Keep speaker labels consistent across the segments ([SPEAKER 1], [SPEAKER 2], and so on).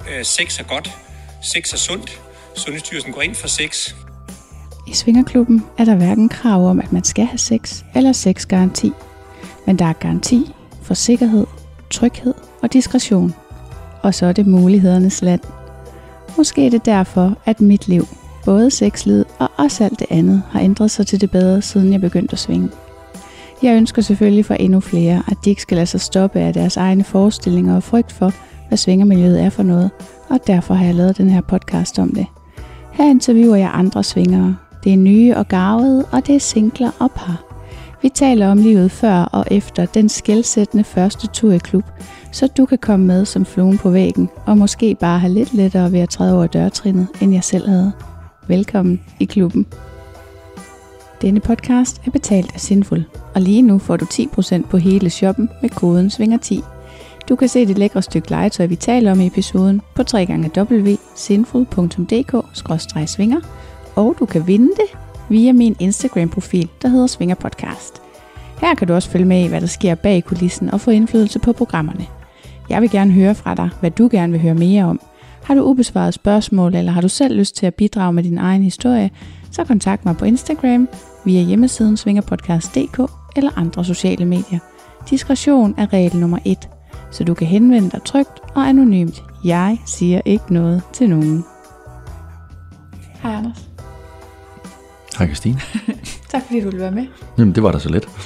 [SPEAKER 1] Sex er godt. Sex er sundt. Sundhedsstyrelsen går ind for sex.
[SPEAKER 2] I Svingerklubben er der hverken krav om, at man skal have sex eller sexgaranti. Men der er garanti for sikkerhed, tryghed og diskretion. Og så er det mulighedernes land. Måske er det derfor, at mit liv, både sexlivet og også alt det andet, har ændret sig til det bedre, siden jeg begyndte at svinge. Jeg ønsker selvfølgelig for endnu flere, at de ikke skal lade sig stoppe af deres egne forestillinger og frygt for, hvad svingermiljøet er for noget, og derfor har jeg lavet den her podcast om det. Her interviewer jeg andre svingere. Det er nye og garvede, og det er singler og par. Vi taler om livet før og efter den skelsættende første tur i klub, så du kan komme med som fluen på væggen, og måske bare have lidt lettere ved at træde over dørtrinnet, end jeg selv havde. Velkommen i klubben. Denne podcast er betalt af Sinful, og lige nu får du 10% på hele shoppen med koden SVINGER10. Du kan se det lækre stykke legetøj, vi taler om i episoden på www.sinful.dk/svinger, og du kan vinde det via min Instagram-profil, der hedder Svinger Podcast. Her kan du også følge med i, hvad der sker bag kulissen og få indflydelse på programmerne. Jeg vil gerne høre fra dig, hvad du gerne vil høre mere om. Har du ubesvarede spørgsmål, eller har du selv lyst til at bidrage med din egen historie, så kontakt mig på Instagram via hjemmesiden svingerpodcast.dk eller andre sociale medier. Diskretion er regel nummer 1, så du kan henvende dig trygt og anonymt. Jeg siger ikke noget til nogen. Hej Anders.
[SPEAKER 3] Hej Christine.
[SPEAKER 2] Tak fordi du ville være med.
[SPEAKER 3] Jamen det var da så let.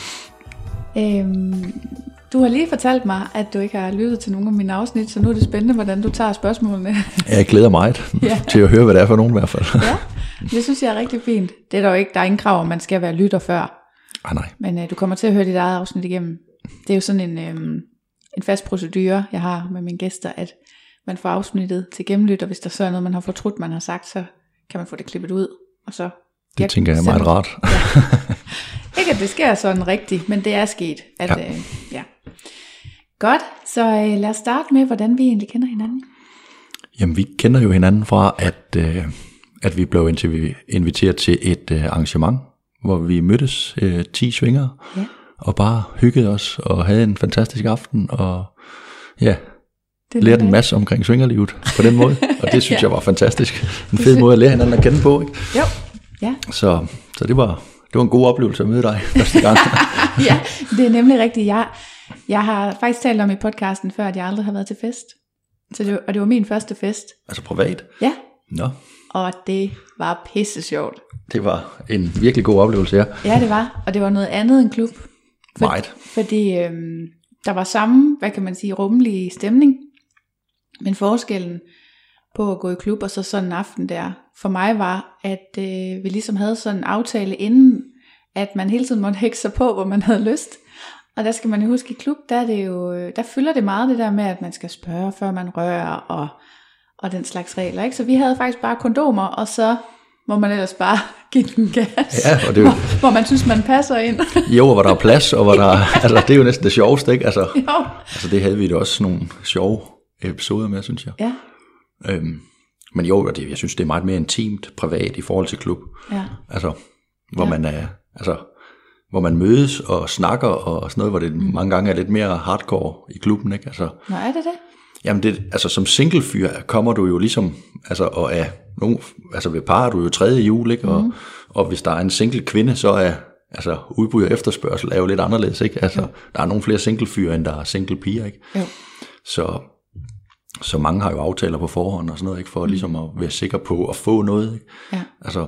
[SPEAKER 2] Du har lige fortalt mig, at du ikke har lyttet til nogen af mine afsnit, så nu er det spændende, hvordan du tager spørgsmålene.
[SPEAKER 3] Jeg glæder mig til at høre, hvad det er for nogen i hvert fald.
[SPEAKER 2] Ja, det synes jeg er rigtig fint. Det er der jo ikke, der er ingen krav om, man skal være lytter før.
[SPEAKER 3] Nej.
[SPEAKER 2] Men du kommer til at høre dit eget afsnit igennem. Det er jo sådan en fast procedure, jeg har med mine gæster, at man får afsnittet til gennemlyt, og hvis der så er noget, man har fortrudt, man har sagt, så kan man få det klippet ud, og så...
[SPEAKER 3] Det tænker jeg er meget rart.
[SPEAKER 2] Ja. Ikke at det sker sådan rigtigt, men det er sket. Ja. Godt, så lad os starte med, hvordan vi egentlig kender hinanden.
[SPEAKER 3] Jamen vi kender jo hinanden fra, at vi blev inviteret til et arrangement, hvor vi mødtes 10 svingere, og bare hyggede os og havde en fantastisk aften, og lærte en masse omkring svingerlivet på den måde, og det synes jeg var fantastisk. En fed måde at lære hinanden at kende på, ikke?
[SPEAKER 2] Jo. Ja.
[SPEAKER 3] Så det var en god oplevelse at møde dig første gang.
[SPEAKER 2] Ja, det er nemlig rigtigt. Jeg har faktisk talt om i podcasten før, at jeg aldrig har været til fest. Og det var min første fest. Altså
[SPEAKER 3] privat?
[SPEAKER 2] Ja.
[SPEAKER 3] Nå.
[SPEAKER 2] Og det var pisse sjovt.
[SPEAKER 3] Det var en virkelig god oplevelse, ja.
[SPEAKER 2] Ja, det var. Og det var noget andet end klub. Fordi der var samme, hvad kan man sige, rummelige stemning. Men forskellen på at gå i klub og så sådan en aften der, for mig var, at vi ligesom havde sådan en aftale inden, at man hele tiden måtte hække sig på, hvor man havde lyst. Og der skal man jo huske, i klub, der fylder det meget det der med, at man skal spørge, før man rører, og den slags regler, ikke? Så vi havde faktisk bare kondomer, og så må man ellers bare give den gas,
[SPEAKER 3] ja, og det jo...
[SPEAKER 2] hvor man synes, man passer ind.
[SPEAKER 3] Jo, og hvor der er plads, og hvor der altså det er jo næsten det sjoveste, ikke? Altså det havde vi da også nogle sjove episoder med, synes jeg.
[SPEAKER 2] Ja.
[SPEAKER 3] Men jo, jeg synes, det er meget mere intimt, privat i forhold til klub.
[SPEAKER 2] Ja.
[SPEAKER 3] Altså, hvor man er, hvor man mødes og snakker og sådan noget, hvor det mange gange er lidt mere hardcore i klubben, ikke? Altså,
[SPEAKER 2] nå, er det det?
[SPEAKER 3] Jamen, som singlefyr kommer du jo ligesom, og er nogen, ved par er du jo 3. jul, ikke? Og hvis der er en single kvinde, så er, udbud og efterspørgsel er jo lidt anderledes, ikke? Altså, der er nogle flere singlefyr, end der er single piger, ikke? Jo. Så mange har jo aftaler på forhånd og sådan noget, ikke, for ligesom at være sikker på at få noget, ikke? Ja.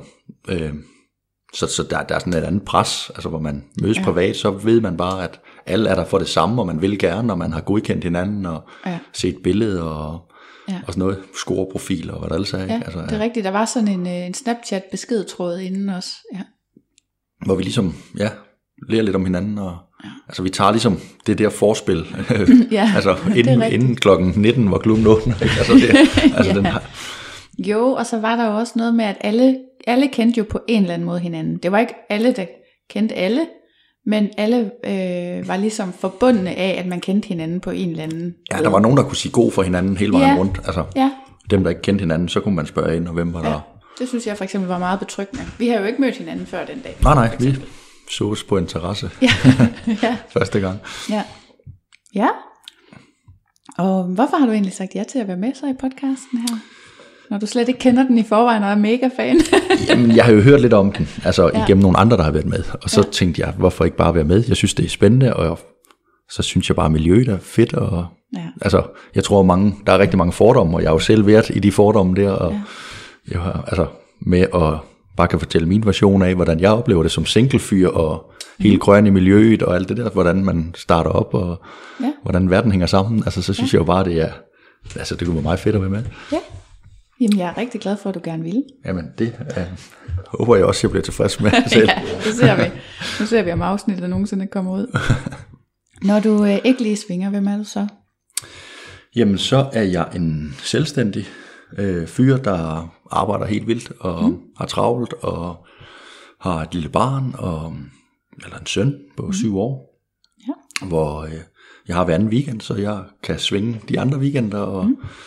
[SPEAKER 3] Så der er sådan et andet pres, hvor man mødes privat, så ved man bare, at alle er der for det samme, og man vil gerne, og man har godkendt hinanden, og set billeder, og sådan noget, scoreprofiler, og hvad der ellers er, ikke?
[SPEAKER 2] Ja, det er rigtigt, der var sådan en Snapchat-beskedtråd inden også,
[SPEAKER 3] hvor vi ligesom, lærer lidt om hinanden, og vi tager ligesom det der forspil, inden klokken 19, hvor klubben åbner, ikke? Den har...
[SPEAKER 2] Jo, og så var der jo også noget med, at alle kendte jo på en eller anden måde hinanden. Det var ikke alle, der kendte alle, men alle var ligesom forbundne af, at man kendte hinanden på en eller anden måde.
[SPEAKER 3] Ja, der var nogen, der kunne sige god for hinanden hele vejen rundt. Dem, der ikke kendte hinanden, så kunne man spørge ind, og hvem var der.
[SPEAKER 2] Det synes jeg for eksempel var meget betryggende. Vi har jo ikke mødt hinanden før den dag.
[SPEAKER 3] Nej, vi sås på en terrasse første gang.
[SPEAKER 2] Ja. Og hvorfor har du egentlig sagt ja til at være med så i podcasten her? Når du slet ikke kender den i forvejen og er mega fan.
[SPEAKER 3] Jamen, jeg har jo hørt lidt om den, altså igennem nogle andre, der har været med. Og så tænkte jeg, hvorfor ikke bare være med? Jeg synes, det er spændende, og så synes jeg bare, at miljøet er fedt. Og, altså, jeg tror, der er rigtig mange fordomme, og jeg har jo selv været i de fordomme der. Og jeg har, altså, med at bare kan fortælle min version af, hvordan jeg oplever det som singlefyr, og helt grøn i miljøet, og alt det der, hvordan man starter op, og hvordan verden hænger sammen. Altså, så synes jeg jo bare, det kunne være meget fedt at være med.
[SPEAKER 2] Ja. Jamen, jeg er rigtig glad for, at du gerne vil.
[SPEAKER 3] Jamen, det håber jeg også, jeg bliver tilfreds med selv.
[SPEAKER 2] Ja, det ser vi. Nu ser vi, om afsnittet nogensinde kommer ud. Når du ikke lige svinger, hvem er du så?
[SPEAKER 3] Jamen, så er jeg en selvstændig fyr, der arbejder helt vildt, og har travlt, og har et lille barn, eller en søn på 7 år, hvor jeg har hver anden weekend, så jeg kan svinge de andre weekender, og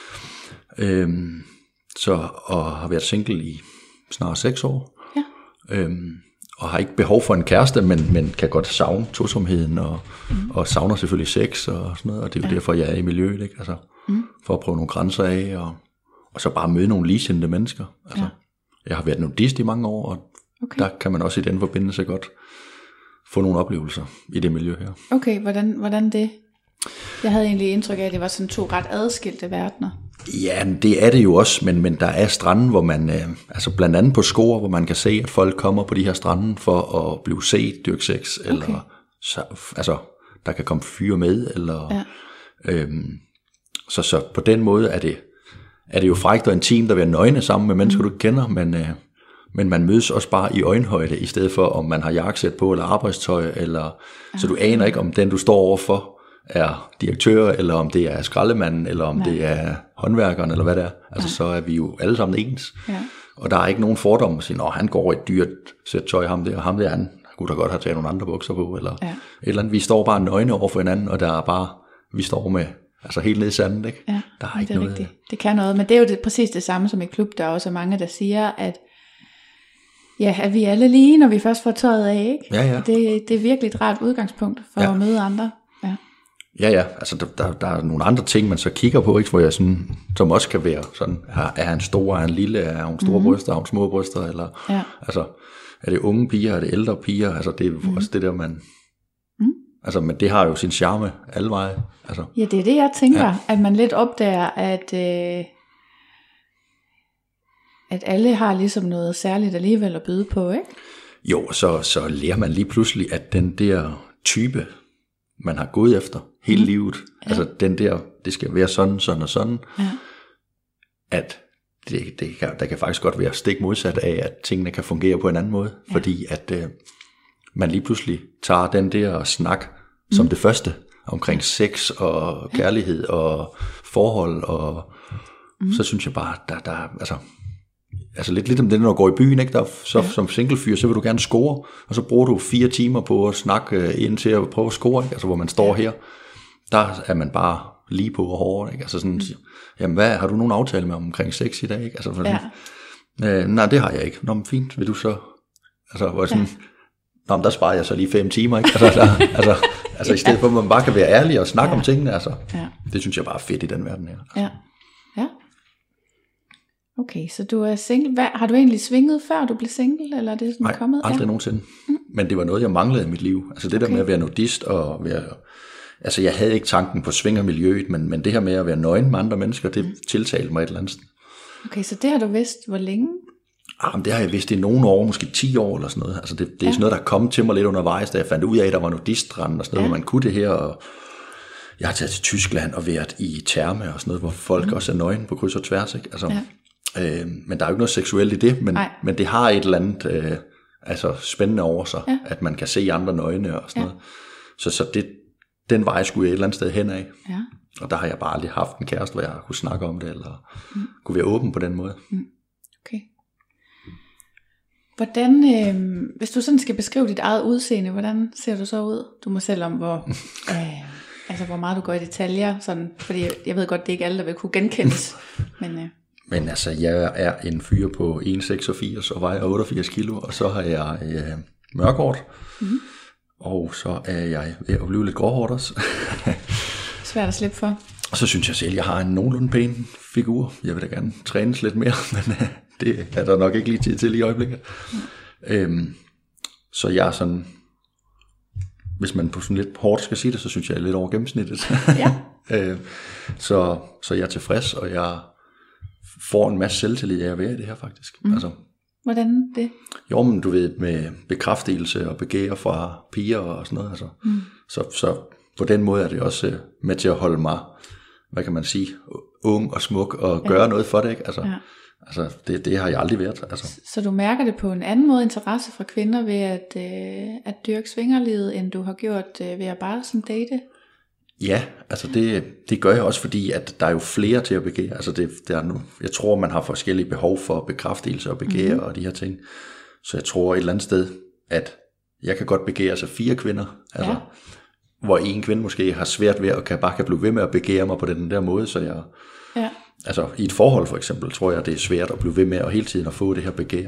[SPEAKER 3] og har været single i snart 6 år, og har ikke behov for en kæreste, men kan godt savne tosomheden, og savner selvfølgelig sex og sådan noget, og det er jo derfor, jeg er i miljøet, ikke? Altså, for at prøve nogle grænser af, og så bare møde nogle ligesindede mennesker. Altså, jeg har været nudist i mange år, og der kan man også i den forbindelse godt få nogle oplevelser i det miljø her. Okay,
[SPEAKER 2] hvordan det? Jeg havde egentlig indtryk af, at det var sådan 2 ret adskilte verdener.
[SPEAKER 3] Ja, det er det jo også, men der er strande, hvor man, altså blandt andet på Skor, hvor man kan se, at folk kommer på de her strande for at blive set, dyrke sex, eller altså, der kan komme fyre med, eller så på den måde er det jo frækt og intimt at være nøgne sammen med mennesker, du ikke kender, men man mødes også bare i øjenhøjde, i stedet for, om man har jakkesæt på, eller arbejdstøj, eller så du aner ikke, om den, du står overfor, er direktør, eller om det er skraldemanden, eller om det er håndværkeren, eller hvad det er. Altså, så er vi jo alle sammen ens. Ja. Og der er ikke nogen fordom at sige, nå, han går i et dyrt sæt tøj, ham der, han kunne da godt have taget nogle andre bukser på, eller et eller andet. Vi står bare nøgne over for hinanden, og der er bare, vi står med, altså helt ned i sandet, ikke? Ja, der er ikke
[SPEAKER 2] det er
[SPEAKER 3] noget.
[SPEAKER 2] Rigtigt. Det kan noget, men det er jo præcis det samme som i klub. Der er også mange, der siger, at vi alle lige, når vi først får tøjet af, ikke?
[SPEAKER 3] Ja.
[SPEAKER 2] Det er virkelig et rart udgangspunkt for at møde andre.
[SPEAKER 3] Ja, altså der er nogle andre ting, man så kigger på, ikke, hvor jeg sådan, som også kan være sådan, er han stor, er han lille, er hun store bryster, er hun små bryster, eller altså, er det unge piger, er det ældre piger, altså det er også det der, man, altså, men det har jo sin charme alle veje. Altså. Ja, det er det, jeg tænker, at man lidt opdager, at alle har ligesom noget særligt alligevel at byde på, ikke? Jo, så lærer man lige pludselig, at den der type, man har gået efter hele livet, altså den der, det skal være sådan og sådan, at der kan faktisk godt være stik modsat af, at tingene kan fungere på en anden måde, fordi at man lige pludselig tager den der snak som det første, omkring sex og kærlighed og forhold, og så synes jeg bare, der altså lidt om det, når du går i byen, ikke? Der, så som singlefyr, så vil du gerne score, og så bruger du 4 timer på at snakke ind til at prøve at score, ikke? Altså hvor man står her, der er man bare lige på og hårdt, ikke? Altså sådan, jamen hvad, har du nogen aftale med omkring sex i dag, ikke? Altså sådan, nej, det har jeg ikke. Nå, men fint, vil du så, altså hvor sådan, nå, men der sparer jeg så lige 5 timer, ikke? Altså i stedet for, at man bare kan være ærlig og snakke om tingene, altså, det synes jeg bare er fedt i den verden her. Altså. Ja. Okay, så du er single. Har du egentlig svinget før du blev single, eller er det sådan kommet? Nej, aldrig nogensinde. Men det var noget, jeg manglede i mit liv. Altså det der med at være nudist og være, altså jeg havde ikke tanken på svingermiljøet, men det her med at være nøgen med andre mennesker, det tiltalte mig et eller andet sted. Okay, så det har du vidst hvor længe? Jamen, det har jeg vidst i nogle år, måske 10 år eller sådan noget. Altså det er sådan noget, der kom til mig lidt undervejs, da jeg fandt ud af, at der var nudiststranden og sådan noget, hvor man kunne det her, og jeg har taget til Tyskland og været i Therme og sådan noget, hvor folk også er nøgen på kryds og tværs, ikke? Altså, men der er jo ikke noget seksuelt i det, men det har et eller andet altså spændende over sig, at man kan se andre nøgne og sådan noget. Så den vej skulle jeg et eller andet sted hen af. Ja. Og der har jeg bare aldrig haft en kæreste, hvor jeg kunne snakke om det, eller kunne være åben på den måde. Okay. Hvordan, hvis du sådan skal beskrive dit eget udseende, hvordan ser du så ud? Du må selv om, hvor meget du går i detaljer, sådan, fordi jeg ved godt, det er ikke alle, der vil kunne genkendes. Men altså, jeg er en fyr på 1,86 og vejer 88 kilo, og så har jeg mørkhåret, og så er jeg ved at blive lidt gråhåret også. Svært at slippe for. Og så synes jeg selv, jeg har en nogenlunde pæn figur. Jeg vil da gerne trænes lidt mere, men det er der nok ikke lige tid til i øjeblikket. Så jeg er sådan, hvis man på sådan lidt hårdt skal sige det, så synes jeg er lidt over gennemsnittet.
[SPEAKER 2] Ja.
[SPEAKER 3] Så jeg er tilfreds, og jeg får en masse selvtillid af at være i det her faktisk. Altså,
[SPEAKER 2] hvordan det?
[SPEAKER 3] Jo, men du ved, med bekræftelse og begær fra piger og sådan noget. Altså. Så på den måde er det også med til at holde mig, hvad kan man sige, ung og smuk og gøre noget for det, ikke? Altså det har jeg aldrig været. Altså.
[SPEAKER 2] Så du mærker det på en anden måde, interesse fra kvinder ved at dyrke svingerlivet, end du har gjort ved at bare sådan date?
[SPEAKER 3] Ja, altså det gør jeg også, fordi at der er jo flere til at begære. Altså der er nu, jeg tror, man har forskellige behov for bekræftelse og begære og de her ting. Så jeg tror et eller andet sted, at jeg kan godt begære sig 4 kvinder. Altså, hvor en kvinde måske har svært ved at bare kan blive ved med at begære mig på den der måde, så jeg...
[SPEAKER 2] Ja.
[SPEAKER 3] Altså i et forhold for eksempel, tror jeg, det er svært at blive ved med at hele tiden at få det her begær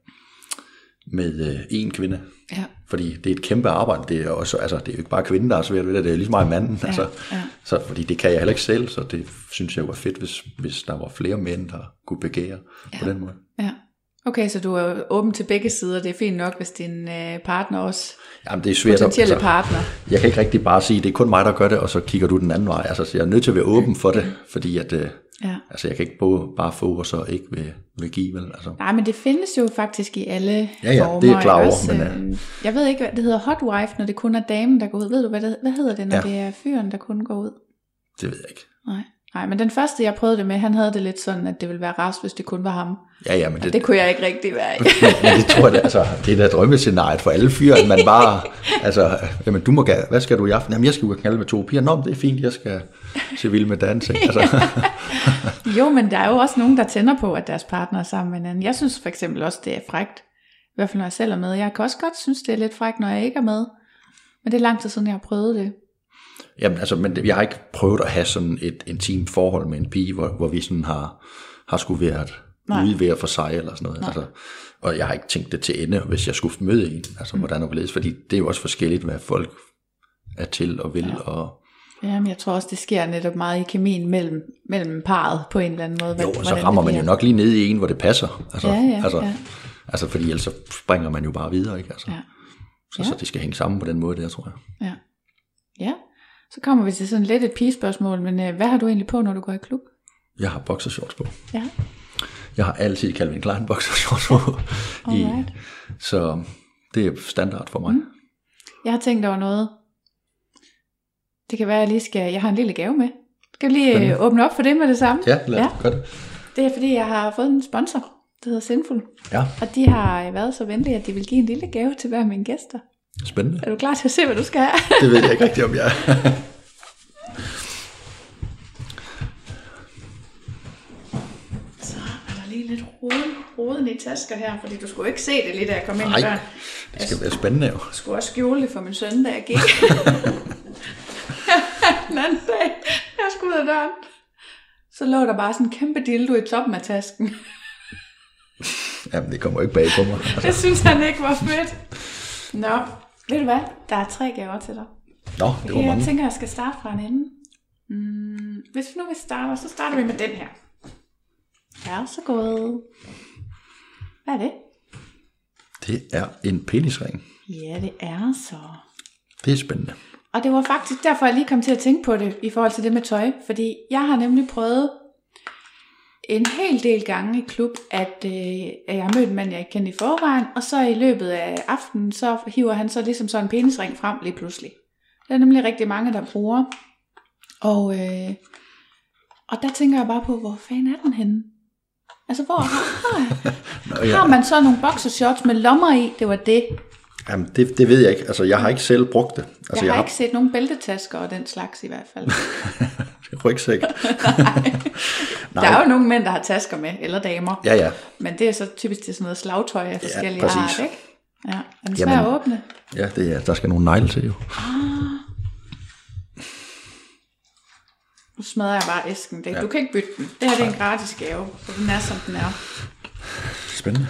[SPEAKER 3] med en kvinde. Ja. Fordi det er et kæmpe arbejde. Det er også, altså det er jo ikke bare kvinden, der er svært ved det, det er lige så meget manden. Ja. Altså, så fordi det kan jeg heller ikke selv, så det synes jeg var fedt, hvis der var flere mænd, der kunne begære på den måde. Ja.
[SPEAKER 2] Okay, så du er åben til begge sider. Det er fint nok, hvis din partner også...
[SPEAKER 3] Jamen, det er svært,
[SPEAKER 2] potentielle partner.
[SPEAKER 3] Jeg kan ikke rigtig bare sige, det er kun mig, der gør det, og så kigger du den anden vej. Altså, så jeg er nødt til at være åben for det, fordi at... Altså jeg kan ikke bare få og så ikke vil give, vel? Altså.
[SPEAKER 2] Nej, men det findes jo faktisk i alle
[SPEAKER 3] former. Det er klar over. Men,
[SPEAKER 2] jeg ved ikke, hvad det hedder, hot wife, når det kun er damen, der går ud. Ved du, hvad hedder det, når det er fyren, der kun går ud?
[SPEAKER 3] Det ved jeg ikke.
[SPEAKER 2] Nej, men den første, jeg prøvede det med, han havde det lidt sådan, at det ville være rarest, hvis det kun var ham.
[SPEAKER 3] Ja, men
[SPEAKER 2] det kunne jeg ikke rigtig være i.
[SPEAKER 3] Men det tror jeg, altså, det er da drømmescenariet for alle fyre, at man bare, altså, jamen du må gerne, hvad skal du i aften? Jamen jeg skal jo knalde med 2 piger. Nå, det er fint, jeg skal se vild med dancing. Altså.
[SPEAKER 2] Jo, men der er jo også nogen, der tænder på, at deres partner er sammen med hinanden. Jeg synes for eksempel også, det er frækt. I hvert fald, når jeg selv er med. Jeg kan også godt synes, det er lidt frækt, når jeg ikke er med. Men det er lang tid siden, jeg har prøvet det.
[SPEAKER 3] Jamen altså, men jeg har ikke prøvet at have sådan et intimt forhold med en pige, hvor vi sådan har skulle været ude hver for sig eller sådan noget. Altså, og jeg har ikke tænkt det til ende, hvis jeg skulle møde en, altså hvordan og hvorledes, fordi det er jo også forskelligt, hvad folk er til og vil. Og
[SPEAKER 2] jamen, jeg tror også, det sker netop meget i kemien mellem parret på en eller anden måde.
[SPEAKER 3] Jo, og så rammer man jo nok lige ned i en, hvor det passer. Altså, altså fordi ellers så springer man jo bare videre, ikke? Altså, så det skal hænge sammen på den måde der, tror jeg.
[SPEAKER 2] Ja. Så kommer vi til sådan lidt et pigespørgsmål, men hvad har du egentlig på, når du går i klub?
[SPEAKER 3] Jeg har boxershorts på.
[SPEAKER 2] Ja.
[SPEAKER 3] Jeg har altid Calvin Klein boxershorts på. Så det er standard for mig.
[SPEAKER 2] Jeg har tænkt over noget. Det kan være, at jeg har en lille gave med. Skal vi lige åbne op for det med det samme?
[SPEAKER 3] Ja, lad os gøre det.
[SPEAKER 2] Det er fordi, jeg har fået en sponsor, der hedder Sinful.
[SPEAKER 3] Ja.
[SPEAKER 2] Og de har været så venlige, at de vil give en lille gave til hver af mine gæster.
[SPEAKER 3] Spændende.
[SPEAKER 2] Er du klar til at se, hvad du skal have?
[SPEAKER 3] Det ved jeg ikke rigtig, om jeg er.
[SPEAKER 2] Så er der lige lidt roden i tasker her, fordi du skulle ikke se det lige, da jeg kom ind i døren.
[SPEAKER 3] Det skal være spændende jo.
[SPEAKER 2] Jeg skulle også skjule det for min søn, da jeg gik. Den anden dag, jeg skulle ud af døren. Så lå der bare sådan en kæmpe dildo i toppen af tasken.
[SPEAKER 3] Jamen, det kommer ikke bag på mig. Altså.
[SPEAKER 2] Det synes han ikke var fedt. Nå, ved du hvad? Der er 3 gaver til dig.
[SPEAKER 3] Nå, det var mange.
[SPEAKER 2] Jeg tænker, jeg skal starte fra en ende. Hvis vi nu vil starte, så starter vi med den her. Ja, så gået. Hvad er det?
[SPEAKER 3] Det er en penisring.
[SPEAKER 2] Ja, det er så.
[SPEAKER 3] Det er spændende.
[SPEAKER 2] Og det var faktisk derfor, jeg lige kom til at tænke på det, i forhold til det med tøj. Fordi jeg har nemlig prøvet en hel del gange i klub, at jeg har mødt en mand, jeg ikke kendte i forvejen, og så i løbet af aftenen, så hiver han så ligesom sådan en penisring frem lige pludselig. Det er nemlig rigtig mange, der bruger. Og der tænker jeg bare på, hvor fanden er den henne? Altså, hvor har man så nogle boxershorts med lommer i? Det var det.
[SPEAKER 3] Jamen, det ved jeg ikke. Altså, jeg har ikke selv brugt det. Altså,
[SPEAKER 2] jeg har ikke set nogen bæltetasker og den slags i hvert fald.
[SPEAKER 3] Rygsæk.
[SPEAKER 2] Nej. Der er jo nogle mænd, der har tasker med, eller damer.
[SPEAKER 3] Ja.
[SPEAKER 2] Men det er så typisk til sådan noget slagtøj af forskellige art, ikke? Ja, er den svær at åbne?
[SPEAKER 3] Ja, der skal nogle negle til jo.
[SPEAKER 2] Nu smadrer jeg bare æsken. Du kan ikke bytte den. Det her det er en gratis gave, så den er, som den er.
[SPEAKER 3] Spændende.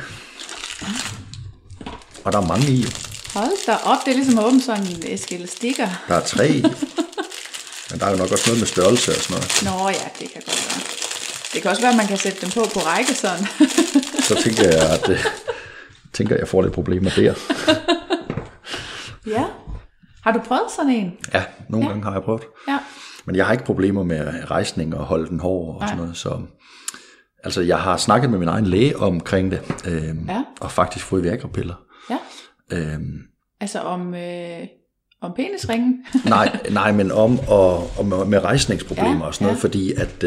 [SPEAKER 3] Og der er mange i.
[SPEAKER 2] Hold da op, det er ligesom at åbne sådan en æske elastikker.
[SPEAKER 3] Der er 3 i. Men der er jo nok også noget med størrelse og sådan noget.
[SPEAKER 2] Nå ja, det kan godt være. Det kan også være, at man kan sætte dem på række sådan.
[SPEAKER 3] Så tænker jeg, at jeg får lidt problemer der.
[SPEAKER 2] Ja. Har du prøvet sådan en?
[SPEAKER 3] Ja, nogle gange har jeg prøvet.
[SPEAKER 2] Ja.
[SPEAKER 3] Men jeg har ikke problemer med rejsning og holde den hård og sådan noget. Så, altså, jeg har snakket med min egen læge omkring det, og faktisk fået Viagra-piller.
[SPEAKER 2] Ja. Altså om penisringen?
[SPEAKER 3] nej, men om med rejsningsproblemer og sådan noget, fordi at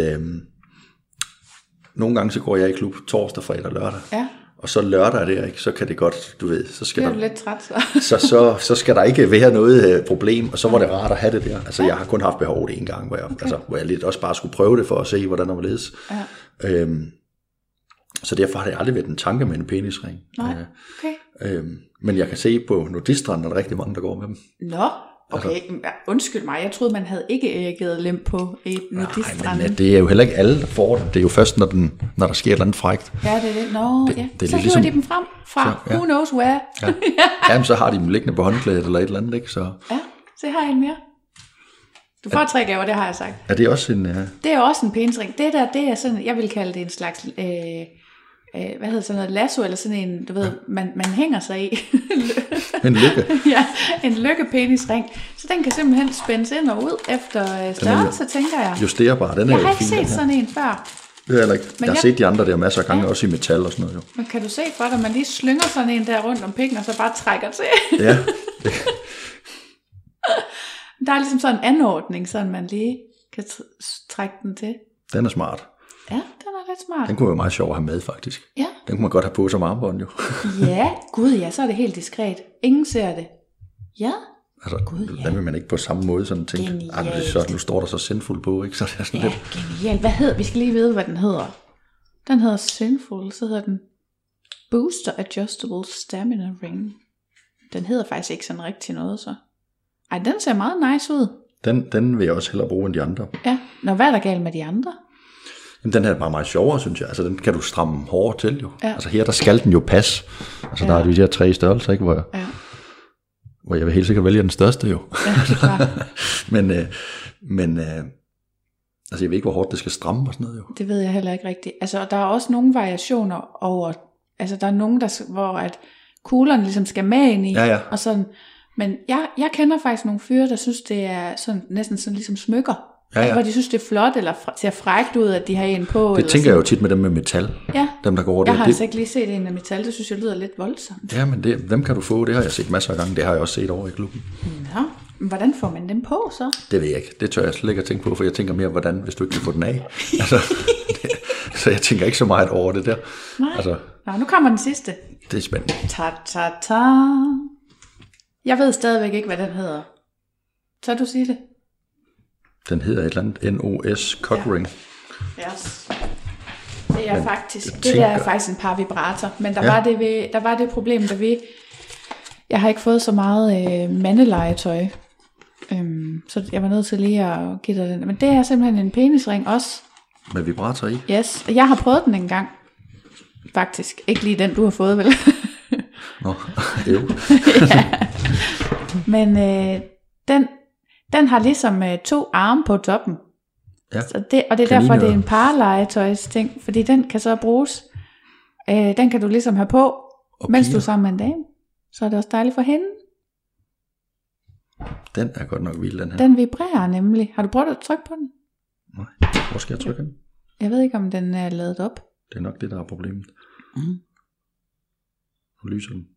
[SPEAKER 3] nogle gange så går jeg i klub torsdag, fredag og lørdag. Ja. Og så lørdag er det ikke, så kan det godt, du ved, så skal
[SPEAKER 2] det er du lidt træt,
[SPEAKER 3] så skal der ikke være noget problem, og så var det rart at have det der. Altså jeg har kun haft behov det en gang, hvor jeg lidt også bare skulle prøve det for at se, hvordan det var ledes. Ja. Så derfor har det aldrig været en tanke med en penisring.
[SPEAKER 2] Nej, okay.
[SPEAKER 3] Men jeg kan se på nudistranden, der er rigtig mange, der går med dem.
[SPEAKER 2] Nå, okay. Altså, undskyld mig, jeg troede, man havde ikke erigeret lem på et nudistrand.
[SPEAKER 3] Nej, men det er jo heller ikke alle, der får det. Det er jo først, når der sker et eller andet frækt.
[SPEAKER 2] Ja, det er det. Nå, ja.
[SPEAKER 3] Det
[SPEAKER 2] så hiver ligesom de dem frem fra who knows where.
[SPEAKER 3] Ja. Jamen, så har de dem liggende på håndklædet eller et eller andet, ikke? Så.
[SPEAKER 2] Ja, så har jeg en mere. Du får 3 gaver, det har jeg sagt.
[SPEAKER 3] Er det også en...
[SPEAKER 2] Det er også en penisring. Det er sådan, jeg vil kalde det en slags... hvad hedder sådan noget, lasso, eller sådan en, du ved, man hænger sig i.
[SPEAKER 3] En lykke.
[SPEAKER 2] Ja, en lykkepenisring. Så den kan simpelthen spændes ind og ud efter størrelse, tænker jeg.
[SPEAKER 3] Justerbar, den er
[SPEAKER 2] jeg har ikke set sådan en før.
[SPEAKER 3] Det er ikke. Jeg har set de andre der masser af gange, også i metal og sådan noget. Jo.
[SPEAKER 2] Men kan du se for dig, man lige slynger sådan en der rundt om pikken, og så bare trækker til?
[SPEAKER 3] Ja.
[SPEAKER 2] Der er ligesom sådan en anordning, så man lige kan trække den til.
[SPEAKER 3] Den er smart.
[SPEAKER 2] Ja, den er lidt smart.
[SPEAKER 3] Den kunne være meget sjov at have med, faktisk.
[SPEAKER 2] Ja.
[SPEAKER 3] Den kunne man godt have på som armbånd, jo.
[SPEAKER 2] Ja, gud ja, så er det helt diskret. Ingen ser det. Ja.
[SPEAKER 3] Altså, den vil man ikke på samme måde sådan tænke. Nu står der så Sinful på, ikke? Så det er sådan lidt.
[SPEAKER 2] Genialt. Hvad hedder? Vi skal lige vide, hvad den hedder. Den hedder Sinful, så hedder den Booster Adjustable Stamina Ring. Den hedder faktisk ikke sådan rigtig noget, så. Ej, den ser meget nice ud.
[SPEAKER 3] Den vil jeg også hellere bruge end de andre.
[SPEAKER 2] Ja, hvad er der galt med de andre?
[SPEAKER 3] Jamen, den her er bare meget sjovere, synes jeg. Altså, den kan du stramme hårdere til, jo. Ja. Altså, her der skal den jo passe. Altså, der er de her 3 størrelser, ikke? Hvor jeg vil helt sikkert vælge den største, jo. Ja, men altså, jeg ved ikke, hvor hårdt det skal stramme og sådan noget, jo.
[SPEAKER 2] Det ved jeg heller ikke rigtigt. Altså, der er også nogle variationer over... Altså, der er nogle, hvor at kuglerne ligesom skal med ind i, og sådan... Men jeg kender faktisk nogle fyre, der synes, det er sådan, næsten sådan ligesom smykker. Altså, hvor de synes, det er flot, eller ser frækt ud, at de har en på.
[SPEAKER 3] Det tænker jeg jo tit med dem med metal. Ja. Dem, der går over
[SPEAKER 2] jeg har altså ikke lige set en af metal, det synes jeg lyder lidt voldsomt.
[SPEAKER 3] Ja, men dem kan du få, det har jeg set masser af gange, det har jeg også set over i klubben.
[SPEAKER 2] Nå, men hvordan får man dem på så?
[SPEAKER 3] Det ved jeg ikke, det tør jeg slet ikke at tænke på, for jeg tænker mere, hvordan, hvis du ikke kan få den af. Altså, så jeg tænker ikke så meget over det der.
[SPEAKER 2] Nej, altså, nu kommer den sidste.
[SPEAKER 3] Det er spændende.
[SPEAKER 2] Ta. Jeg ved stadigvæk ikke, hvad den hedder. Så du sige det?
[SPEAKER 3] Den hedder et eller andet NOS Cockring.
[SPEAKER 2] Ja. Yes. Det er faktisk, det er faktisk en par vibrator, men der var det problem, jeg har ikke fået så meget mandelegetøj, så jeg var nødt til lige at give dig den. Men det er simpelthen en penisring også.
[SPEAKER 3] Med vibrator i?
[SPEAKER 2] Yes, jeg har prøvet den engang. Faktisk, ikke lige den du har fået, vel?
[SPEAKER 3] Nå, jo.
[SPEAKER 2] Ja. Men den har ligesom 2 arme på toppen. Ja. Og det er derfor, det er en parlegetøjs ting. Fordi den kan så bruges. Den kan du ligesom have på, mens du er sammen med en dame. Så er det også dejligt for hende.
[SPEAKER 3] Den er godt nok vild, den her.
[SPEAKER 2] Den vibrerer nemlig. Har du prøvet at trykke på den?
[SPEAKER 3] Nej, hvor skal jeg trykke den?
[SPEAKER 2] Jeg ved ikke, om den er ladet op.
[SPEAKER 3] Det er nok det, der er problemet. Nu lyser den.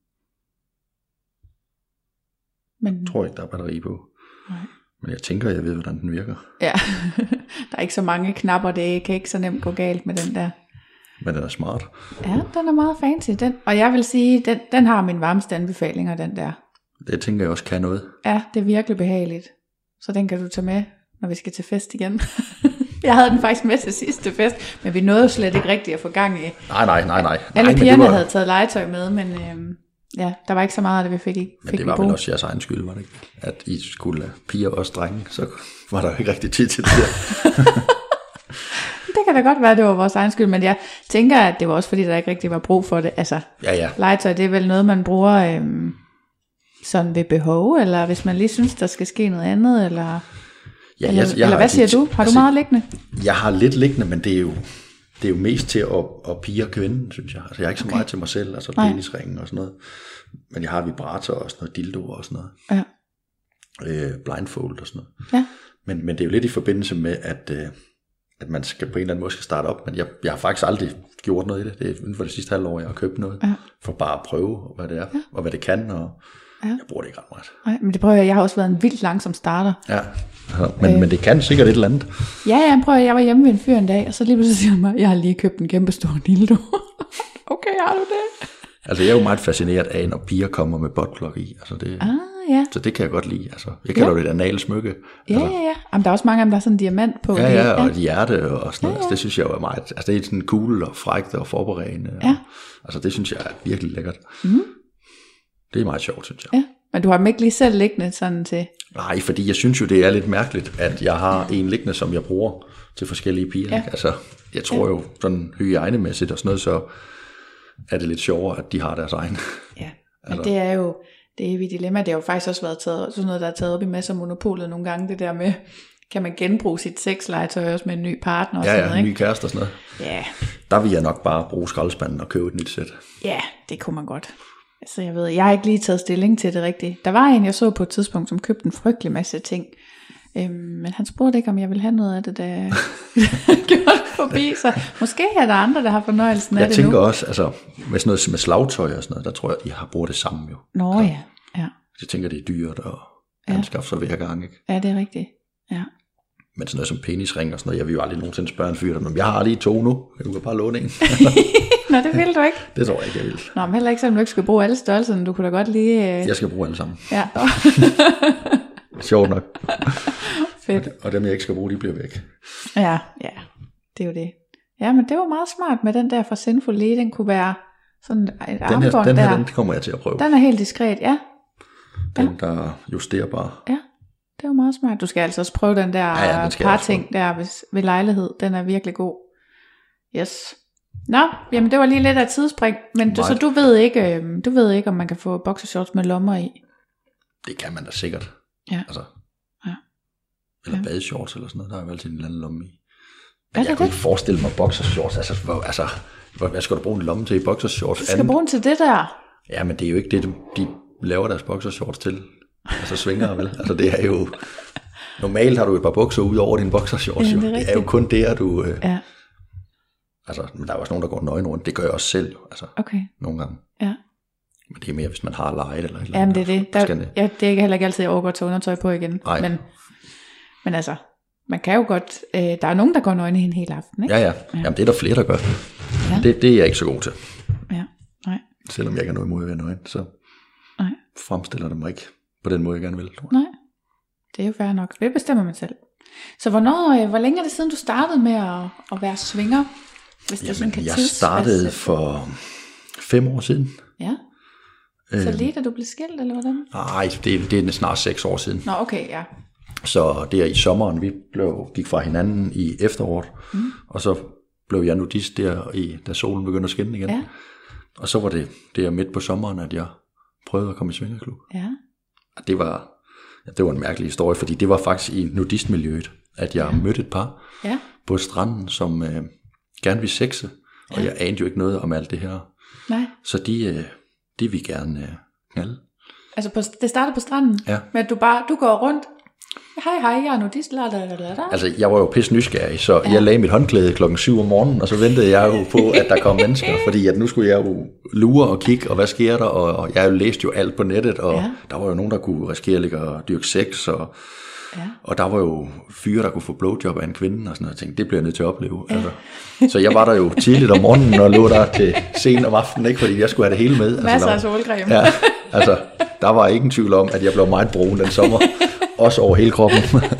[SPEAKER 3] Men jeg tror ikke, der er batteri på. Nej. Men jeg tænker, jeg ved, hvordan den virker. Ja,
[SPEAKER 2] der er ikke så mange knapper, det kan ikke så nemt gå galt med den der.
[SPEAKER 3] Men den er smart.
[SPEAKER 2] Ja, den er meget fancy. Og jeg vil sige, den har min varmeste anbefalinger, den der.
[SPEAKER 3] Det tænker jeg også kan noget.
[SPEAKER 2] Ja, det er virkelig behageligt. Så den kan du tage med, når vi skal til fest igen. Jeg havde den faktisk med til sidste fest, men vi nåede slet ikke rigtigt at få gang i.
[SPEAKER 3] Nej.
[SPEAKER 2] Alle pigerne havde taget legetøj med, men der var ikke så meget af det, vi fik i.
[SPEAKER 3] Men det var vel også jeres egen skyld, var det ikke? At I skulle lade piger og drenge, så var der jo ikke rigtig tid til det der.
[SPEAKER 2] Det kan da godt være, at det var vores egen skyld, men jeg tænker, at det var også fordi, der ikke rigtig var brug for det. Altså, legetøj, det er vel noget, man bruger sådan ved behov, eller hvis man lige synes, der skal ske noget andet, eller...
[SPEAKER 3] Ja,
[SPEAKER 2] eller hvad siger du? Har du meget liggende?
[SPEAKER 3] Jeg har lidt liggende, men det er jo mest til at pige kvinden, synes jeg. Altså jeg er ikke så meget til mig selv, altså penisringen og sådan noget. Men jeg har vibrator og sådan noget, dildo og sådan noget. Ja. Blindfold og sådan noget. Ja. Men det er jo lidt i forbindelse med, at man skal på en eller anden måde skal starte op. Men jeg har faktisk aldrig gjort noget i det. Det er inden for det sidste halvår, jeg har købt noget. Ja. For bare at prøve, hvad det er, og hvad det kan. Og jeg bruger det ikke ret meget.
[SPEAKER 2] Nej, men det prøver jeg. Jeg har også været en vildt langsom starter.
[SPEAKER 3] Ja, men det kan sikkert et eller andet.
[SPEAKER 2] Ja, prøver jeg var hjemme ved en fyr en dag, og så lige pludselig siger han mig, jeg har lige købt en kæmpe stor dildo. Okay, har du det?
[SPEAKER 3] Altså jeg er jo meget fascineret af, når piger kommer med buttplug i. Altså det, så det kan jeg godt lide. Altså, jeg kalder det et anal-smykke.
[SPEAKER 2] Ja. Jamen, der er også mange af dem, der er sådan en diamant på.
[SPEAKER 3] Ja, og et hjerte og sådan noget. Altså, det synes jeg jo er meget. Altså det er sådan cool og frækt og forberedende. Ja. Altså det synes jeg er virkelig lækkert. Det er meget sjovt, synes jeg. Ja.
[SPEAKER 2] Men du har dem ikke lige selv liggende sådan til?
[SPEAKER 3] Nej, fordi jeg synes jo, det er lidt mærkeligt, at jeg har en liggende, som jeg bruger til forskellige piger. Ja. Altså, jeg tror jo, sådan hygiejnemæssigt og sådan noget, så er det lidt sjovere, at de har deres egen. Ja, men altså.
[SPEAKER 2] Det er jo det evige dilemma. Det har jo faktisk også været taget, sådan noget, der er taget op i masser af Monopolet nogle gange, det der med, kan man genbruge sit sexlegetøj også med en ny partner og sådan noget,
[SPEAKER 3] en ny kæreste og sådan noget. Ja. Der vil jeg nok bare bruge skraldespanden og købe et nyt sæt.
[SPEAKER 2] Ja, det kunne man godt. Altså jeg har ikke lige taget stilling til det rigtigt. Der var en, jeg så på et tidspunkt, som købte en frygtelig masse ting. Men han spurgte ikke, om jeg ville have noget af det, da jeg gjorde forbi. Så måske er der andre, der har fornøjelsen af det nu.
[SPEAKER 3] Jeg tænker også, altså med sådan noget med slagtøj og sådan noget, der tror jeg, de har brugt det samme jo.
[SPEAKER 2] Nå altså, ja.
[SPEAKER 3] Jeg tænker, det er dyrt at anskaffe sig hver gang, ikke?
[SPEAKER 2] Ja, det er rigtigt. Ja.
[SPEAKER 3] Men sådan noget som penisring og sådan noget, jeg vil jo aldrig nogensinde spørge en fyr, men jeg har lige 2 nu. Jeg kan bare låne en.
[SPEAKER 2] Nå, det vil du ikke?
[SPEAKER 3] Det tror jeg ikke, jeg vil.
[SPEAKER 2] Nå, men heller ikke, selvom du ikke skal bruge alle størrelserne. Du kunne da godt lige...
[SPEAKER 3] Jeg skal bruge alle sammen.
[SPEAKER 2] Ja.
[SPEAKER 3] Sjovt nok.
[SPEAKER 2] Fedt.
[SPEAKER 3] Og dem, jeg ikke skal bruge, de bliver væk.
[SPEAKER 2] Ja, det er jo det. Ja, men det var meget smart med den der fra Sinful Lee. Den kunne være sådan et armbånd der.
[SPEAKER 3] Den kommer jeg til at prøve.
[SPEAKER 2] Den er helt diskret, ja.
[SPEAKER 3] Den, der justerbar.
[SPEAKER 2] Ja, det var meget smart. Du skal altså også prøve den der parting der ved lejlighed. Den er virkelig god. Yes. Nå, jamen det var lige lidt af et tidsspring. Men så du ved ikke, om man kan få boxershorts med lommer i?
[SPEAKER 3] Det kan man da sikkert.
[SPEAKER 2] Ja.
[SPEAKER 3] Altså. Eller badeshorts eller sådan noget, der er jo altid en eller anden lomme i. Men jeg kunne ikke forestille mig boxershorts. Altså, hvad skal du bruge en lomme til i boxershorts?
[SPEAKER 2] Du skal bruge den til det der.
[SPEAKER 3] Ja, men det er jo ikke det, de laver deres boxershorts til. Altså svinger vel. Altså det er jo... Normalt har du et par bukser ud over din boxershorts. Ja, det er jo kun der, du... Altså, men der er også nogen, der går nøgen rundt. Det gør jeg også selv jo. Altså, nogle gange. Ja. Men det er mere, hvis man har lejet eller et eller andet.
[SPEAKER 2] Jamen det er det. Det er heller ikke altid, jeg overgår til undertøj på igen. Men altså, man kan jo godt... der er nogen, der går nøgne en hel aften, ikke?
[SPEAKER 3] Ja. Jamen det er der flere, der gør. Ja. Det er jeg ikke så god til.
[SPEAKER 2] Ja, nej.
[SPEAKER 3] Selvom jeg ikke har noget imod at være nøgen, så fremstiller det mig ikke på den måde, jeg gerne vil.
[SPEAKER 2] Nej, det er jo fair nok. Det bestemmer man selv. Så hvor længe er det siden, du startede med at være swinger? Hvis det sådan kan
[SPEAKER 3] jeg startede for 5 år siden.
[SPEAKER 2] Ja. Så lige da du blev skilt, eller hvordan?
[SPEAKER 3] Nej, det er snart 6 år siden.
[SPEAKER 2] Nå, okay, ja.
[SPEAKER 3] Så det er i sommeren, vi gik fra hinanden i efteråret, og så blev jeg nudist der, da solen begyndte at skinne igen. Ja. Og så var det der midt på sommeren, at jeg prøvede at komme i svingerklub. Ja. Og det var en mærkelig historie, fordi det var faktisk i nudistmiljøet, at jeg mødte et par på stranden, som gerne ville sexe, og jeg anede jo ikke noget om alt det her. Nej. Så de ville gerne knalde.
[SPEAKER 2] Altså det startede på stranden? Ja. Med at du går rundt? Hej, jeg er nudist.
[SPEAKER 3] Altså, jeg var jo pisse nysgerrig, så jeg lagde mit håndklæde 7:00 om morgenen, og så ventede jeg jo på, at der kom mennesker, fordi at nu skulle jeg jo lure og kigge, og hvad sker der, og jeg læste jo alt på nettet, og der var jo nogen, der kunne risikere at ligge og dyrke sex, og der var jo fyre, der kunne få blowjob af en kvinde, og sådan noget. Jeg tænkte, det bliver jeg nødt til at opleve. Altså. Så jeg var der jo tidligt om morgenen, og lå der til sent om aftenen, ikke, fordi jeg skulle have det hele med.
[SPEAKER 2] Masser af solcreme.
[SPEAKER 3] Ja, altså, der var ingen tvivl om, at jeg blev meget brun den sommer. Også over hele kroppen.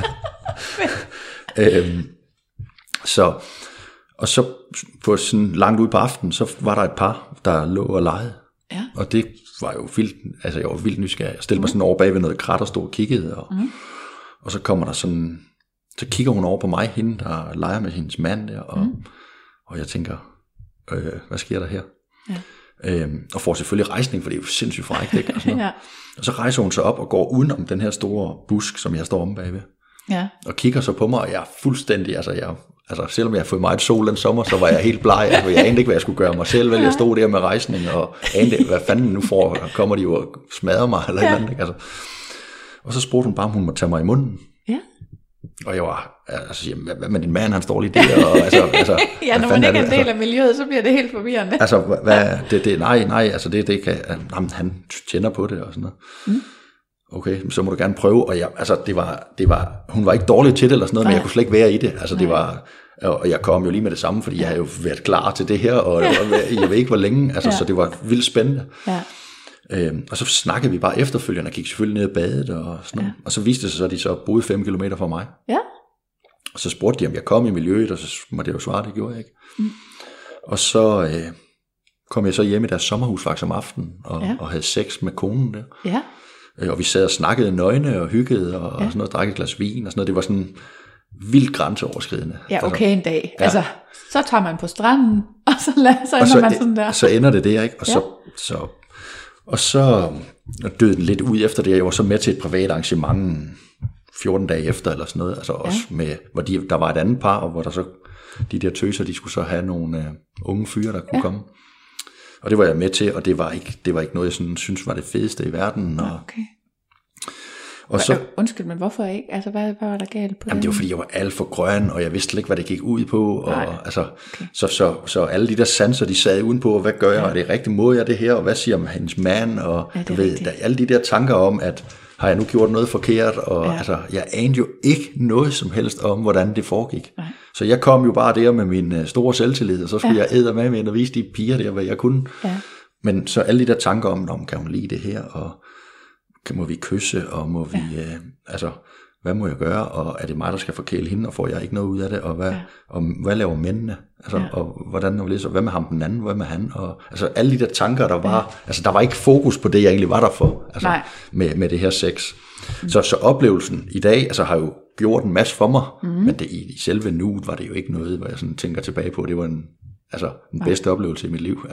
[SPEAKER 3] Så på sådan langt ude på aftenen, så var der et par, der lå og legede. Ja. Og det var jo vildt, altså jeg var vildt nysgerrig. Jeg stillede mig sådan over bag ved noget krat og stod og kiggede. Og så kommer der sådan, så kigger hun over på mig, hende der leger med hendes mand der. Og jeg tænker, hvad sker der her? Ja. Og får selvfølgelig rejsning, for det er jo sindssygt frækt, ikke? Og, og så rejser hun sig op og går udenom den her store busk, som jeg står om bagved.
[SPEAKER 2] Ja.
[SPEAKER 3] Og kigger så på mig, og jeg er fuldstændig, altså selvom jeg har fået meget sol den sommer, så var jeg helt bleg. Altså, jeg anede ikke, hvad jeg skulle gøre mig selv. Vel? Jeg stod der med rejsning, og anede, hvad fanden nu får, kommer de jo og smadrer mig, eller et eller andet. Ikke? Altså. Og så spurgte hun bare, om hun måtte tage mig i munden.
[SPEAKER 2] Ja. Og
[SPEAKER 3] jeg var, hvad med din mand, han står lige der, og altså
[SPEAKER 2] ja, når man ikke er en del af miljøet, så bliver det helt forvirrende.
[SPEAKER 3] Altså, nej, altså det kan, han tjener på det, og sådan noget. Okay, så må du gerne prøve, og det var, hun var ikke dårlig til det, eller sådan noget, men jeg kunne slet ikke være i det, altså det var, og jeg kom jo lige med det samme, fordi jeg havde jo været klar til det her, og jeg ved ikke hvor længe, altså så det var vildt spændende. Ja. Og så snakkede vi bare efterfølgende, og gik selvfølgelig ned i badet og sådan noget. Og så viste det sig så, at de så boede 5 kilometer fra mig. Ja. Og så spurgte de, om jeg kom i miljøet, og så måtte jeg jo svare, det gjorde jeg ikke. Og så kom jeg så hjem i deres sommerhusvagt om aftenen, og havde sex med konen der. Ja. Og vi sad og snakkede nøgne og hyggede, og sådan noget, drak et glas vin og sådan noget. Det var sådan vildt grænseoverskridende.
[SPEAKER 2] Ja, okay, en dag. Ja. Altså, så tager man på stranden, og så ender man sådan der.
[SPEAKER 3] Så ender det der, ikke? Og så døde den lidt ud efter det. Jeg var så med til et privat arrangement 14 dage efter, eller sådan noget. Altså også med, hvor der var et andet par, og hvor der så, de der tøser, de skulle så have nogle unge fyre, der kunne komme. Og det var jeg med til, og det var ikke noget, jeg sådan, synes var det fedeste i verden. Og,
[SPEAKER 2] okay. Og så, undskyld, men hvorfor ikke? Altså, hvad var der galt på det?
[SPEAKER 3] Det var fordi, jeg var alt for grøn, og jeg vidste slet ikke, hvad det gik ud på. Og, altså, okay. så alle de der sanser, de sad udenpå, og hvad gør jeg? Og det er rigtigt, må jeg det her? Og hvad siger man hendes mand? Og du ved, alle de der tanker om, at har jeg nu gjort noget forkert? Og altså, jeg anede jo ikke noget som helst om, hvordan det foregik. Nej. Så jeg kom jo bare der med min store selvtillid, og så skulle jeg æde med at vise de piger der, hvad jeg kunne. Ja. Men så alle de der tanker om, kan hun lide det her? Og må vi kysse, og må vi, hvad må jeg gøre, og er det mig, der skal forkæle hende, og får jeg ikke noget ud af det, og hvad laver mændene, og hvordan og hvad med ham den anden, hvad med han, og altså alle de der tanker, der var, der var ikke fokus på det, jeg egentlig var der for, med det her sex. Så oplevelsen i dag, har jo gjort en masse for mig, men det, i selve nuet var det jo ikke noget, hvor jeg sådan tænker tilbage på, det var den bedste oplevelse i mit liv.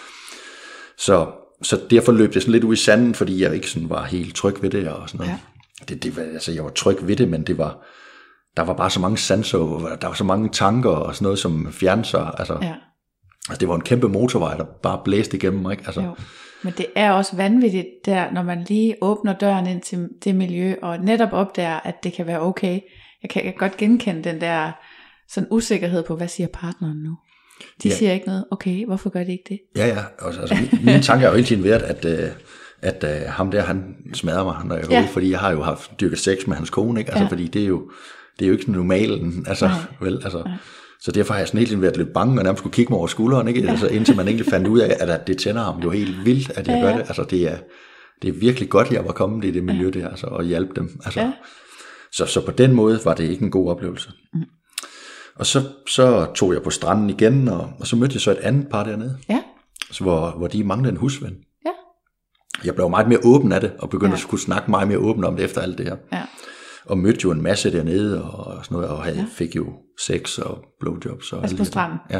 [SPEAKER 3] Så derfor løb det sådan lidt ud i sanden, fordi jeg ikke sådan var helt tryg ved det og sådan noget. Ja. Jeg var tryg ved det, men der var bare så mange sanser, der var så mange tanker og sådan noget, som fjernede sig. Det var en kæmpe motorvej, der bare blæste igennem mig. Ikke?
[SPEAKER 2] Jo. Men det er også vanvittigt der, når man lige åbner døren ind til det miljø, og netop opdager, at det kan være okay. Jeg kan godt genkende den der sådan usikkerhed på, hvad siger partneren nu? De siger ikke noget. Okay, hvorfor gør de ikke det?
[SPEAKER 3] Ja. Mine tanker har jo hele tiden været, at ham der, han smadrer mig, når jeg går ud, fordi jeg har jo haft dyrket sex med hans kone, ikke? Fordi det er jo ikke normalen, så derfor har jeg sådan hele tiden været lidt bange, og nærmest skulle kigge mig over skulderen, ikke? Indtil man egentlig fandt ud af, at det tænder ham jo helt vildt, at jeg gør det. Det er virkelig godt, jeg var kommet i det miljø der, og hjælpe dem. Så på den måde var det ikke en god oplevelse. Og så tog jeg på stranden igen, og så mødte jeg så et andet par dernede, hvor de manglede en husven. Ja. Jeg blev meget mere åben af det, og begyndte at kunne snakke meget mere åben om det efter alt det her. Ja. Og mødte jo en masse dernede, og sådan noget, og fik jo sex og blowjobs. Og
[SPEAKER 2] på stranden?
[SPEAKER 3] Ja.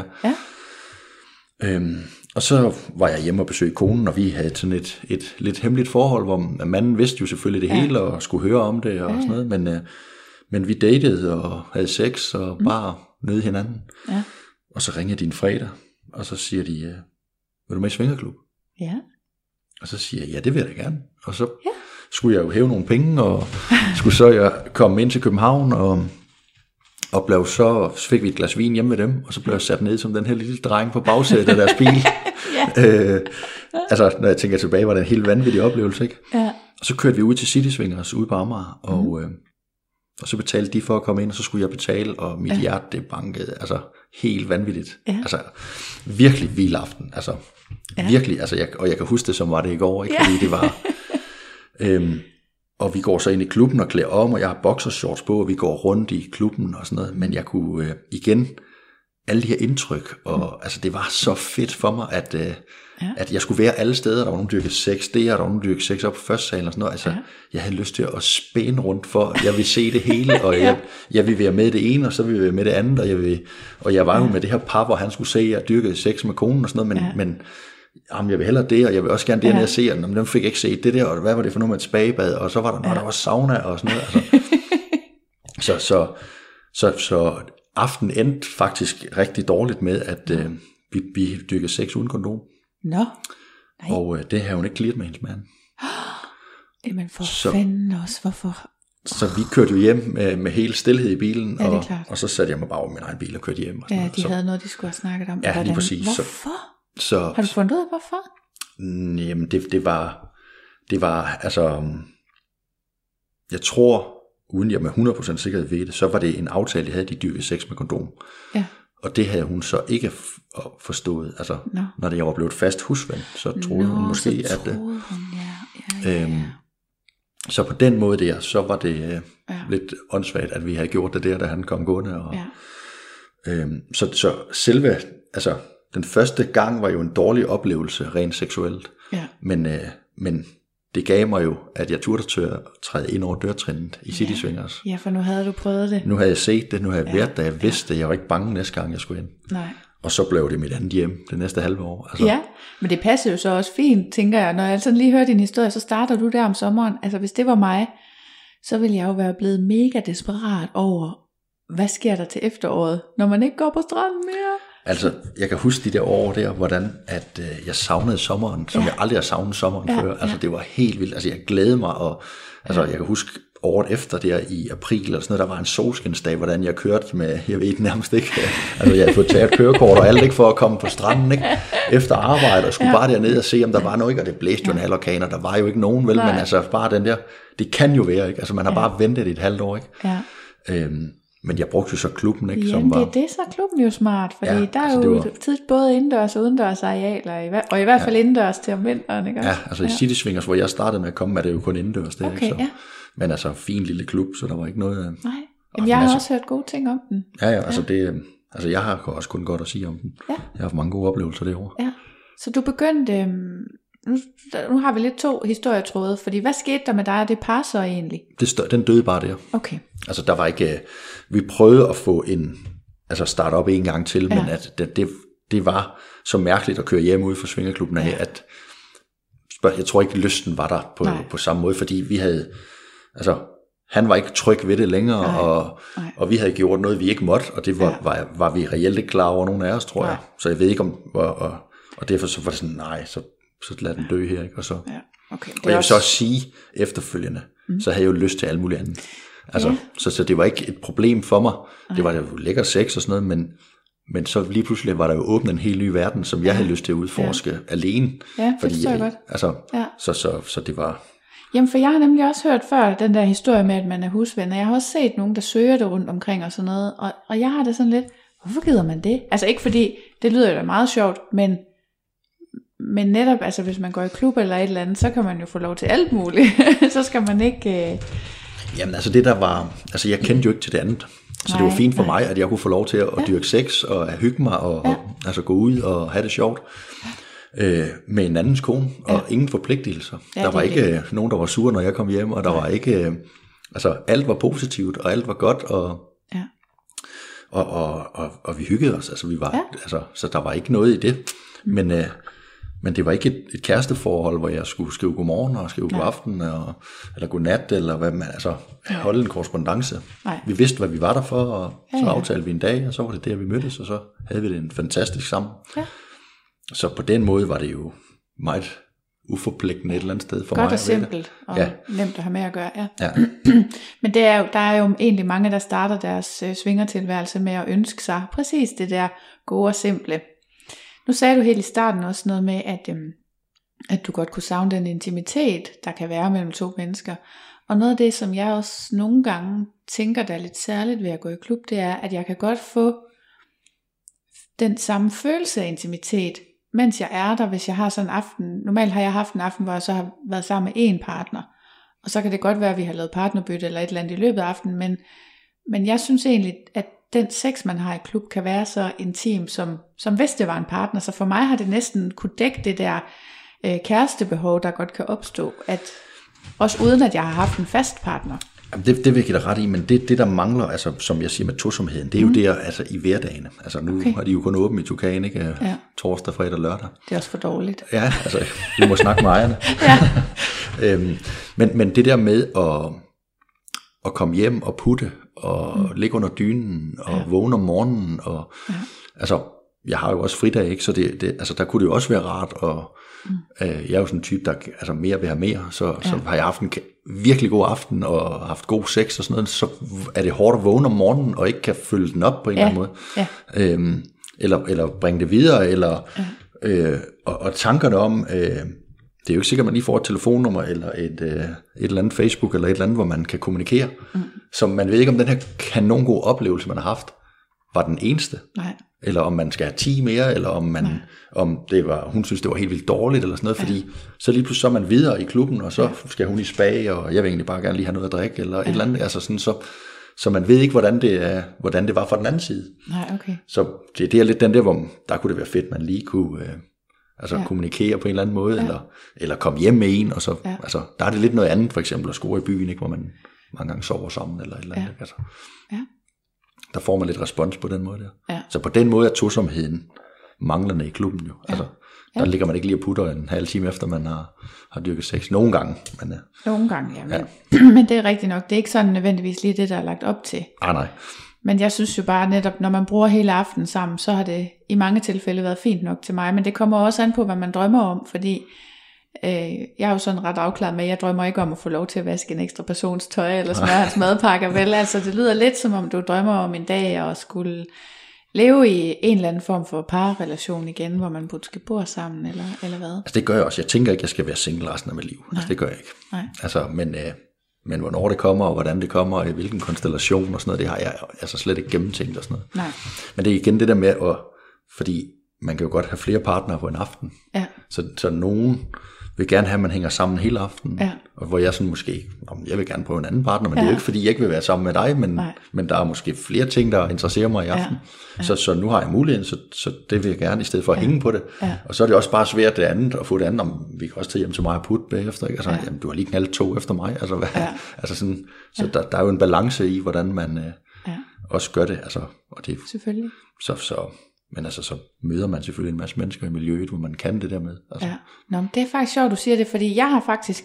[SPEAKER 3] Og så var jeg hjemme og besøgte konen, og vi havde sådan et lidt hemmeligt forhold, hvor manden vidste jo selvfølgelig det hele, og skulle høre om det og sådan noget, men vi datede og havde sex og bare nød hinanden. Ja. Og så ringede de en fredag, og så siger de, vil du med i svingerklub? Ja. Og så siger jeg, ja, det vil jeg da gerne. Og så skulle jeg jo hæve nogle penge, og skulle så komme ind til København, og blev så fik vi et glas vin hjemme med dem, og så blev jeg sat ned som den her lille dreng på bagsædet af deres bil. Når jeg tænker tilbage, var det en helt vanvittig oplevelse, ikke? Ja. Og så kørte vi ud til City Swingers ude på Amager, og så betalte de for at komme ind, og så skulle jeg betale, og mit hjerte, det bankede, helt vanvittigt. Ja. Virkelig vild aften, virkelig, og jeg kan huske det, som var det i går, ikke? Fordi det var, og vi går så ind i klubben og klæder om, og jeg har boxershorts på, og vi går rundt i klubben og sådan noget, men jeg kunne igen, alle de her indtryk, og det var så fedt for mig, at jeg skulle være alle steder. Der var nogen, der dyrkede sex der, der var nogen, der dyrkede sex op på første salen og sådan noget. Jeg havde lyst til at spænde rundt for, jeg vil se det hele, og jeg vil være med det ene, og så vil jeg være med det andet, og jeg var jo med det her par, hvor han skulle se, at jeg dyrkede sex med konen og sådan noget, men jeg vil hellere det, og jeg vil også gerne det, når jeg ser den, men dem fik jeg ikke set det der, og hvad var det for noget med et spagebad, og så var der var sauna og sådan noget. Så aftenen endte faktisk rigtig dårligt med, at vi dyrkede sex uden kondom.
[SPEAKER 2] Nå. Nej.
[SPEAKER 3] Og det har hun ikke clearet med hendes mand.
[SPEAKER 2] Jamen for fanden også, hvorfor?
[SPEAKER 3] Så vi kørte jo hjem med hele stillhed i bilen,
[SPEAKER 2] ja,
[SPEAKER 3] og så satte jeg mig bare over min egen bil og kørte hjem. Og
[SPEAKER 2] ja, de havde noget, de skulle have snakket om.
[SPEAKER 3] Ja, lige præcis.
[SPEAKER 2] Hvorfor? Har du fundet ud af, hvorfor?
[SPEAKER 3] Jamen, det var, altså, jeg tror, uden jeg med 100% sikkerhed ved det, så var det en aftale, jeg havde, de dyrkede sex med kondom. Ja. Og det havde hun så ikke forstået. Altså, når jeg var blevet fast husven, så troede hun måske, at... Så på den måde der, så var det lidt åndssvagt, at vi havde gjort det der, da han kom gående. Og, så selve, altså den første gang var jo en dårlig oplevelse, rent seksuelt. Ja. Men det gav mig jo, at jeg turde træde ind over dørtrinnet i City Swingers.
[SPEAKER 2] Ja, for nu havde du prøvet det.
[SPEAKER 3] Nu havde jeg set det, nu havde jeg været der, jeg vidste det. Jeg var ikke bange næste gang, jeg skulle ind. Nej. Og så blev det mit andet hjem det næste halve år. Altså. Ja,
[SPEAKER 2] men det passer jo så også fint, tænker jeg. Når jeg sådan lige hører din historie, så starter du der om sommeren. Altså hvis det var mig, så ville jeg jo være blevet mega desperat over, hvad sker der til efteråret, når man ikke går på stranden mere?
[SPEAKER 3] Altså, jeg kan huske de der år der, hvordan at jeg savnede sommeren, som jeg aldrig har savnet sommeren før. Altså det var helt vildt. Altså jeg glædede mig, og altså jeg kan huske året efter der i april eller sådan noget, der var en solskinsdag, hvordan jeg kørte med, jeg ved nærmest ikke, altså jeg havde fået taget kørekort og alt, ikke, for at komme på stranden, ikke, efter arbejde, og skulle bare derned og se, om der var noget, og det blæste jo en halv orkan, og der var jo ikke nogen, vel, men altså bare den der, det kan jo være, ikke, altså man har bare ventet et halvt år, ikke. Ja. Men jeg brugte jo så klubben, ikke?
[SPEAKER 2] Jamen det er så klubben jo smart, fordi der er jo tit både indendørs og udendørs arealer, og i hvert fald indendørs til om vinteren, ikke?
[SPEAKER 3] Ja, altså i City Swingers, hvor jeg startede med at komme, er det jo kun indendørs, det, ikke? Så. Men altså fin lille klub, så der var ikke noget...
[SPEAKER 2] Nej, men jeg har også hørt gode ting om den.
[SPEAKER 3] Ja, altså det... Altså jeg har også kun godt at sige om den. Ja. Jeg har haft mange gode oplevelser det år.
[SPEAKER 2] Ja, så du begyndte... Nu har vi lidt 2 historietråde, fordi hvad skete der med dig og det par så egentlig?
[SPEAKER 3] Den døde bare der.
[SPEAKER 2] Okay.
[SPEAKER 3] Altså der var ikke... Vi prøvede at få altså starte op en gang til, men at det var så mærkeligt at køre hjem ude fra Svingerklubben af, at jeg tror ikke lysten var der på samme måde, fordi vi havde... Altså, han var ikke tryg ved det længere, og vi havde gjort noget, vi ikke måtte, og det var vi reelt ikke klar over, nogen af os, tror jeg. Så jeg ved ikke om... Og derfor så var det sådan, nej, så lad den dø her, ikke? Og så... Ja. Okay, og jeg vil så sige efterfølgende, så havde jeg jo lyst til alt muligt andet. Altså, så det var ikke et problem for mig. Det var jo lækker sex og sådan noget, men så lige pludselig var der jo åbnet en helt ny verden, som jeg havde lyst til at udforske alene. Ja, det forstår jeg godt. Altså, så det var...
[SPEAKER 2] Jamen, for jeg har nemlig også hørt før den der historie med, at man er husven, og jeg har også set nogen, der søger det rundt omkring og sådan noget, og jeg har det sådan lidt, hvorfor gider man det? Altså ikke fordi, det lyder jo da meget sjovt, men netop, altså hvis man går i klub eller et eller andet, så kan man jo få lov til alt muligt. Så skal man ikke...
[SPEAKER 3] Jamen altså det der var... Altså jeg kendte jo ikke til det andet. Så det var fint for mig, at jeg kunne få lov til at dyrke sex og at hygge mig og altså gå ud og have det sjovt. Med en andens kone og ingen forpligtelser. Der var ikke nogen, der var sure, når jeg kom hjem, og der var ikke... Altså alt var positivt, og alt var godt, og vi hyggede os. Altså vi var... Altså, så der var ikke noget i det. Men det var ikke et kæresteforhold, hvor jeg skulle skrive godmorgen og skrive god aften eller godnat, eller hvad man, altså holde en korrespondance. Vi vidste, hvad vi var der for, og så aftalte vi en dag, og så var det der, vi mødtes, og så havde vi det en fantastisk sammen. Ja. Så på den måde var det jo meget uforpligtende et eller andet sted for mig.
[SPEAKER 2] Godt og simpelt, og nemt at have med at gøre, ja. Men der er jo egentlig mange, der starter deres svingertilværelse med at ønske sig præcis det der gode og simple. Nu sagde du helt i starten også noget med, at du godt kunne savne den intimitet, der kan være mellem 2 mennesker. Og noget af det, som jeg også nogle gange tænker, der er lidt særligt ved at gå i klub, det er, at jeg kan godt få den samme følelse af intimitet, mens jeg er der, hvis jeg har sådan en aften. Normalt har jeg haft en aften, hvor jeg så har været sammen med en partner. Og så kan det godt være, at vi har lavet partnerbytte eller et eller andet i løbet af aftenen. Men jeg synes egentlig, at den sex, man har i klub, kan være så intim, som hvis det var en partner. Så for mig har det næsten kunne dække det der kærestebehov, der godt kan opstå. At, også uden at jeg har haft en fast partner.
[SPEAKER 3] Det vil jeg give dig ret i, men det der mangler, altså, som jeg siger med tosomheden, det er jo der altså, i hverdagene. Altså nu har de jo kun åbent i Tukan, ikke? Torsdag, fredag, lørdag.
[SPEAKER 2] Det er også for dårligt.
[SPEAKER 3] Ja, altså vi må snakke med ejerne. Men det der med at komme hjem og putte og ligge under dynen, og vågne om morgenen, og altså, jeg har jo også fridag, ikke? Så altså, der kunne det jo også være rart, og jeg er jo sådan en type, der altså, mere vil have mere, så har jeg haft en virkelig god aften, og haft god sex og sådan noget, så er det hårdt at vågne om morgenen, og ikke kan følge den op på en eller anden måde. Eller bringe det videre, eller og tankerne om, det er jo ikke sikkert, at man lige får et telefonnummer, eller et eller andet Facebook, eller et eller andet, hvor man kan kommunikere, så man ved ikke, om den her kanon gode oplevelse, man har haft, var den eneste. Nej. Eller om man skal have 10 mere, eller om det var, hun synes, det var helt vildt dårligt, eller sådan noget, fordi så lige pludselig så er man videre i klubben, og så skal hun i spa, og jeg vil egentlig bare gerne lige have noget at drikke, eller et eller andet, altså sådan, så man ved ikke, hvordan det var fra den anden side. Nej, okay. Så det er lidt den der, hvor der kunne det være fedt, man lige kunne kommunikere på en eller anden måde, eller komme hjem med en, og så, altså, der er det lidt noget andet, for eksempel at score i byen, ikke, hvor man mange gange sover sammen, eller et eller andet, altså. Der får man lidt respons på den måde der. Ja. Så på den måde er tosomheden manglende i klubben jo. Altså, der ligger man ikke lige og putter en halv time efter, man har dyrket sex. Nogle gange. Men,
[SPEAKER 2] nogle gange, ja. Men det er rigtigt nok. Det er ikke sådan nødvendigvis lige det, der er lagt op til.
[SPEAKER 3] Nej.
[SPEAKER 2] Men jeg synes jo bare netop, når man bruger hele aftenen sammen, så har det i mange tilfælde været fint nok til mig. Men det kommer også an på, hvad man drømmer om, fordi jeg er jo sådan ret afklaret med, at jeg drømmer ikke om at få lov til at vaske en ekstra persons tøj, eller smøre hans madpakker, vel? Altså det lyder lidt som om, du drømmer om en dag at skulle leve i en eller anden form for parrelation igen, hvor man skal bo sammen, eller hvad? Altså
[SPEAKER 3] det gør jeg også. Jeg tænker ikke, jeg skal være single resten af mit liv. Altså det gør jeg ikke. Nej. Altså, men hvornår det kommer, og hvordan det kommer, og i hvilken konstellation og sådan noget, det har jeg altså slet ikke gennemtænkt og sådan noget. Nej. Men det er igen det der med, fordi man kan jo godt have flere partnere på en aften. Ja. Så nogen vil gerne have, at man hænger sammen hele aftenen, og hvor jeg sådan måske, jeg vil gerne prøve en anden partner, men det er jo ikke, fordi jeg ikke vil være sammen med dig, men der er måske flere ting, der interesserer mig i aften. Så nu har jeg muligheden, så det vil jeg gerne, i stedet for at hænge på det. Og så er det også bare svært det andet, at få det andet, om vi kan også tage hjem til mig og putte bagefter, ikke? Altså, jamen, du har lige knaldet 2 efter mig, altså, altså sådan, så der er jo en balance i, hvordan man også gør det, altså, og det selvfølgelig. Men altså, så møder man selvfølgelig en masse mennesker i miljøet, hvor man kan det der med. Altså. Ja.
[SPEAKER 2] Nå, men det er faktisk sjovt, du siger det, fordi jeg har faktisk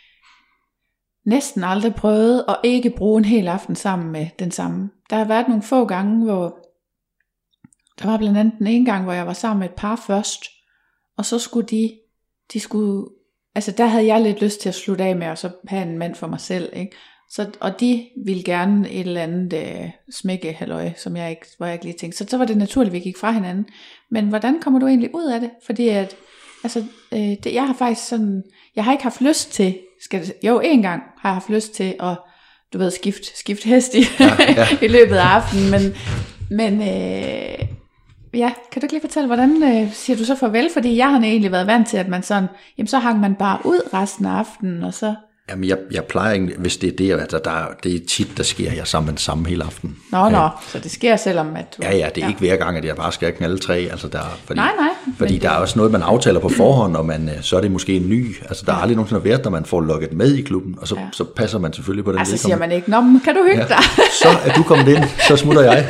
[SPEAKER 2] næsten aldrig prøvet at ikke bruge en hel aften sammen med den samme. Der har været nogle få gange, hvor der var blandt andet den ene gang, hvor jeg var sammen med et par først, og så skulle de skulle, altså der havde jeg lidt lyst til at slutte af med, og så have en mand for mig selv, ikke? Og de ville gerne et eller andet smækkehalløj, hvor jeg ikke lige tænkte. Så var det naturligt, at vi gik fra hinanden. Men hvordan kommer du egentlig ud af det? Fordi at, altså, jeg har faktisk sådan, jeg har ikke haft lyst til, en gang har jeg haft lyst til at, du ved, skifte hest i løbet af aftenen. Men kan du ikke lige fortælle, hvordan siger du så farvel? Fordi jeg har egentlig været vant til, at man sådan, jamen så hang man bare ud resten af aftenen, og så...
[SPEAKER 3] Jamen, jeg plejer ikke, hvis det er det, altså det er tit, der sker, jeg sammen samme hele aften.
[SPEAKER 2] Nå, så det sker selvom, at du...
[SPEAKER 3] Ja, det er ikke hver gang, at jeg bare skal knalde 3, altså fordi der er også noget, man aftaler på forhånd, og så er det måske en ny, altså der er aldrig nogensinde været, når man får lukket med i klubben, og så passer man selvfølgelig på den.
[SPEAKER 2] Altså siger man ikke, nå, kan du hygge dig?
[SPEAKER 3] Så er du kommet ind, så smutter jeg.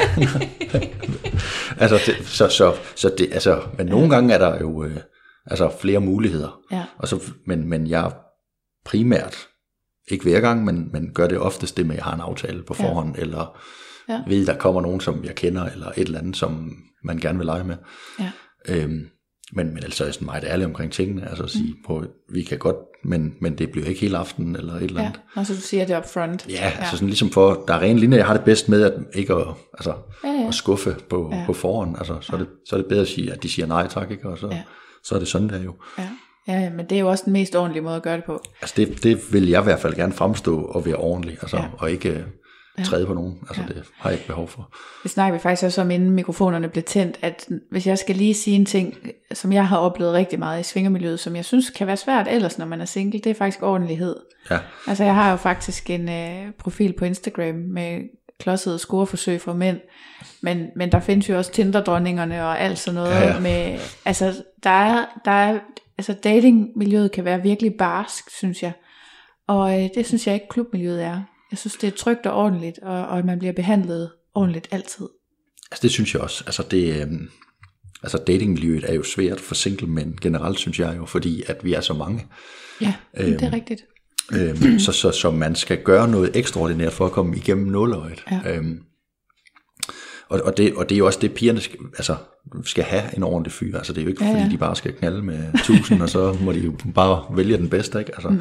[SPEAKER 3] Altså, men nogle gange er der jo flere muligheder, og så, men jeg primært, ikke hver gang, men gør det oftest det med, at jeg har en aftale på forhånd, eller ved, der kommer nogen, som jeg kender, eller et eller andet, som man gerne vil lege med. Ja. Men altså, jeg er sådan meget ærlig omkring tingene, altså at sige, vi kan godt, men det bliver ikke hele aften, eller et eller andet.
[SPEAKER 2] Og så du siger det up front.
[SPEAKER 3] Ja, altså sådan ligesom for, der er ren linje, jeg har det bedst med, at ikke at skuffe på forhånd, altså så er det bedre at sige, at de siger nej tak, ikke, og så er det sådan der jo. Ja.
[SPEAKER 2] Ja, men det er jo også den mest ordentlige måde at gøre det på.
[SPEAKER 3] Altså det vil jeg i hvert fald gerne fremstå og være ordentlig, altså, og ikke træde på nogen. Altså det har jeg ikke behov for.
[SPEAKER 2] Det snakker vi faktisk også om, inden mikrofonerne blev tændt, at hvis jeg skal lige sige en ting, som jeg har oplevet rigtig meget i svingermiljøet, som jeg synes kan være svært ellers, når man er single, det er faktisk ordentlighed. Ja. Altså jeg har jo faktisk en profil på Instagram med klodsede scoreforsøg for mænd, men der findes jo også Tinder-dronningerne og alt sådan noget med, altså der er altså datingmiljøet kan være virkelig barsk, synes jeg. Og det synes jeg ikke klubmiljøet er. Jeg synes det er trygt og ordentligt, og man bliver behandlet ordentligt altid.
[SPEAKER 3] Altså det synes jeg også. Altså datingmiljøet er jo svært for single mænd generelt, synes jeg jo, fordi at vi er så mange.
[SPEAKER 2] Ja, det er rigtigt.
[SPEAKER 3] Så man skal gøre noget ekstraordinært for at komme igennem nåløjet.
[SPEAKER 2] Ja.
[SPEAKER 3] Og det er jo også det, pigerne skal have en ordentlig fyr. Altså det er jo ikke, fordi de bare skal knalde med 1000, og så må de jo bare vælge den bedste, ikke? Altså,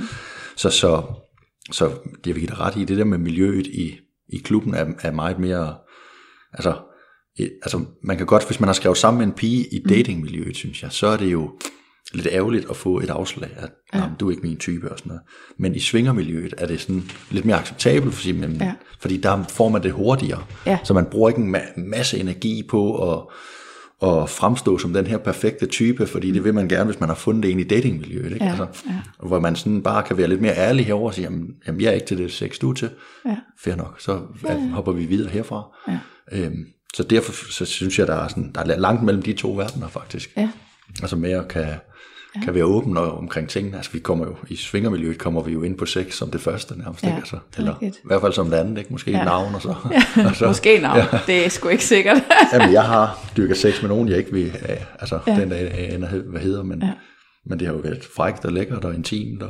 [SPEAKER 3] så det vil give dig ret i, det der med miljøet i klubben er meget mere, altså man kan godt, hvis man har skrevet sammen med en pige i datingmiljøet, synes jeg, så er det jo lidt ærgerligt at få et afslag, at du er ikke min type og sådan noget. Men i svingermiljøet er det sådan lidt mere acceptabelt, fordi der får man det hurtigere. Ja. Så man bruger ikke en masse energi på at fremstå som den her perfekte type, fordi det vil man gerne, hvis man har fundet en i datingmiljøet. Ikke?
[SPEAKER 2] Ja.
[SPEAKER 3] Hvor man sådan bare kan være lidt mere ærlig herover og sige, jamen jeg er ikke til det sex, du er til. Ja. Fair nok, så hopper vi videre herfra. Ja. Så derfor så synes jeg, der er langt mellem de to verdener faktisk. Ja. Altså mere kan være åben omkring tingene. Altså vi kommer jo, i svingermiljøet kommer vi jo ind på sex som det første nærmest, ikke? Altså, eller i hvert fald som det andet, ikke? Måske et navn og så.
[SPEAKER 2] Ja. Måske navn, det er sgu ikke sikkert.
[SPEAKER 3] Jamen jeg har dyrket sex med nogen, jeg ikke vil den dag hvad hedder, men det har jo været frækt og lækkert og intimt.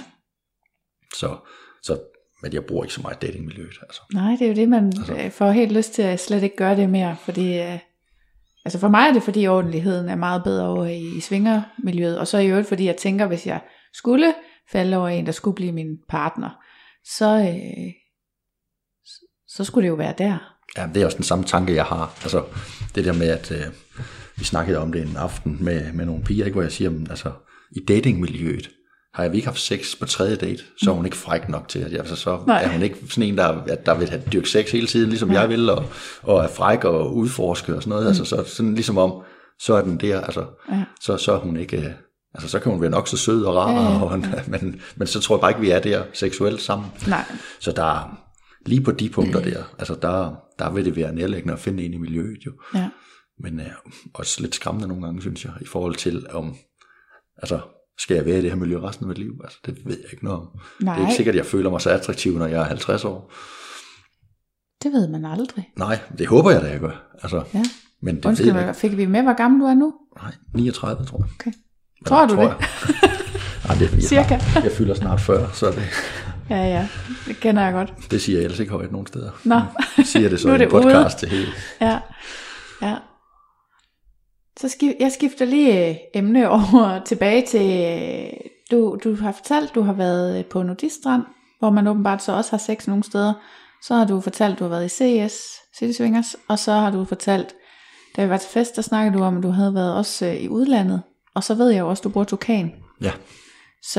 [SPEAKER 3] Så men jeg bruger ikke så meget datingmiljøet. Altså.
[SPEAKER 2] Nej, det er jo det, man får helt lyst til at slet ikke gøre det mere, fordi altså for mig er det, fordi ordentligheden er meget bedre over i svingermiljøet, og så i øvrigt, fordi jeg tænker, hvis jeg skulle falde over en, der skulle blive min partner, så skulle det jo være der.
[SPEAKER 3] Ja, det er også den samme tanke, jeg har. Altså det der med, at vi snakkede om det en aften med nogle piger, ikke, hvor jeg siger, altså i datingmiljøet, har vi ikke haft sex på tredje date, så er hun ikke fræk nok til, at så er hun ikke sådan en, der vil have dyrket sex hele tiden, ligesom jeg vil, og er fræk og udforske og sådan noget. Altså så sådan ligesom om, så er den der, altså så er hun ikke, altså så kan hun være nok så sød og rar, men så tror jeg bare ikke, vi er der seksuelt sammen. Nej. Så der lige på de punkter der, altså der vil det være nærliggende at finde en i miljøet jo. Ja. Men også lidt skræmmende nogle gange, synes jeg, i forhold til om, altså skal jeg være i det her miljø resten af mit liv? Altså, det ved jeg ikke noget om. Nej. Det er ikke sikkert, at jeg føler mig så attraktiv, når jeg er 50 år.
[SPEAKER 2] Det ved man aldrig.
[SPEAKER 3] Nej, det håber jeg da, jeg gør. Altså, men det ved jeg ikke.
[SPEAKER 2] Fik vi med, hvor gammel du er nu?
[SPEAKER 3] Nej, 39, tror jeg.
[SPEAKER 2] Okay. Tror du det?
[SPEAKER 3] Nej, det er
[SPEAKER 2] cirka.
[SPEAKER 3] Jeg fylder snart 40, så det...
[SPEAKER 2] Ja, det kender jeg godt.
[SPEAKER 3] Det siger jeg ellers ikke højt nogen steder.
[SPEAKER 2] Nå.
[SPEAKER 3] Siger det så i en podcast til hele.
[SPEAKER 2] Ja. Så jeg skifter lige emne over tilbage til, du har fortalt, du har været på Nudiststrand, hvor man åbenbart så også har sex nogle steder. Så har du fortalt, du har været i CS, City Swingers, og så har du fortalt, da vi var til fest, der snakkede du om, at du havde været også i udlandet. Og så ved jeg jo også, at du bruger Tukan.
[SPEAKER 3] Ja.
[SPEAKER 2] Så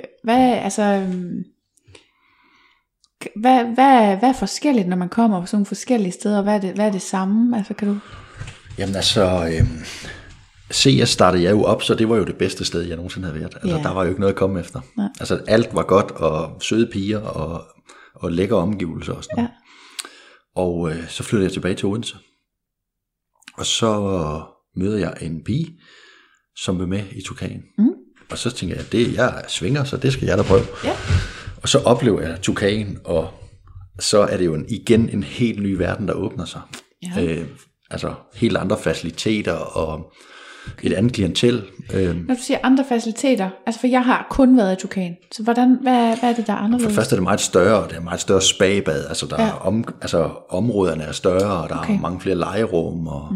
[SPEAKER 2] hvad er forskelligt, når man kommer på sådan nogle forskellige steder? Hvad er det samme? Altså, kan du...
[SPEAKER 3] Jamen altså, CS startede jeg jo op, så det var jo det bedste sted, jeg nogensinde havde været. Altså, der var jo ikke noget at komme efter. Ja. Altså, alt var godt, og søde piger, og lækre omgivelser og sådan noget. Ja. Og så flyttede jeg tilbage til Odense. Og så møder jeg en pige, som vil med i Tukan. Og så tænker jeg, jeg er svinger, så det skal jeg da prøve. Ja. Og så oplever jeg Tukan, og så er det jo igen en helt ny verden, der åbner sig. Ja. Altså helt andre faciliteter og et andet klientel.
[SPEAKER 2] Når du siger andre faciliteter, altså for jeg har kun været i Tukan, så hvad er det, der er anderledes?
[SPEAKER 3] For først er det meget større, det er meget større spabad, altså der er områderne er større, og der er mange flere legerum, og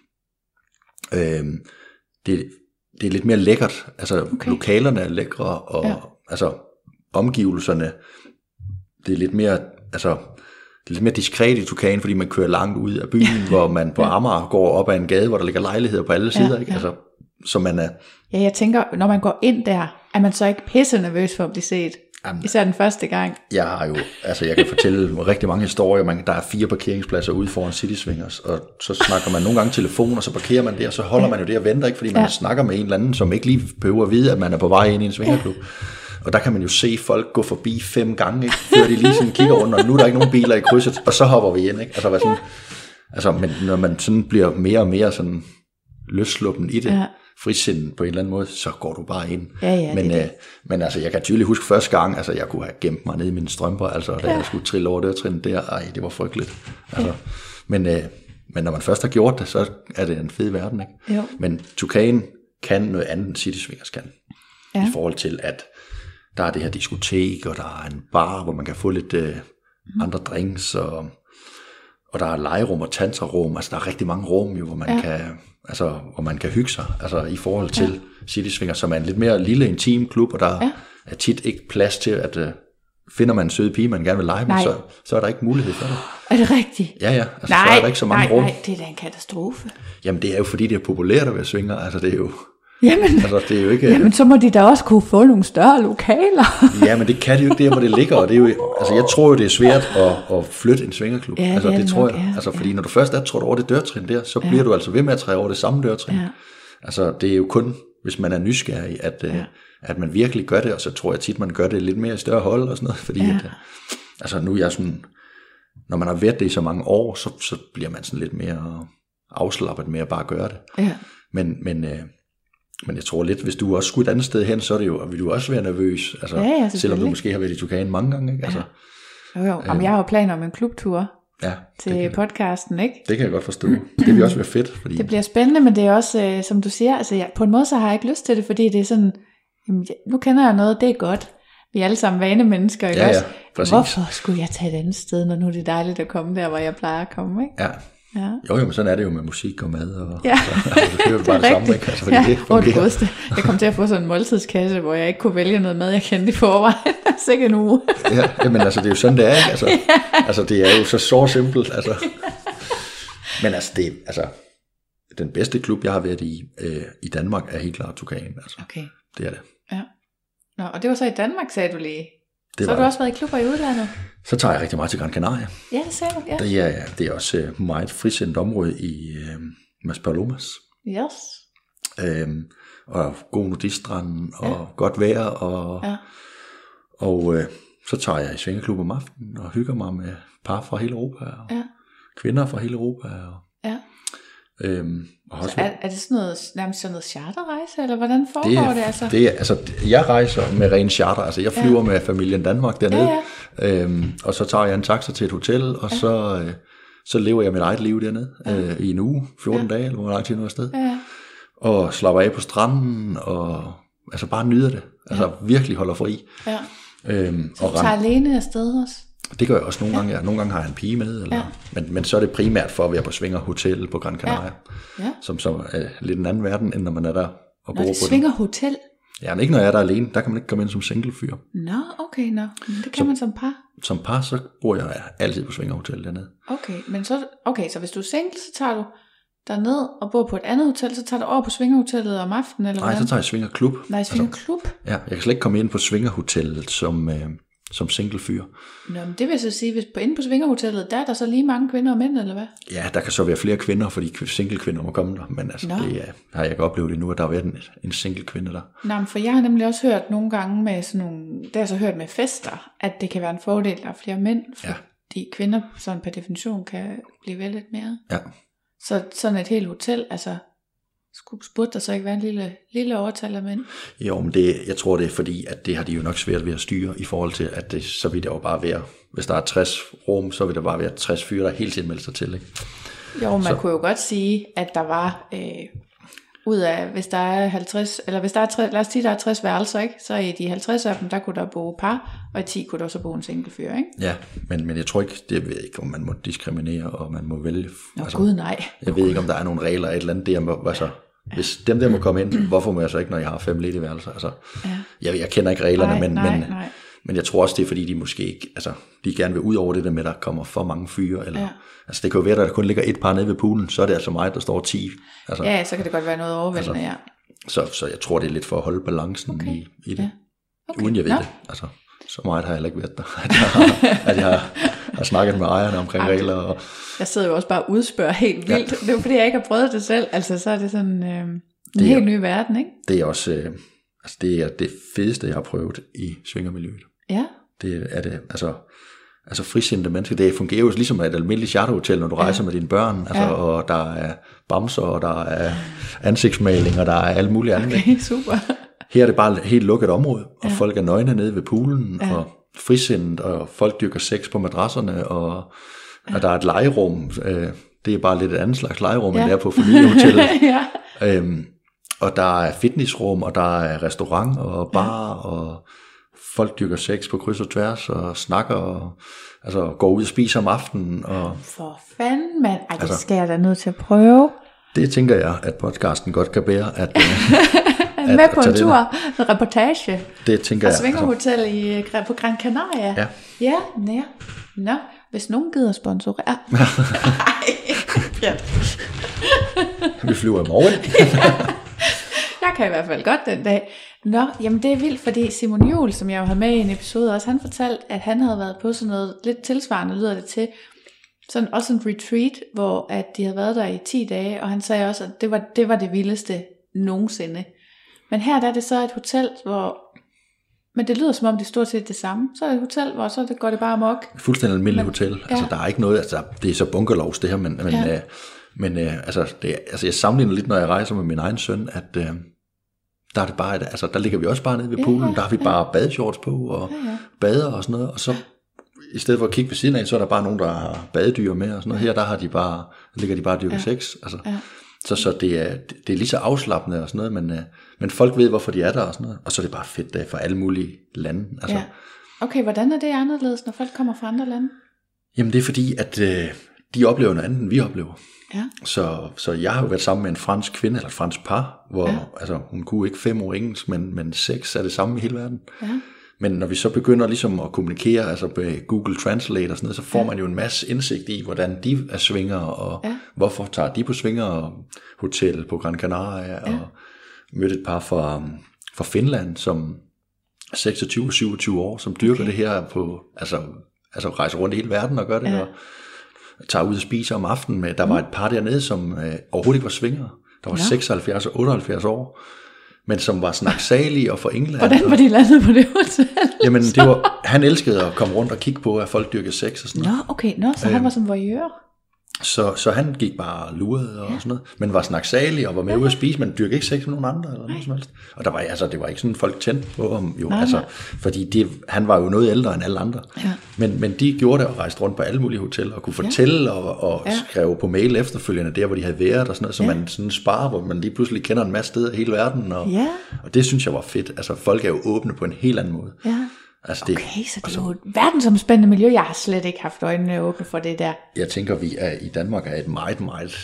[SPEAKER 3] det er lidt mere lækkert, altså lokalerne er lækre, og altså omgivelserne, det er lidt mere, altså det er lidt mere diskret i Tukan, fordi man kører langt ud af byen, hvor man på Amager går op ad en gade, hvor der ligger lejligheder på alle sider, ikke? Altså, så man er...
[SPEAKER 2] Ja, jeg tænker, når man går ind der, er man så ikke pisse nervøs for at blive set? Jamen, især den første gang.
[SPEAKER 3] Jeg har jo, altså jeg kan fortælle rigtig mange historier. Der er 4 parkeringspladser ude foran City Swingers, og så snakker man nogle gange telefon, og så parkerer man der, og så holder man jo det og venter, ikke? Fordi man snakker med en eller anden, som ikke lige behøver at vide, at man er på vej ind i en svingerklub. Og der kan man jo se folk gå forbi 5 gange, ikke? Før de lige sådan kigger rundt, og nu er der ikke nogen biler i krydset, og så hopper vi ind, ikke? Altså, men når man sådan bliver mere og mere sådan løssluppen i det, frisinden på en eller anden måde, så går du bare ind. Men altså, jeg kan tydeligt huske første gang, altså jeg kunne have gemt mig ned i mine strømper, altså da jeg skulle trille over dørtrinnet der, det var frygteligt. Altså, men når man først har gjort det, så er det en fed verden, ikke? Jo. Men Tukan kan noget andet end City Swingers kan. I forhold til, at der er det her diskotek, og der er en bar, hvor man kan få lidt andre drinks, og der er legerum og tantrarum. Altså der er rigtig mange rum, jo, hvor man kan hygge sig, altså i forhold til City Swinger, som er en lidt mere lille, intim klub, og der er tit ikke plads til, at finder man en sød pige, man gerne vil lege med, så er der ikke mulighed for det.
[SPEAKER 2] Er det rigtigt?
[SPEAKER 3] Ja, altså, så er der ikke så mange rum.
[SPEAKER 2] Nej, det er da en katastrofe.
[SPEAKER 3] Jamen det er jo fordi, det er populært at være swinger, altså det er jo...
[SPEAKER 2] Jamen,
[SPEAKER 3] altså, det er jo ikke,
[SPEAKER 2] jamen så må de da også kunne få nogle større lokaler.
[SPEAKER 3] Ja, men det kan de jo ikke der, hvor det ligger, og det er jo, altså jeg tror jo, det er svært at flytte en swingerklub.
[SPEAKER 2] Ja,
[SPEAKER 3] altså det tror
[SPEAKER 2] nok,
[SPEAKER 3] jeg, altså fordi når du først er trådt over det dørtrin der, så bliver du altså ved med at træde over det samme dørtrin. Ja. Altså det er jo kun, hvis man er nysgerrig, at man virkelig gør det, og så tror jeg tit, man gør det lidt mere i større hold og sådan noget, fordi altså nu er jeg sådan, når man har været det i så mange år, så bliver man sådan lidt mere afslappet med at bare gøre det. Ja. Men jeg tror lidt, hvis du også skulle et andet sted hen, så er det jo, vil du også være nervøs, altså, selvom du måske har været i Tukan mange gange, ikke? Altså,
[SPEAKER 2] jo. Jamen, jeg har jo planer om en klubtur til podcasten, ikke?
[SPEAKER 3] Det kan jeg godt forstå. Det vil også være fedt. Fordi... Det
[SPEAKER 2] bliver spændende, men det er også, som du siger, altså på en måde så har jeg ikke lyst til det, fordi det er sådan, jamen, nu kender jeg noget, det er godt. Vi er alle sammen vanemennesker, ikke også?
[SPEAKER 3] Præcis.
[SPEAKER 2] Hvorfor skulle jeg tage et andet sted, når nu er det dejligt at komme der, hvor jeg plejer at komme, ikke?
[SPEAKER 3] Ja. Jo, men sådan er det jo med musik og mad og
[SPEAKER 2] så,
[SPEAKER 3] altså, det er jo bare det samme, ikke? Altså, det
[SPEAKER 2] fungerer. Jeg kom til at få sådan en måltidskasse, hvor jeg ikke kunne vælge noget mad, jeg kendte i forvejen. Sikke en uge.
[SPEAKER 3] Jamen altså, det er jo sådan, det er, ikke? Altså, det er jo så simpelt, altså. Men altså, det altså, den bedste klub, jeg har været i Danmark, er helt klart Tukan, altså. Okay. Det er det.
[SPEAKER 2] Ja. Nå, og det var så i Danmark, sagde du lige. Så har du også været i klubber i udlandet?
[SPEAKER 3] Så tager jeg rigtig meget til Gran Canaria.
[SPEAKER 2] Ja, det sagde du, ja.
[SPEAKER 3] Det er også meget frisindet område i Maspalomas.
[SPEAKER 2] Yes.
[SPEAKER 3] Og god nudiststrand, og godt vejr, og så tager jeg i svingerklub om aftenen, og hygger mig med par fra hele Europa, og kvinder fra hele Europa.
[SPEAKER 2] Så er det sådan noget, nærmest sådan noget charterrejse, eller hvordan foregår det altså?
[SPEAKER 3] Altså, jeg rejser med ren charter, altså jeg flyver med familien Danmark dernede, og så tager jeg en taxa til et hotel, og så lever jeg mit eget liv dernede i en uge, 14 dage, eller hvor lang tid nu er afsted, og slapper af på stranden, og altså bare nyder det, altså virkelig holder fri. Ja.
[SPEAKER 2] Så du tager alene afsted også?
[SPEAKER 3] Det gør jeg også nogle gange. Nogle gange har jeg en pige med, men så er det primært for at være på Swinger Hotel på Gran Canaria, som så er lidt en anden verden, end når man er der og bor på det.
[SPEAKER 2] Swinger Hotel?
[SPEAKER 3] Ja, men ikke når jeg er der alene. Der kan man ikke komme ind som singlefyr.
[SPEAKER 2] Nå, okay, men det kan man som par.
[SPEAKER 3] Som par, så bor jeg altid på Swinger Hotel dernede.
[SPEAKER 2] Okay, så hvis du er single, så tager du derned og bor på et andet hotel, så tager du over på Swinger Hotellet om aftenen, eller
[SPEAKER 3] Nej, så tager jeg Swinger Klub.
[SPEAKER 2] Nej, Swinger Klub?
[SPEAKER 3] Ja, jeg kan slet ikke komme ind på Swinger Hotellet som singlefyr.
[SPEAKER 2] Nå, men det vil så sige, hvis inde på Svingerhotellet, der er der så lige mange kvinder og mænd, eller hvad?
[SPEAKER 3] Ja, der kan så være flere kvinder, fordi single-kvinder må komme der, men altså, det har jeg ikke oplevet endnu, at der har været en single-kvinde der.
[SPEAKER 2] Nå, men for jeg har nemlig også hørt nogle gange med sådan nogle, det har jeg så hørt med fester, at det kan være en fordel, der er flere mænd, fordi kvinder sådan per definition kan blive vel lidt mere. Ja. Så sådan et helt hotel, altså, burde der så ikke være en lille overtal af mænd? Jo, men
[SPEAKER 3] jeg tror det er fordi, at det har de jo nok svært ved at styre, i forhold til, at det, så vil det jo bare være, hvis der er 60 rum, så vil der bare være 60 fyre, der hele tiden melder sig til, ikke?
[SPEAKER 2] Jo, man kunne jo godt sige, at der var, ud af, hvis der er 50, eller hvis der er 60, lad os sige, der er 60 værelser, ikke? Så i de 50 af dem, der kunne der bo par, og i 10 kunne der også bo en singlefyr, ikke? Ja,
[SPEAKER 3] men jeg tror ikke, det ved ikke, om man må diskriminere, og man må vælge.
[SPEAKER 2] Nå, altså, gud nej.
[SPEAKER 3] Jeg ved ikke, om der er nogle regler, et eller andet der, altså, hvis dem der må komme ind, hvorfor må jeg så ikke, når jeg har 5 ledige værelser? Altså, jeg kender ikke reglerne,
[SPEAKER 2] nej.
[SPEAKER 3] Men jeg tror også, det er fordi, de måske ikke, altså, de gerne vil ud over det der med, at der kommer for mange fyre, eller, altså det kan jo være, at der kun ligger et par nede ved poolen, så er det altså mig, der står 10. Altså,
[SPEAKER 2] ja, så kan det godt være noget overvældende,
[SPEAKER 3] Så jeg tror, det er lidt for at holde balancen i det, uden jeg ved det. Altså, så meget har jeg ikke været der, at jeg har snakket med ejerne omkring regler. Og
[SPEAKER 2] jeg sidder jo også bare og udspørger helt vildt. Det er jo fordi, jeg ikke har prøvet det selv, altså så er det sådan en helt ny verden, ikke?
[SPEAKER 3] Det er også, altså det er det fedeste, jeg har prøvet i svingermiljøet. Ja. Det er det, altså frisindede mennesker, det fungerer jo ligesom et almindeligt charterhotel, når du rejser med dine børn, altså, og der er bamser, og der er ansigtsmaling, og der er alt muligt andet.
[SPEAKER 2] Okay, super.
[SPEAKER 3] Her er det bare et helt lukket område, og folk er nøgne nede ved poolen, og frisindet, og folk dyrker sex på madrasserne, og der er et legerum, det er bare lidt et andet slags legerum, end det er på familiehotellet. Og der er fitnessrum, og der er restaurant og bar, og folk dyrker sex på kryds og tværs og snakker og altså går ud og spiser om aftenen. Og,
[SPEAKER 2] for fanden, mand. Ej, det skal jeg da nødt til at prøve.
[SPEAKER 3] Det tænker jeg, at podcasten godt kan bære. At
[SPEAKER 2] med på en tur, en reportage.
[SPEAKER 3] Det tænker jeg.
[SPEAKER 2] Og Svingerhotel på Gran Canaria.
[SPEAKER 3] Ja.
[SPEAKER 2] Ja, nær. Nå, hvis nogen gider sponsorere.
[SPEAKER 3] Vi flyver i morgen.
[SPEAKER 2] Jeg kan i hvert fald godt den dag. Nå, jamen det er vildt, fordi Simon Juhl, som jeg jo havde med i en episode også, han fortalte, at han havde været på sådan noget lidt tilsvarende, lyder det til, sådan også en retreat, hvor at de havde været der i 10 dage, og han sagde også, at det var det vildeste nogensinde. Men her der er det så et hotel, hvor, men det lyder som om det er stort set det samme. Så er det et hotel, hvor så går det bare amok.
[SPEAKER 3] Fuldstændig almindeligt hotel. Ja. Altså der er ikke noget, altså det er så bunkerlovs det her, men jeg sammenligner lidt, når jeg rejser med min egen søn, at der er det bare, altså der ligger vi også bare nede ved poolen, der har vi bare badeshorts på og bader og sådan noget, og så i stedet for at kigge ved siden af, så er der bare nogen, der har badedyr med og sådan noget. Her der ligger de bare og dyrker sex. Altså. Ja. Så det er lige så afslappende og sådan noget, men folk ved, hvorfor de er der og sådan noget. Og så er det bare fedt for alle mulige lande. Altså. Ja.
[SPEAKER 2] Okay, hvordan er det anderledes, når folk kommer fra andre lande?
[SPEAKER 3] Jamen det er fordi, at de oplever noget andet, end vi oplever.
[SPEAKER 2] Ja.
[SPEAKER 3] Så jeg har jo været sammen med en fransk kvinde, eller et fransk par, hvor altså, hun kunne ikke 5 ord engelsk, men sex er det samme i hele verden. Ja. Men når vi så begynder ligesom at kommunikere, altså med Google Translate og sådan noget, så får man jo en masse indsigt i, hvordan de er svinger, og hvorfor tager de på svinger, og hotel på Gran Canaria, og mødte et par fra Finland, som 26-27 år, som dyrker det her på, altså rejser rundt i hele verden og gør det, og tager ud og spiser om aftenen med. Der var et par dernede, som overhovedet ikke var svinger. Der var 76 og 78 år. Men som var snaksalige og fra England.
[SPEAKER 2] Hvordan var de landet på det hotel?
[SPEAKER 3] Jamen, han elskede at komme rundt og kigge på, at folk dyrkede sex og sådan noget.
[SPEAKER 2] Nå, okay. Så han var som voyeur.
[SPEAKER 3] Så han gik bare luret og sådan noget. Men var snaksalig og var med ude at spise, men dyrkede ikke sex med nogen andre eller noget som helst. Og der var, det var ikke sådan, folk tændte på ham jo. Fordi han var jo noget ældre end alle andre. Ja. Men de gjorde det og rejste rundt på alle mulige hoteller og kunne fortælle og skrev på mail efterfølgende der, hvor de havde været og sådan noget. Så man sådan sparer, hvor man lige pludselig kender en masse steder i hele verden. Og det synes jeg var fedt. Altså folk er jo åbne på en helt anden måde. Ja. Altså det,
[SPEAKER 2] okay, så det er jo et verdensomspændende miljø. Jeg har slet ikke haft øjnene åbne for det der.
[SPEAKER 3] Jeg tænker, vi er i Danmark er et meget,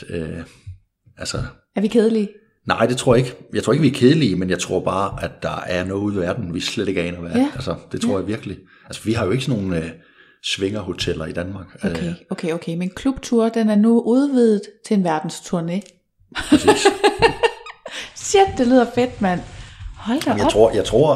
[SPEAKER 2] er vi kedelige?
[SPEAKER 3] Nej, det tror jeg ikke. Jeg tror ikke, vi er kedelige, men jeg tror bare, at der er noget ude i verden, vi slet ikke aner, hvad er. Altså, det tror jeg virkelig. Altså, vi har jo ikke sådan nogle svingerhoteller i Danmark.
[SPEAKER 2] Okay. Men klubtur, den er nu udvidet til en verdensturné.
[SPEAKER 3] Præcis.
[SPEAKER 2] Shit, det lyder fedt, mand. Hold da op.
[SPEAKER 3] Jeg tror,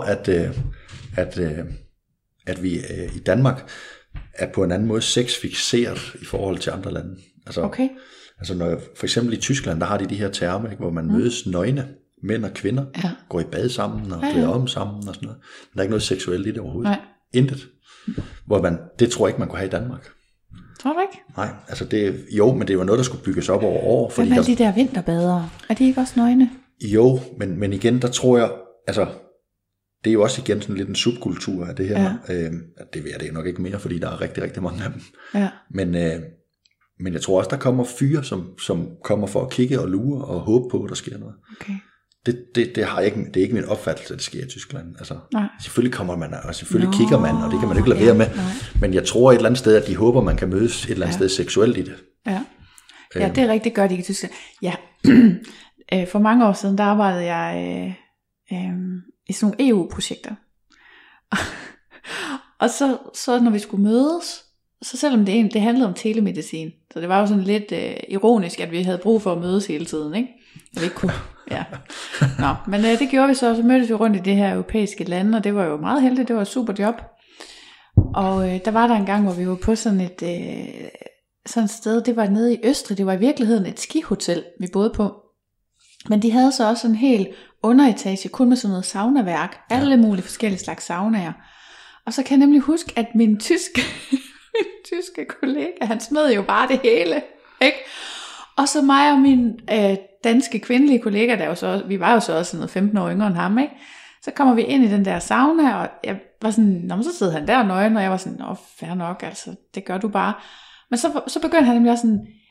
[SPEAKER 3] at vi i Danmark er på en anden måde sexfixeret i forhold til andre lande. Altså når for eksempel i Tyskland, der har de her termer, ikke, hvor man mødes nøgne, mænd og kvinder, går i bad sammen og klæder om sammen og sådan noget. Men der er ikke noget seksuelt i det overhovedet. Nej. Intet. Det tror jeg ikke, man kunne have i Danmark.
[SPEAKER 2] Tror du ikke?
[SPEAKER 3] Nej, altså men det var noget, der skulle bygges op over år.
[SPEAKER 2] Hvad med de der vinterbadere? Er de ikke også nøgne?
[SPEAKER 3] Jo, men igen, der tror jeg, altså det er jo også igen sådan lidt en subkultur af det her. Det er det nok ikke mere, fordi der er rigtig, rigtig mange af dem. Ja. Men jeg tror også, der kommer fyre, som kommer for at kigge og lure og håbe på, at der sker noget. Okay. Det er ikke min opfattelse, at det sker i Tyskland. Altså, selvfølgelig kommer man, og selvfølgelig kigger man, og det kan man ikke lade være med. Nej. Men jeg tror et eller andet sted, at de håber, man kan mødes et eller andet sted seksuelt i det.
[SPEAKER 2] Ja, det er rigtig godt i Tyskland. Ja. For mange år siden, der arbejdede jeg i sådan nogle EU-projekter. Og så når vi skulle mødes, så selvom det handlede om telemedicin, så det var jo sådan lidt ironisk, at vi havde brug for at mødes hele tiden, ikke? Og vi ikke kunne, men det gjorde vi så mødtes vi rundt i det her europæiske lande, og det var jo meget heldigt, det var et super job. Og der var der en gang, hvor vi var på sådan et sted, det var nede i Østrig, det var i virkeligheden et skihotel, vi boede på. Men de havde så også en hel underetage, kun med sådan noget saunaværk, alle mulige forskellige slags saunaer. Og så kan jeg nemlig huske, at min tyske kollega, han smed jo bare det hele, ikke? Og så mig og min danske kvindelige kollega, vi var jo så også noget 15 år yngre end ham, ikke? Så kommer vi ind i den der sauna, og jeg var sådan, så sidder han der nøgen, og jeg var sådan, fair nok, altså, det gør du bare. Men så begyndte han nemlig også sådan,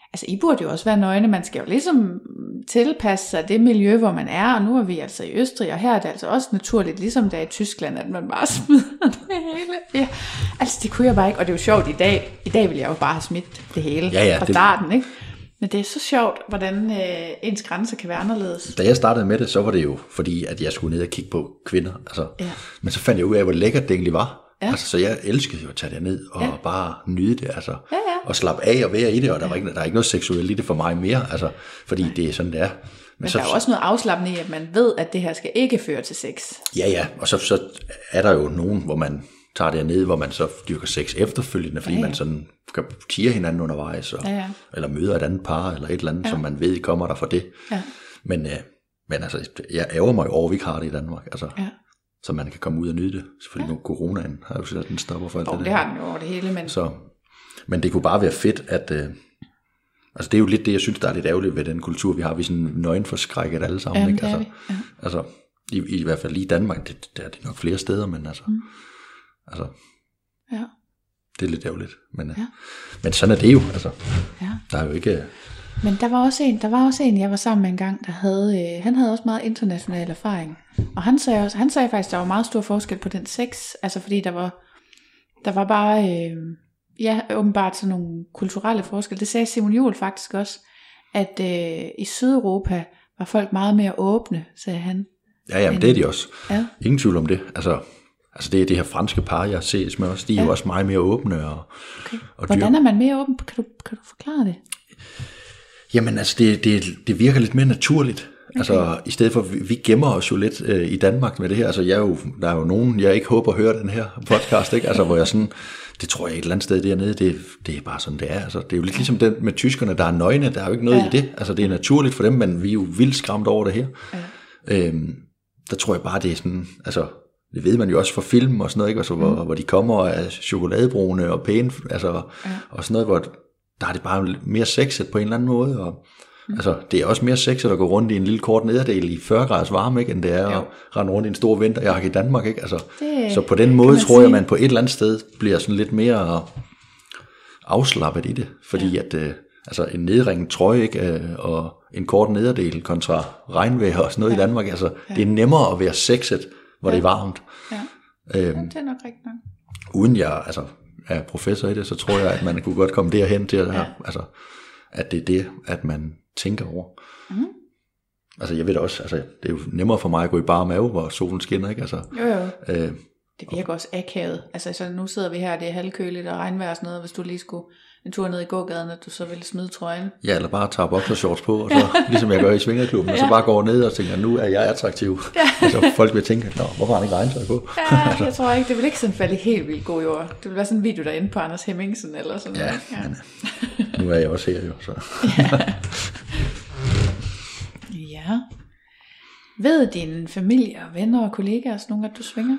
[SPEAKER 2] altså I burde jo også være nøgne, man skal jo ligesom tilpasse sig det miljø, hvor man er, og nu er vi altså i Østrig, og her er det altså også naturligt, ligesom der i Tyskland, at man bare smider det hele. Ja. Altså det kunne jeg bare ikke, og det er jo sjovt i dag vil jeg jo bare have smidt det hele fra starten, ikke? Men det er så sjovt, hvordan ens grænser kan være anderledes.
[SPEAKER 3] Da jeg startede med det, så var det jo fordi, at jeg skulle ned og kigge på kvinder. Altså, men så fandt jeg ud af, hvor lækkert det egentlig var. Ja. Altså, så jeg elskede jo at tage derned og bare nyde det. Altså, og slappe af og være i det. Og der er ikke noget seksuelt i det for mig mere. Altså, fordi det er sådan, det er.
[SPEAKER 2] Men så, der er jo også noget afslappende i, at man ved, at det her skal ikke føre til sex.
[SPEAKER 3] Ja. Og så er der jo nogen, hvor man tager derned, hvor man så dyrker sex efterfølgende, fordi man sådan kan tire hinanden undervejs, eller møder et andet par, eller et eller andet, som man ved kommer der for det. Ja. Men altså, jeg ærger mig over, at vi ikke har det i Danmark, altså, så man kan komme ud og nyde det. Selvfølgelig nu coronaen har jo sat den stopper for alt det der.
[SPEAKER 2] Det har den jo over det hele, men...
[SPEAKER 3] Men det kunne bare være fedt, at... altså det er jo lidt det, jeg synes, der er lidt ærgerligt ved den kultur, vi har. Vi er sådan nøgenforskrækket alle sammen, ikke? Altså, altså i hvert fald lige i Danmark, der er det nok flere steder, men altså... Altså, det er lidt ærgerligt, men sådan er det jo, altså, der er jo ikke...
[SPEAKER 2] Men der var også en, jeg var sammen med en gang, han havde også meget international erfaring, og han sagde faktisk, der var meget stor forskel på den sex, altså fordi der var bare, åbenbart sådan nogle kulturelle forskelle. Det sagde Simon Juhl faktisk også, at i Sydeuropa var folk meget mere åbne, sagde han. Ja,
[SPEAKER 3] men det er de også. Ja. Ingen tvivl om det, altså det er det her franske par, jeg ses med også, de er jo også meget mere åbne og
[SPEAKER 2] Hvordan er man mere åben? Kan du forklare det?
[SPEAKER 3] Jamen altså, det virker lidt mere naturligt. Okay. Altså, i stedet for, vi gemmer os jo lidt i Danmark med det her. Altså, der er jo nogen, jeg ikke håber at høre den her podcast, ikke? Altså, hvor jeg sådan, det tror jeg et eller andet sted dernede, det er bare sådan, det er. Altså, det er jo lidt ligesom den med tyskerne, der er nøgne, der er jo ikke noget i det. Altså, det er naturligt for dem, men vi er jo vildt skræmt over det her. Ja. Der tror jeg bare, det er sådan, altså, det ved man jo også fra film og sådan noget, ikke? Altså, hvor de kommer af chokoladebrune og pæne, altså, og sådan noget, hvor der er det bare mere sexet på en eller anden måde, og altså, det er også mere sexet at gå rundt i en lille kort nederdel i 40 graders varme, ikke, end det er at rende rundt i en stor vinterjakke i Danmark, ikke? Altså, så på den måde tror jeg, man på et eller andet sted bliver sådan lidt mere afslappet i det, fordi at altså en nedringet trøje, ikke, og en kort nederdel kontra regnvejr og sådan noget i Danmark, altså det er nemmere at være sexet, hvor det er varmt.
[SPEAKER 2] Det er nok rigtigt nok.
[SPEAKER 3] Uden jeg altså er professor i det, så tror jeg, at man kunne godt komme derhen til at altså, at det er det, at man tænker over. Altså jeg ved det også, altså det er jo nemmere for mig at gå i bare mave, hvor solen skinner, ikke? Altså,
[SPEAKER 2] jo. Det virker også akavet. Altså så nu sidder vi her, det er halvkøligt og regnvejr og sådan noget, hvis du lige skulle en tur ned i gågaden, at du så ville smide trøjen.
[SPEAKER 3] Ja, eller bare tage boxershorts på, og så, ligesom jeg gør i svingerklubben, og så bare går ned og tænker, nu er jeg attraktiv. Altså folk vil tænke, hvorfor har han ikke regntøj på?
[SPEAKER 2] Ja, jeg tror ikke, det vil ikke sådan falde helt vildt god jord. Det vil være sådan en video derinde på Anders Hemmingsen eller sådan noget.
[SPEAKER 3] Men, nu er jeg også her jo, så.
[SPEAKER 2] Ja. Ved dine familie og venner og kollegaer sådan nogle, at du svinger?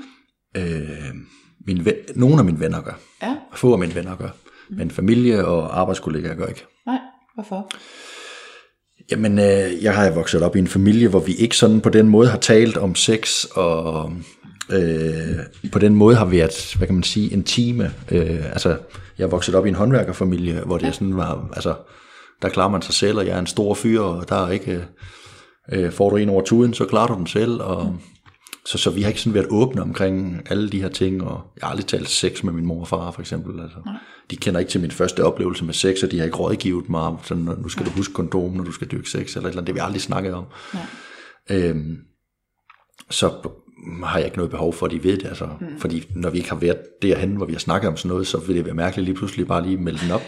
[SPEAKER 3] Nogle af mine venner gør.
[SPEAKER 2] Ja.
[SPEAKER 3] Få af mine venner gør. Men familie og arbejdskollegaer gør ikke.
[SPEAKER 2] Nej, hvorfor?
[SPEAKER 3] Jamen, jeg har vokset op i en familie, hvor vi ikke sådan på den måde har talt om sex, og på den måde har været, hvad kan man sige, intime. Altså, jeg er vokset op i en håndværkerfamilie, hvor det sådan var, altså, der klarer man sig selv, og jeg er en stor fyr, og der er ikke, får du en over tuden, så klarer du den selv, og så vi har ikke sådan været åbne omkring alle de her ting, og jeg har aldrig talt sex med min mor og far for eksempel. Altså, de kender ikke til min første oplevelse med sex, og de har ikke rådgivet mig om, sådan, nu skal du huske kondom, når du skal dyrke sex, eller et eller andet, det har vi aldrig snakket om. Så har jeg ikke noget behov for, at de ved det, altså, fordi når vi ikke har været derhen, hvor vi har snakket om sådan noget, så vil det være mærkeligt lige pludselig bare lige melde den op.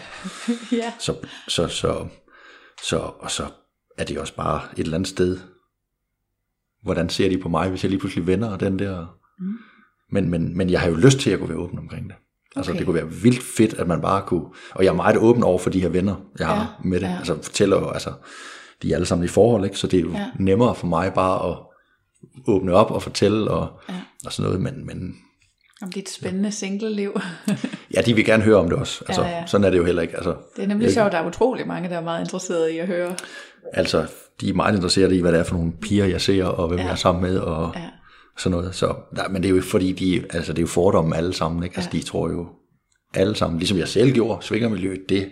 [SPEAKER 3] Så er det også bare et eller andet sted. Hvordan ser de på mig, hvis jeg lige pludselig vender den der. Men jeg har jo lyst til at kunne være åben omkring det. Altså det kunne være vildt fedt, at man bare kunne, og jeg er meget åben over for de her venner, jeg har med det. Altså fortæller jo, altså de er alle sammen i forhold, ikke? Så det er jo nemmere for mig bare at åbne op og fortælle og sådan noget, men
[SPEAKER 2] om dit spændende single-liv.
[SPEAKER 3] Ja, de vil gerne høre om det også. Altså, sådan er det jo heller ikke. Altså,
[SPEAKER 2] det er nemlig sjovt, der er utrolig mange, der er meget interesserede i at høre.
[SPEAKER 3] Altså, de er meget interesserede i, hvad det er for nogle piger, jeg ser, og hvem jeg er sammen med, og sådan noget. Så, men det er jo ikke fordi, det er jo fordomme alle sammen, ikke? Altså, de tror jo alle sammen, ligesom jeg selv gjorde, svingermiljøet,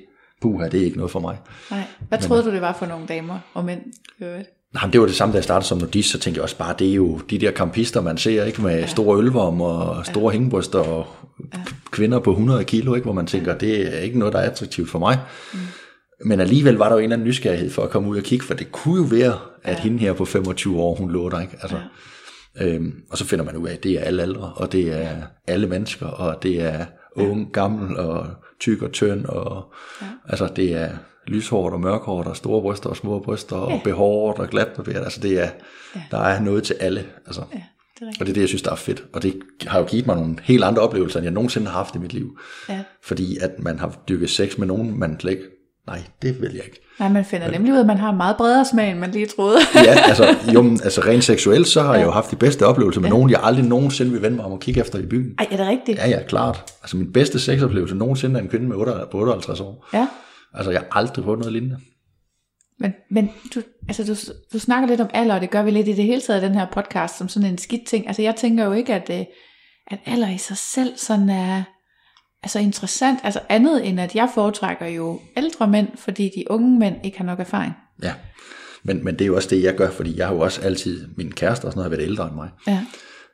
[SPEAKER 3] puha, det er ikke noget for mig.
[SPEAKER 2] Nej. Hvad troede du, det var for nogle damer og mænd?
[SPEAKER 3] Nej, det var det samme, da jeg startede som nudist, så tænkte jeg også bare, det er jo de der campister, man ser, ikke, med store ølvorm og store hængebryster og kvinder på 100 kilo, ikke, hvor man tænker, det er ikke noget, der er attraktivt for mig. Men alligevel var der jo en eller anden nysgerrighed for at komme ud og kigge, for det kunne jo være, at hende her på 25 år, hun lå der, ikke? Altså, og så finder man ud af, at det er alle aldre, og det er alle mennesker, og det er ung, gammel og tyk og tynd, og altså det er lyshåret og mørkhåret og store bryster og små bryster og behåret og glatbarberet, altså det er, der er noget til alle, altså. Og det er det, jeg synes, der er fedt, og det har jo givet mig nogle helt andre oplevelser, end jeg nogensinde har haft i mit liv, fordi at man har dykket sex med nogen, man slet ikke, nej, det vil jeg ikke.
[SPEAKER 2] Nej, man finder nemlig ud af, at man har meget bredere smag, end man lige troede.
[SPEAKER 3] Ja, altså rent seksuelt, så har jeg jo haft de bedste oplevelser med nogen, jeg aldrig nogensinde vil vende mig om at kigge efter i byen.
[SPEAKER 2] Ej, er det rigtigt?
[SPEAKER 3] Ja, klart. Altså min bedste sexoplevelse nogensinde er en kvinde med 58 år.
[SPEAKER 2] Ja.
[SPEAKER 3] Altså jeg har aldrig fået noget lignende.
[SPEAKER 2] Men du snakker lidt om alder, og det gør vi lidt i det hele taget i den her podcast, som sådan en skidt ting. Altså jeg tænker jo ikke, at alder i sig selv sådan er altså interessant, altså andet end at jeg foretrækker jo ældre mænd, fordi de unge mænd ikke har nok erfaring. Ja,
[SPEAKER 3] men det er jo også det, jeg gør, fordi jeg har jo også altid, min kæreste og sådan noget har været ældre end mig. Ja.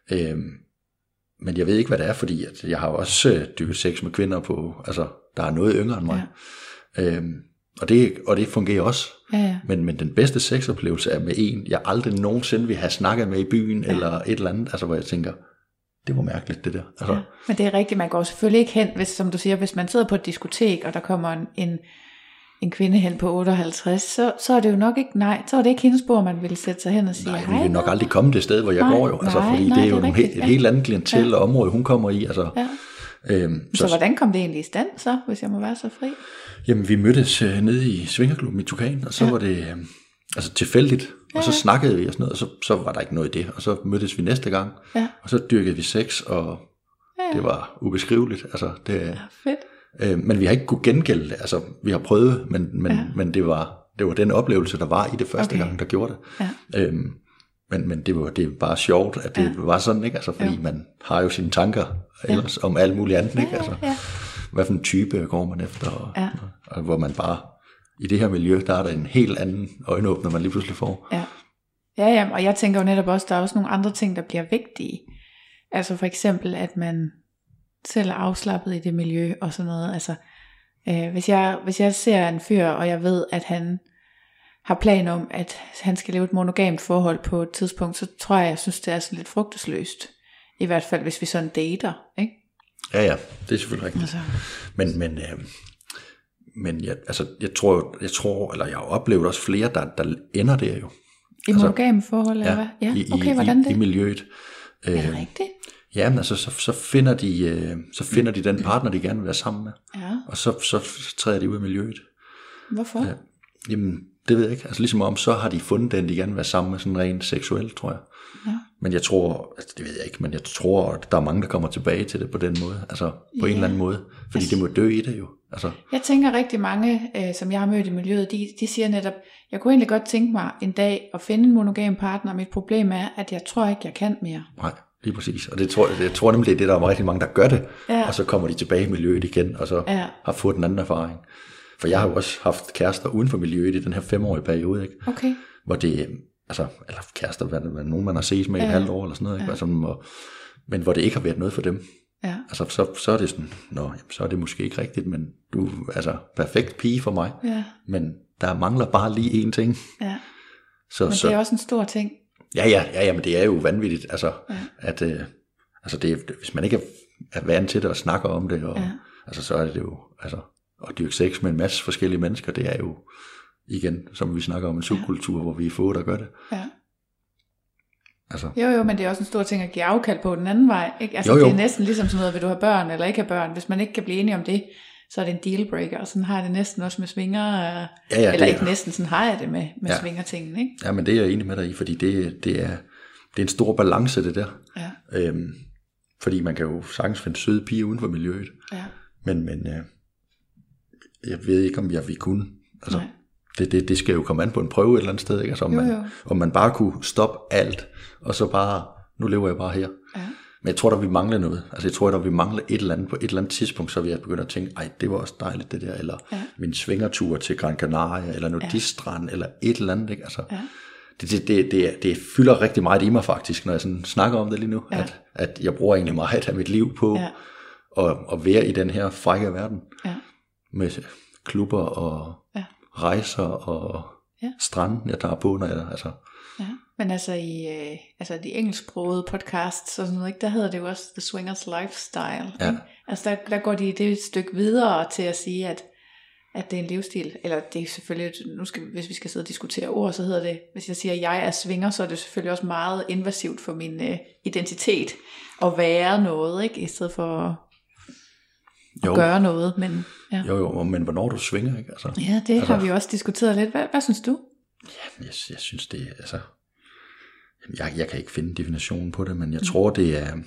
[SPEAKER 3] Men jeg ved ikke, hvad det er, fordi at jeg har jo også dykket sex med kvinder på, altså der er noget yngre end mig. Ja. Og det fungerer også. Ja. Men den bedste sexoplevelse er med en, jeg aldrig nogensinde vil have snakket med i byen, eller et eller andet, altså hvor jeg tænker, det var mærkeligt det der. Altså. Ja,
[SPEAKER 2] men det er rigtigt, man går selvfølgelig ikke hen, hvis, som du siger, hvis man sidder på et diskotek, og der kommer en kvinde hen på 58, så er det jo nok ikke, så er det ikke hendes bord, man vil sætte sig hen og sige,
[SPEAKER 3] nej, vi vil nok aldrig komme det sted, hvor jeg går jo, altså, fordi det er jo et helt andet klientel og område, hun kommer i, altså. Ja.
[SPEAKER 2] Så hvordan kom det egentlig i stand så, hvis jeg må være så fri?
[SPEAKER 3] Jamen vi mødtes nede i Svingerklubben i Tukan, og så var det altså tilfældigt, og så snakkede vi og sådan noget, og så var der ikke noget i det, og så mødtes vi næste gang, og så dyrkede vi sex, og det var ubeskriveligt, altså det fedt. Men vi har ikke kunne gengælde det, altså vi har prøvet, men det var den oplevelse, der var i det første gang, der gjorde det. Ja. Men det er bare sjovt, at det var sådan, ikke? Altså, fordi man har jo sine tanker ellers om alt muligt andet, ikke? Altså, hvad for en type går man efter, og hvor man bare, i det her miljø, der er der en helt anden øjenåbner, man lige pludselig får.
[SPEAKER 2] Ja, og jeg tænker jo netop også, der er også nogle andre ting, der bliver vigtige. Altså for eksempel, at man selv er afslappet i det miljø, og sådan noget. Altså, hvis jeg ser en fyr, og jeg ved, at han har plan om, at han skal leve et monogamt forhold på et tidspunkt, så tror jeg synes, det er sådan lidt frugtesløst. I hvert fald, hvis vi sådan dater, ikke?
[SPEAKER 3] Ja, det er selvfølgelig rigtigt. Altså. Men jeg tror, eller jeg har oplevet også flere, der ender der jo.
[SPEAKER 2] I monogame forhold, eller hvad? Ja, okay, hvordan det?
[SPEAKER 3] I miljøet.
[SPEAKER 2] Er det rigtigt?
[SPEAKER 3] Ja, men altså, så finder de den partner, de gerne vil være sammen med. Ja. Og så træder de ud af miljøet.
[SPEAKER 2] Hvorfor?
[SPEAKER 3] Jamen, det ved jeg ikke. Altså ligesom om, så har de fundet den, de gerne vil være sammen med, sådan rent seksuelt, tror jeg. Ja. Men jeg tror, altså det ved jeg ikke, men jeg tror, at der er mange, der kommer tilbage til det på den måde. Altså på en eller anden måde. Fordi det må dø i det jo. Altså.
[SPEAKER 2] Jeg tænker rigtig mange, som jeg har mødt i miljøet, de siger netop, jeg kunne egentlig godt tænke mig en dag at finde en monogam partner. Mit problem er, at jeg tror ikke, jeg kan mere.
[SPEAKER 3] Nej, lige præcis. Og jeg tror nemlig, det er det, der er rigtig mange, der gør det. Ja. Og så kommer de tilbage i miljøet igen, og så har fået en anden erfaring. For jeg har jo også haft kærester uden for miljøet i den her 5-årige periode, ikke? Okay. Hvor det, altså, eller kærester, hvad nogen man har set med et halvt år eller sådan noget, ikke? Altså, men hvor det ikke har været noget for dem. Ja. Altså, så er det sådan, så er det måske ikke rigtigt, men du er altså perfekt pige for mig. Ja. Men der mangler bare lige én ting. Ja.
[SPEAKER 2] Men det er også en stor ting.
[SPEAKER 3] Ja, men det er jo vanvittigt, altså, at hvis man ikke er vant til det og snakker om det, og, altså, så er det jo, altså, at dyrke sex med en masse forskellige mennesker, det er jo igen, som vi snakker om, en subkultur, hvor vi er få, der gør det. Ja. Altså. Jo, men det er også en stor ting at give afkald på den anden vej, ikke? Altså, jo. Det er næsten ligesom sådan noget, vil du have børn eller ikke have børn? Hvis man ikke kan blive enige om det, så er det en dealbreaker, og sådan har jeg det næsten også med svinger, eller ikke næsten, sådan har jeg det med svingertingen, ikke? Ja, men det er jeg enig med dig i, fordi det er en stor balance, det der. Ja. Fordi man kan jo sagtens finde søde piger uden for miljøet. Ja. Men jeg ved ikke, om vi kunne. Altså, det skal jo komme an på en prøve et eller andet sted, ikke? Altså, om man bare kunne stoppe alt, og så bare, nu lever jeg bare her. Ja. Men jeg tror, der vi mangler noget. Altså jeg tror, der vi mangler et eller andet på et eller andet tidspunkt, så vi er begyndt at tænke, ej, det var også dejligt det der, eller min svingertur til Gran Canaria, eller nudiststrand, eller et eller andet, ikke? Altså, det fylder rigtig meget i mig faktisk, når jeg sådan snakker om det lige nu, at jeg bruger egentlig meget af mit liv på at være i den her frække verden, med klubber og rejser og stranden, jeg tager på, når jeg altså...
[SPEAKER 2] Ja, men altså i de engelsksprogede podcasts og sådan noget, ikke, der hedder det jo også The Swingers Lifestyle. Ja. Altså der går de det et stykke videre til at sige, at det er en livsstil, eller det er selvfølgelig, hvis vi skal sidde og diskutere ord, så hedder det, hvis jeg siger, at jeg er swinger, så er det selvfølgelig også meget invasivt for min identitet at være noget, ikke, i stedet for at gøre noget. Men,
[SPEAKER 3] Jo, men hvornår du swinger, ikke? Altså,
[SPEAKER 2] ja, det har vi også diskuteret lidt. Hvad synes du?
[SPEAKER 3] Ja, jeg synes det, altså, jeg kan ikke finde definitionen på det, men jeg tror det er,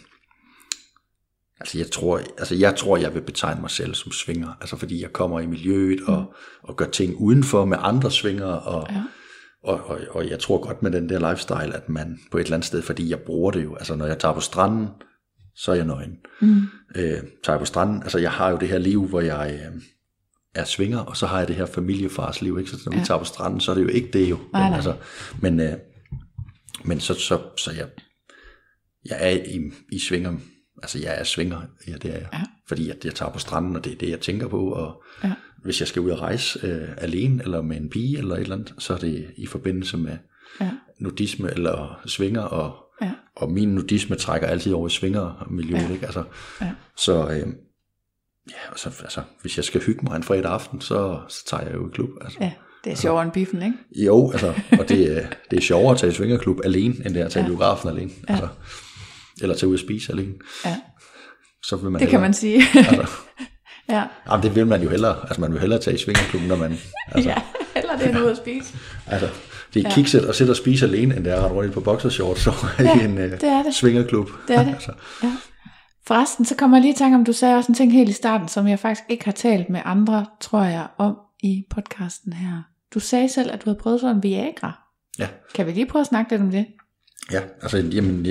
[SPEAKER 3] jeg tror jeg vil betegne mig selv som swinger, altså fordi jeg kommer i miljøet og gør ting udenfor med andre swingere, og jeg tror godt med den der lifestyle, at man på et eller andet sted, fordi jeg bruger det jo, altså når jeg tager på stranden, så er jeg nøgen. Tager jeg på stranden, altså jeg har jo det her liv, hvor jeg er swinger, og så har jeg det her familiefars liv, ikke? Så når vi tager på stranden, så er det jo ikke det jo. Altså, men så jeg er i swinger, altså jeg er swinger, ja det er jeg, fordi at jeg tager på stranden, og det er det jeg tænker på, og hvis jeg skal ud og rejse alene, eller med en pige, eller et eller andet, så er det i forbindelse med nudisme, eller swinger, og min nudisme trækker altid over i svingermiljøet, ikke? Altså, så og så altså, hvis jeg skal hygge mig en fredag aften, så tager jeg jo i klub. Altså. Ja,
[SPEAKER 2] det er sjovere end biffen, ikke?
[SPEAKER 3] Jo, altså, og det er sjovere at tage i svingerklub alene, end det er at tage i biografen alene. Ja. Altså, eller tage ud og spise alene. Ja. Så vil man
[SPEAKER 2] det
[SPEAKER 3] hellere,
[SPEAKER 2] kan man sige.
[SPEAKER 3] Altså, jamen, det vil man jo hellere. Altså, man vil hellere tage i svingerklubben, når man... Altså,
[SPEAKER 2] hellere det end ud at spise.
[SPEAKER 3] Altså, det er kikset at sidde og spise alene, end det er at rende rundt på boxershorts i en svingerklub.
[SPEAKER 2] Det er det. Altså. Ja. Forresten, så kommer jeg lige i tanke om, du sagde også en ting helt i starten, som jeg faktisk ikke har talt med andre, tror jeg, om i podcasten her. Du sagde selv, at du havde prøvet sådan en Viagra. Ja. Kan vi lige prøve at snakke lidt om det?
[SPEAKER 3] Ja, altså, jamen,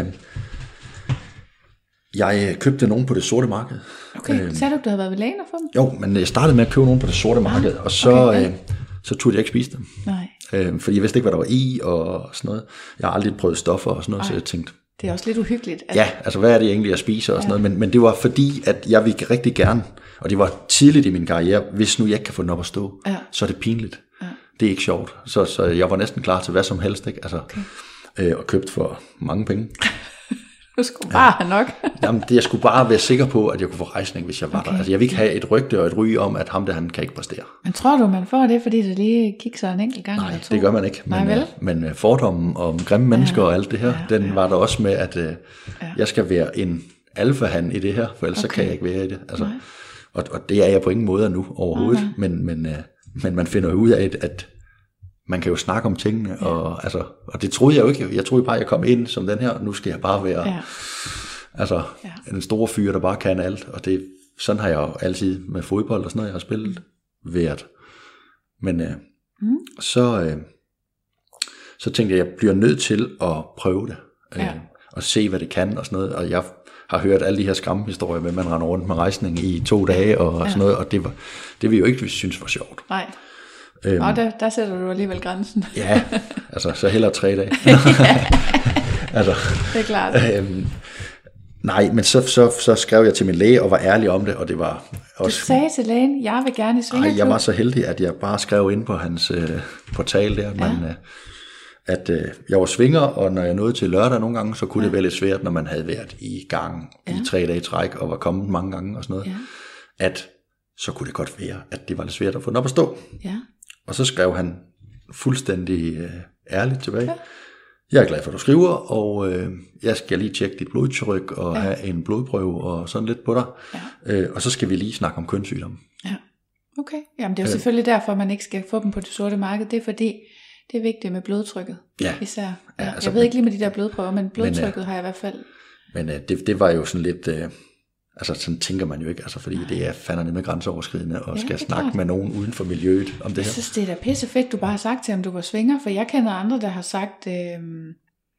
[SPEAKER 3] jeg købte nogen på det sorte marked.
[SPEAKER 2] Okay, sagde du havde været ved lægen og få dem?
[SPEAKER 3] Jo, men jeg startede med at købe nogen på det sorte marked, og så turde jeg ikke spise dem. Nej. Fordi jeg vidste ikke, hvad der var i og sådan noget. Jeg har aldrig prøvet stoffer og sådan noget, så jeg tænkte...
[SPEAKER 2] Det er også lidt uhyggeligt.
[SPEAKER 3] Ja, altså hvad er det egentlig, jeg spiser og sådan noget. Men det var fordi, at jeg ville rigtig gerne, og det var tidligt i min karriere, hvis nu jeg ikke kan få den op at stå, så er det pinligt. Ja. Det er ikke sjovt. Så jeg var næsten klar til hvad som helst, ikke? Altså, og købt for mange penge.
[SPEAKER 2] Du skulle bare have nok.
[SPEAKER 3] Jamen, jeg skulle bare være sikker på, at jeg kunne få rejsning, hvis jeg var der. Altså, jeg vil ikke have et rygte og et ry om, at ham der, han kan ikke præstere.
[SPEAKER 2] Men tror du, man får det, fordi det lige kigger en enkelt gang?
[SPEAKER 3] Nej, det gør man ikke. Men fordommen om grimme mennesker og alt det her, den var der også med, at jeg skal være en alfahan i det her, for ellers så kan jeg ikke være i det. Altså, og det er jeg på ingen måde nu overhovedet. Men man finder jo ud af, at man kan jo snakke om tingene, og det troede jeg jo ikke. Jeg troede bare, at jeg kom ind som den her, og nu skal jeg bare være en stor fyr, der bare kan alt. Og sådan har jeg jo altid med fodbold og sådan noget, jeg har spillet, været. Men så tænkte jeg, at jeg bliver nødt til at prøve det, og se, hvad det kan og sådan noget. Og jeg har hørt alle de her skræmmehistorier med, at man render rundt med rejsning i 2 dage og sådan noget, og det vil jo ikke synes var sjovt. Nej.
[SPEAKER 2] Og der sætter du alligevel grænsen.
[SPEAKER 3] Ja, altså så hellere 3 dage. Altså,
[SPEAKER 2] det er klart.
[SPEAKER 3] Nej, men så skrev jeg til min læge og var ærlig om det, og det var også...
[SPEAKER 2] Du sagde til lægen, jeg vil gerne i svingerklub.
[SPEAKER 3] Jeg var så heldig, at jeg bare skrev ind på hans portal der, at jeg var svinger, og når jeg nåede til lørdag nogle gange, så kunne det være lidt svært, når man havde været i gang i 3 dage træk, og var kommet mange gange og sådan noget, at så kunne det godt være, at det var lidt svært at få den op at stå. Ja. Og så skrev han fuldstændig ærligt tilbage. Ja. Jeg er glad for, at du skriver, og jeg skal lige tjekke dit blodtryk og have en blodprøve og sådan lidt på dig. Ja. Og så skal vi lige snakke om kønssygdomme. Ja.
[SPEAKER 2] Okay. Jamen det er jo selvfølgelig derfor, man ikke skal få dem på det sorte marked. Det er fordi, det er vigtigt med blodtrykket. Ja. Især. Ja, altså, jeg ved ikke lige med de der blodprøver, men blodtrykket har jeg i hvert fald. Men
[SPEAKER 3] det var jo sådan lidt... Altså sådan tænker man jo ikke, altså fordi det er fandme med grænseoverskridende og skal snakke med nogen uden for miljøet om det her.
[SPEAKER 2] Jeg synes det er da pissefedt, du bare har sagt til ham, du var svinger, for jeg kender andre, der har sagt,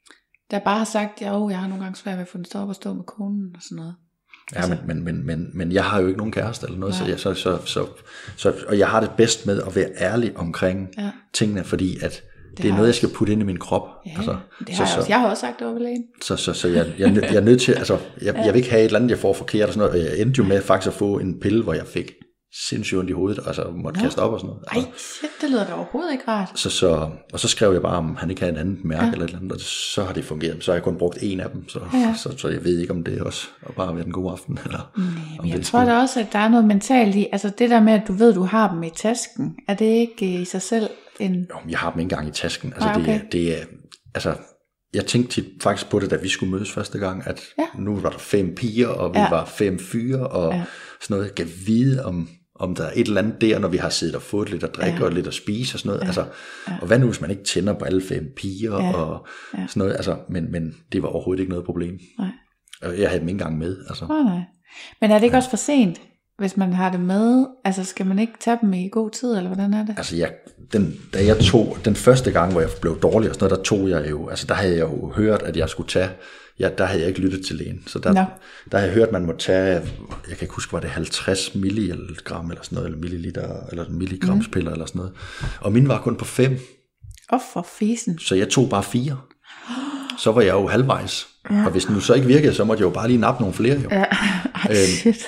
[SPEAKER 2] der bare har sagt, jeg har nogle gange svært ved at få den stå op og stå med konen og sådan noget.
[SPEAKER 3] Ja, altså. men jeg har jo ikke nogen kæreste eller noget, så og jeg har det bedst med at være ærlig omkring tingene, fordi at det er noget, jeg skal putte ind i min krop.
[SPEAKER 2] Ja, altså, det har jeg også. Jeg har også sagt det over ved lægen.
[SPEAKER 3] Så jeg er nødt til, altså, jeg vil ikke have et eller andet, jeg får forkert og sådan noget, og jeg endte jo med faktisk at få en pille, hvor jeg fik sindssygt ondt i hovedet, altså måtte kaste op og sådan noget.
[SPEAKER 2] Altså, shit, det lyder da overhovedet ikke rart.
[SPEAKER 3] Og så skrev jeg bare, om han ikke havde en anden mærke eller et eller andet, og så har det fungeret. Så har jeg kun brugt en af dem, så jeg ved ikke, om det også bare været en god aften. Eller
[SPEAKER 2] men jeg tror da også, at der er noget mentalt i, altså det der med, at du ved, du har dem i tasken, er det ikke i sig selv en...
[SPEAKER 3] Jo, jeg har dem ikke engang i tasken. Altså det er, altså... Jeg tænkte tit faktisk på det, da vi skulle mødes første gang, at nu var der 5 piger, og vi var 5 fyre, og sådan noget. Jeg kan vide, om der er et eller andet der, når vi har siddet og fået lidt at drikke og lidt at spise og sådan noget. Altså, og hvad nu, hvis man ikke tænder på alle 5 piger og sådan noget. Altså, men det var overhovedet ikke noget problem. Nej. Jeg havde dem ikke engang med. Altså.
[SPEAKER 2] Nej. Men er det ikke også for sent, hvis man har det med? Altså, skal man ikke tage dem i god tid, eller hvordan er det?
[SPEAKER 3] Altså, da jeg tog den første gang, hvor jeg blev dårlig og sådan noget, der tog jeg jo, altså der havde jeg jo hørt, at jeg skulle tage, der havde jeg ikke lyttet til lægen, så der havde jeg hørt, at man må tage, jeg kan ikke huske, var det 50 milligram eller sådan noget, eller milliliter, eller milligramspiller eller sådan noget, og min var kun på 5.
[SPEAKER 2] For fisen.
[SPEAKER 3] Så jeg tog bare 4. Så var jeg jo halvvejs, og hvis den nu så ikke virkede, så måtte jeg jo bare lige nappe nogle flere jo.
[SPEAKER 2] Ja, shit.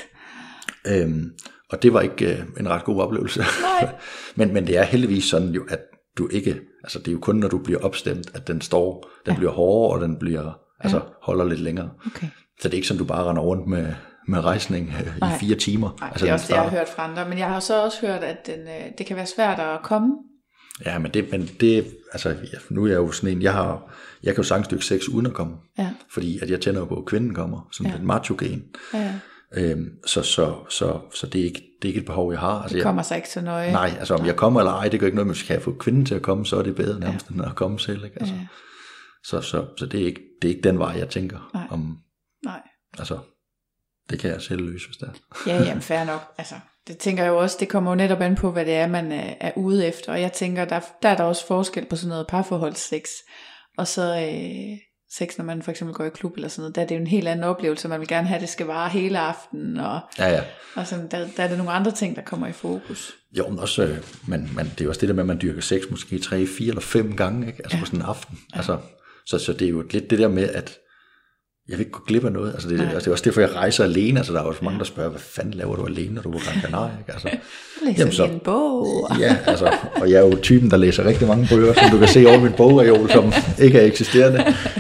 [SPEAKER 3] Og det var ikke en ret god oplevelse. men det er heldigvis sådan jo, at du ikke, altså det er jo kun når du bliver opstemt, at den bliver hårdere, og den bliver, altså holder lidt længere. Okay. Så det er ikke sådan, du bare render rundt med rejsning i 4 timer.
[SPEAKER 2] Nej, altså, det er også det, jeg har hørt fra andre, men jeg har så også hørt, at det kan være svært at komme.
[SPEAKER 3] Ja, men det altså nu er jeg jo sådan en, jeg kan jo sagtens stykke 6 uden at komme, fordi at jeg tænder på, at kvinden kommer, sådan et macho-gen. Ja. Så det er ikke et behov, jeg har. Altså,
[SPEAKER 2] det kommer så ikke så nøje.
[SPEAKER 3] Nej, altså om jeg kommer eller ej, det gør ikke noget, men hvis jeg kan få kvinden til at komme, så er det bedre nærmest, end at komme selv. Ikke? Altså, så det er ikke den vej, jeg tænker.
[SPEAKER 2] Nej.
[SPEAKER 3] Altså, det kan jeg selv løse, hvis det er.
[SPEAKER 2] Jamen fair nok. Altså, det tænker jeg jo også, det kommer jo netop an på, hvad det er, man er ude efter. Og jeg tænker, der er der også forskel på sådan noget parforholdssex, og så... sex, når man for eksempel går i klub eller sådan noget, der er det jo en helt anden oplevelse, man vil gerne have, det skal vare hele aftenen, og sådan, der er det nogle andre ting, der kommer i fokus.
[SPEAKER 3] Jo, men også, men det er jo også det der med, at man dyrker sex måske 3, 4 eller 5 gange, ikke? Altså på sådan en aften. Altså, så det er jo lidt det der med, at jeg vil ikke gå glip af noget. Altså det er også derfor, jeg rejser alene. Altså der er også mange, der spørger, hvad fanden laver du alene, når du er på Gran Canaria? Altså,
[SPEAKER 2] læser en bog.
[SPEAKER 3] Ja, altså, og jeg er jo typen, der læser rigtig mange bøger, som du kan se over min bogreol, som ikke er eksisterende.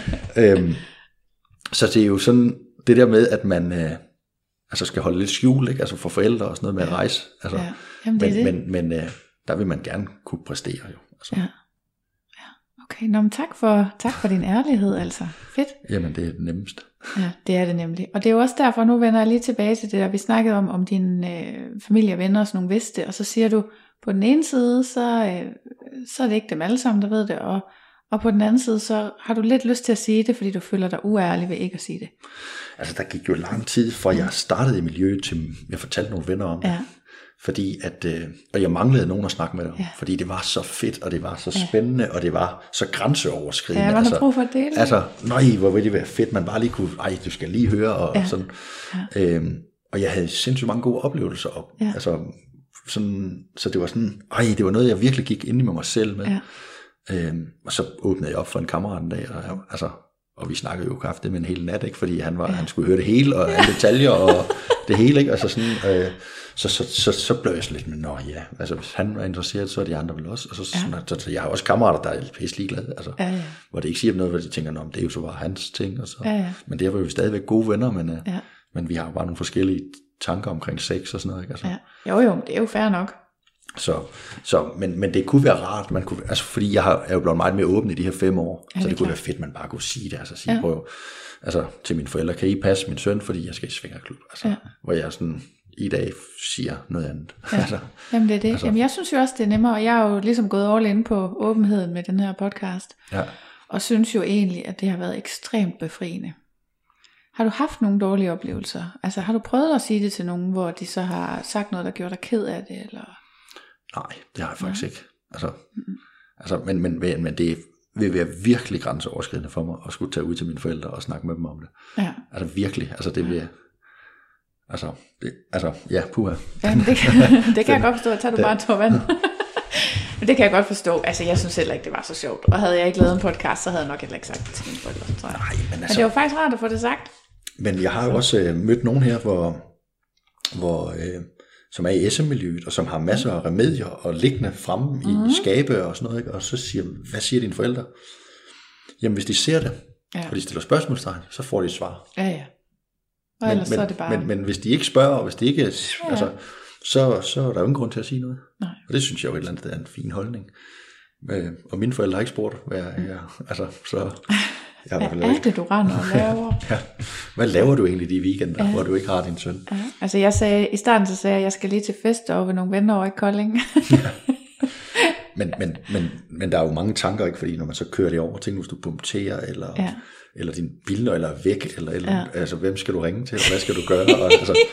[SPEAKER 3] Så det er jo sådan, det der med, at man altså skal holde lidt skjul, ikke? Altså for forældre og sådan noget med at rejse. Altså, men der vil man gerne kunne præstere jo. Altså.
[SPEAKER 2] Okay, men tak for din ærlighed, altså. Fedt.
[SPEAKER 3] Jamen, det er det nemmeste.
[SPEAKER 2] Ja, det er det nemlig. Og det er jo også derfor, nu vender jeg lige tilbage til det der, vi snakkede om dine familie og venner og sådan nogle vidste, og så siger du, på den ene side, så er det ikke dem alle sammen, der ved det, og på den anden side, så har du lidt lyst til at sige det, fordi du føler dig uærlig ved ikke at sige det.
[SPEAKER 3] Altså, der gik jo lang tid, fra jeg startede i miljøet, til jeg fortalte nogle venner om det. Fordi at, og jeg manglede nogen at snakke med dem, fordi det var så fedt, og det var så spændende, og det var så grænseoverskridende.
[SPEAKER 2] Ja, man har brug for det.
[SPEAKER 3] Altså, hvor ville det være fedt, man bare lige kunne, du skal lige høre, og sådan. Og jeg havde sindssygt mange gode oplevelser, og altså, sådan, så det var sådan, det var noget, jeg virkelig gik ind i med mig selv med. Og så åbnede jeg op for en kammerat en dag, og vi snakkede jo kraftigt med en hel nat, ikke, fordi han skulle høre det hele, og alle detaljer, og det hele, ikke, altså sådan, så blev jeg sådan lidt med, altså hvis han var interesseret, så er de andre vel også, og så jeg har også kammerater, der er pisse ligeglade, altså, hvor det ikke siger noget, hvor de tænker, det er jo så bare hans ting, og så, men der var vi stadigvæk gode venner, men vi har jo bare nogle forskellige tanker omkring sex og sådan noget, ikke, altså.
[SPEAKER 2] Jo, det er jo fair nok.
[SPEAKER 3] Men det kunne være rart, man kunne, altså fordi jeg er jo blevet meget mere åben i de her 5 år, så det kunne være fedt, man bare kunne sige det, altså sige, prøv, altså til mine forældre, kan I passe min søn, fordi jeg skal i svingerklub, altså, hvor jeg sådan i dag siger noget andet. Altså,
[SPEAKER 2] jamen det er det. Altså, jamen jeg synes jo også, det er nemmere, og jeg er jo ligesom gået all in på åbenheden med den her podcast, og synes jo egentlig, at det har været ekstremt befriende. Har du haft nogle dårlige oplevelser? Altså har du prøvet at sige det til nogen, hvor de så har sagt noget, der gjorde dig ked af det, eller?
[SPEAKER 3] Nej, det har jeg faktisk ikke. Altså, men det vil være virkelig grænseoverskridende for mig, at skulle tage ud til mine forældre og snakke med dem om det.
[SPEAKER 2] Ja.
[SPEAKER 3] Altså virkelig, altså det vil... ja, puha.
[SPEAKER 2] Ja, det kan jeg godt forstå. Tager du bare en tår vand? Men det kan jeg godt forstå. Altså, jeg synes heller ikke, det var så sjovt. Og havde jeg ikke lavet en podcast, så havde jeg nok heller ikke sagt det til mine forældre, tror jeg.
[SPEAKER 3] Nej, men
[SPEAKER 2] det var faktisk rart at få det sagt.
[SPEAKER 3] Men jeg har jo også mødt nogen her, som er i SM-miljøet, og som har masser af remedier og liggende fremme i skabe og sådan noget, ikke? Og så siger, hvad siger dine forældre? Jamen, hvis de ser det, og de stiller spørgsmålstegn, så får de et svar.
[SPEAKER 2] Ja. Og ellers så er det bare...
[SPEAKER 3] Men hvis de ikke spørger, og hvis de ikke... Altså, så er der jo ingen grund til at sige noget.
[SPEAKER 2] Nej.
[SPEAKER 3] Og det synes jeg jo et eller andet er en fin holdning. Og mine forældre har ikke spurgt, hvad så...
[SPEAKER 2] Hvad er det, du render og laver?
[SPEAKER 3] Ja. Hvad laver du egentlig de weekender, hvor du ikke har din søn?
[SPEAKER 2] Ja. Altså jeg sagde, i starten så sagde jeg skal lige til fest over ved nogle venner over i Kolding.
[SPEAKER 3] Men der er jo mange tanker, ikke? Fordi når man så kører det over, tænk hvis du punkterer, eller din bil eller er væk, eller altså hvem skal du ringe til, eller hvad skal du gøre? Og,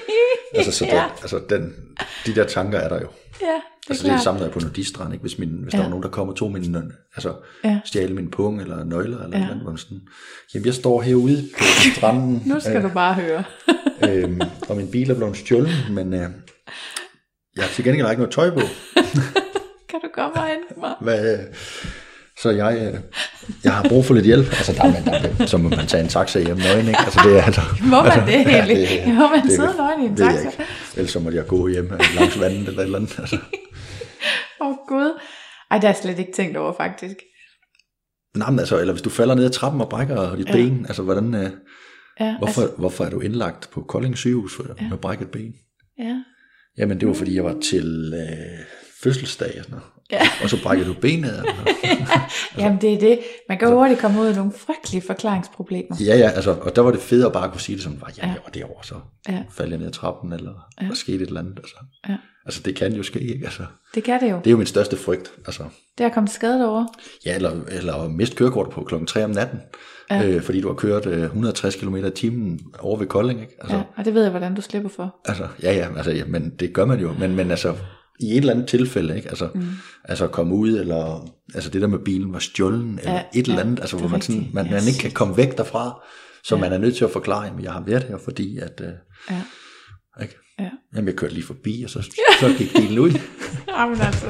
[SPEAKER 3] de der tanker er der jo.
[SPEAKER 2] Ja,
[SPEAKER 3] det er det samme, der er på nudistrand, ikke? Hvis der var nogen, der kommer og tog stjæle min pung eller nøgler eller noget sådan. Jamen jeg står herude på stranden.
[SPEAKER 2] Nu skal du bare høre.
[SPEAKER 3] Og min bil er blevet stjålet, men jeg har til gengæld ikke noget tøj på.
[SPEAKER 2] Kan du komme og hente mig?
[SPEAKER 3] Så jeg har brug for lidt hjælp. Altså så må man tage en taxa hjem nøgen, ikke? Altså det er altså.
[SPEAKER 2] Må man det egentlig? Må man sidde nøgen i en taxa?
[SPEAKER 3] Ellers så må jeg gå hjem langs vandet eller et eller andet. Altså.
[SPEAKER 2] Gud. Ej, det har jeg slet ikke tænkt over faktisk.
[SPEAKER 3] Nej, men altså, eller hvis du falder ned ad trappen og brækker dit ben, altså hvordan hvorfor er du indlagt på Kolding sygehus med brækket ben?
[SPEAKER 2] Ja.
[SPEAKER 3] Jamen det var fordi jeg var til fødselsdag og sådan noget. Ja. Og så brækker du benet.
[SPEAKER 2] Jamen det er det. Man kan hurtigt komme ud af nogle frygtelige forklaringsproblemer.
[SPEAKER 3] Ja, altså, og der var det fedt at bare kunne sige det som, jeg var derovre, så faldt jeg ned ad trappen, eller der skete et eller andet. Altså. Ja. Altså det kan jo ske, ikke? Altså,
[SPEAKER 2] det kan det jo.
[SPEAKER 3] Det er jo min største frygt. Altså.
[SPEAKER 2] Det er at komme til skade derovre.
[SPEAKER 3] Ja, eller miste kørekortet på 3 om natten, fordi du har kørt 160 km i timen over ved Kolding, ikke? Altså,
[SPEAKER 2] og det ved jeg, hvordan du slipper for.
[SPEAKER 3] Altså, men det gør man jo, men altså... I et eller andet tilfælde, ikke? Altså komme ud, eller altså det der med bilen var stjålen, eller et eller andet, altså hvor man ikke kan komme væk derfra, så man er nødt til at forklare, at jeg har været her, fordi at, ikke? Ja. Jamen jeg kørte lige forbi, og så gik bilen ud.
[SPEAKER 2] Jamen altså.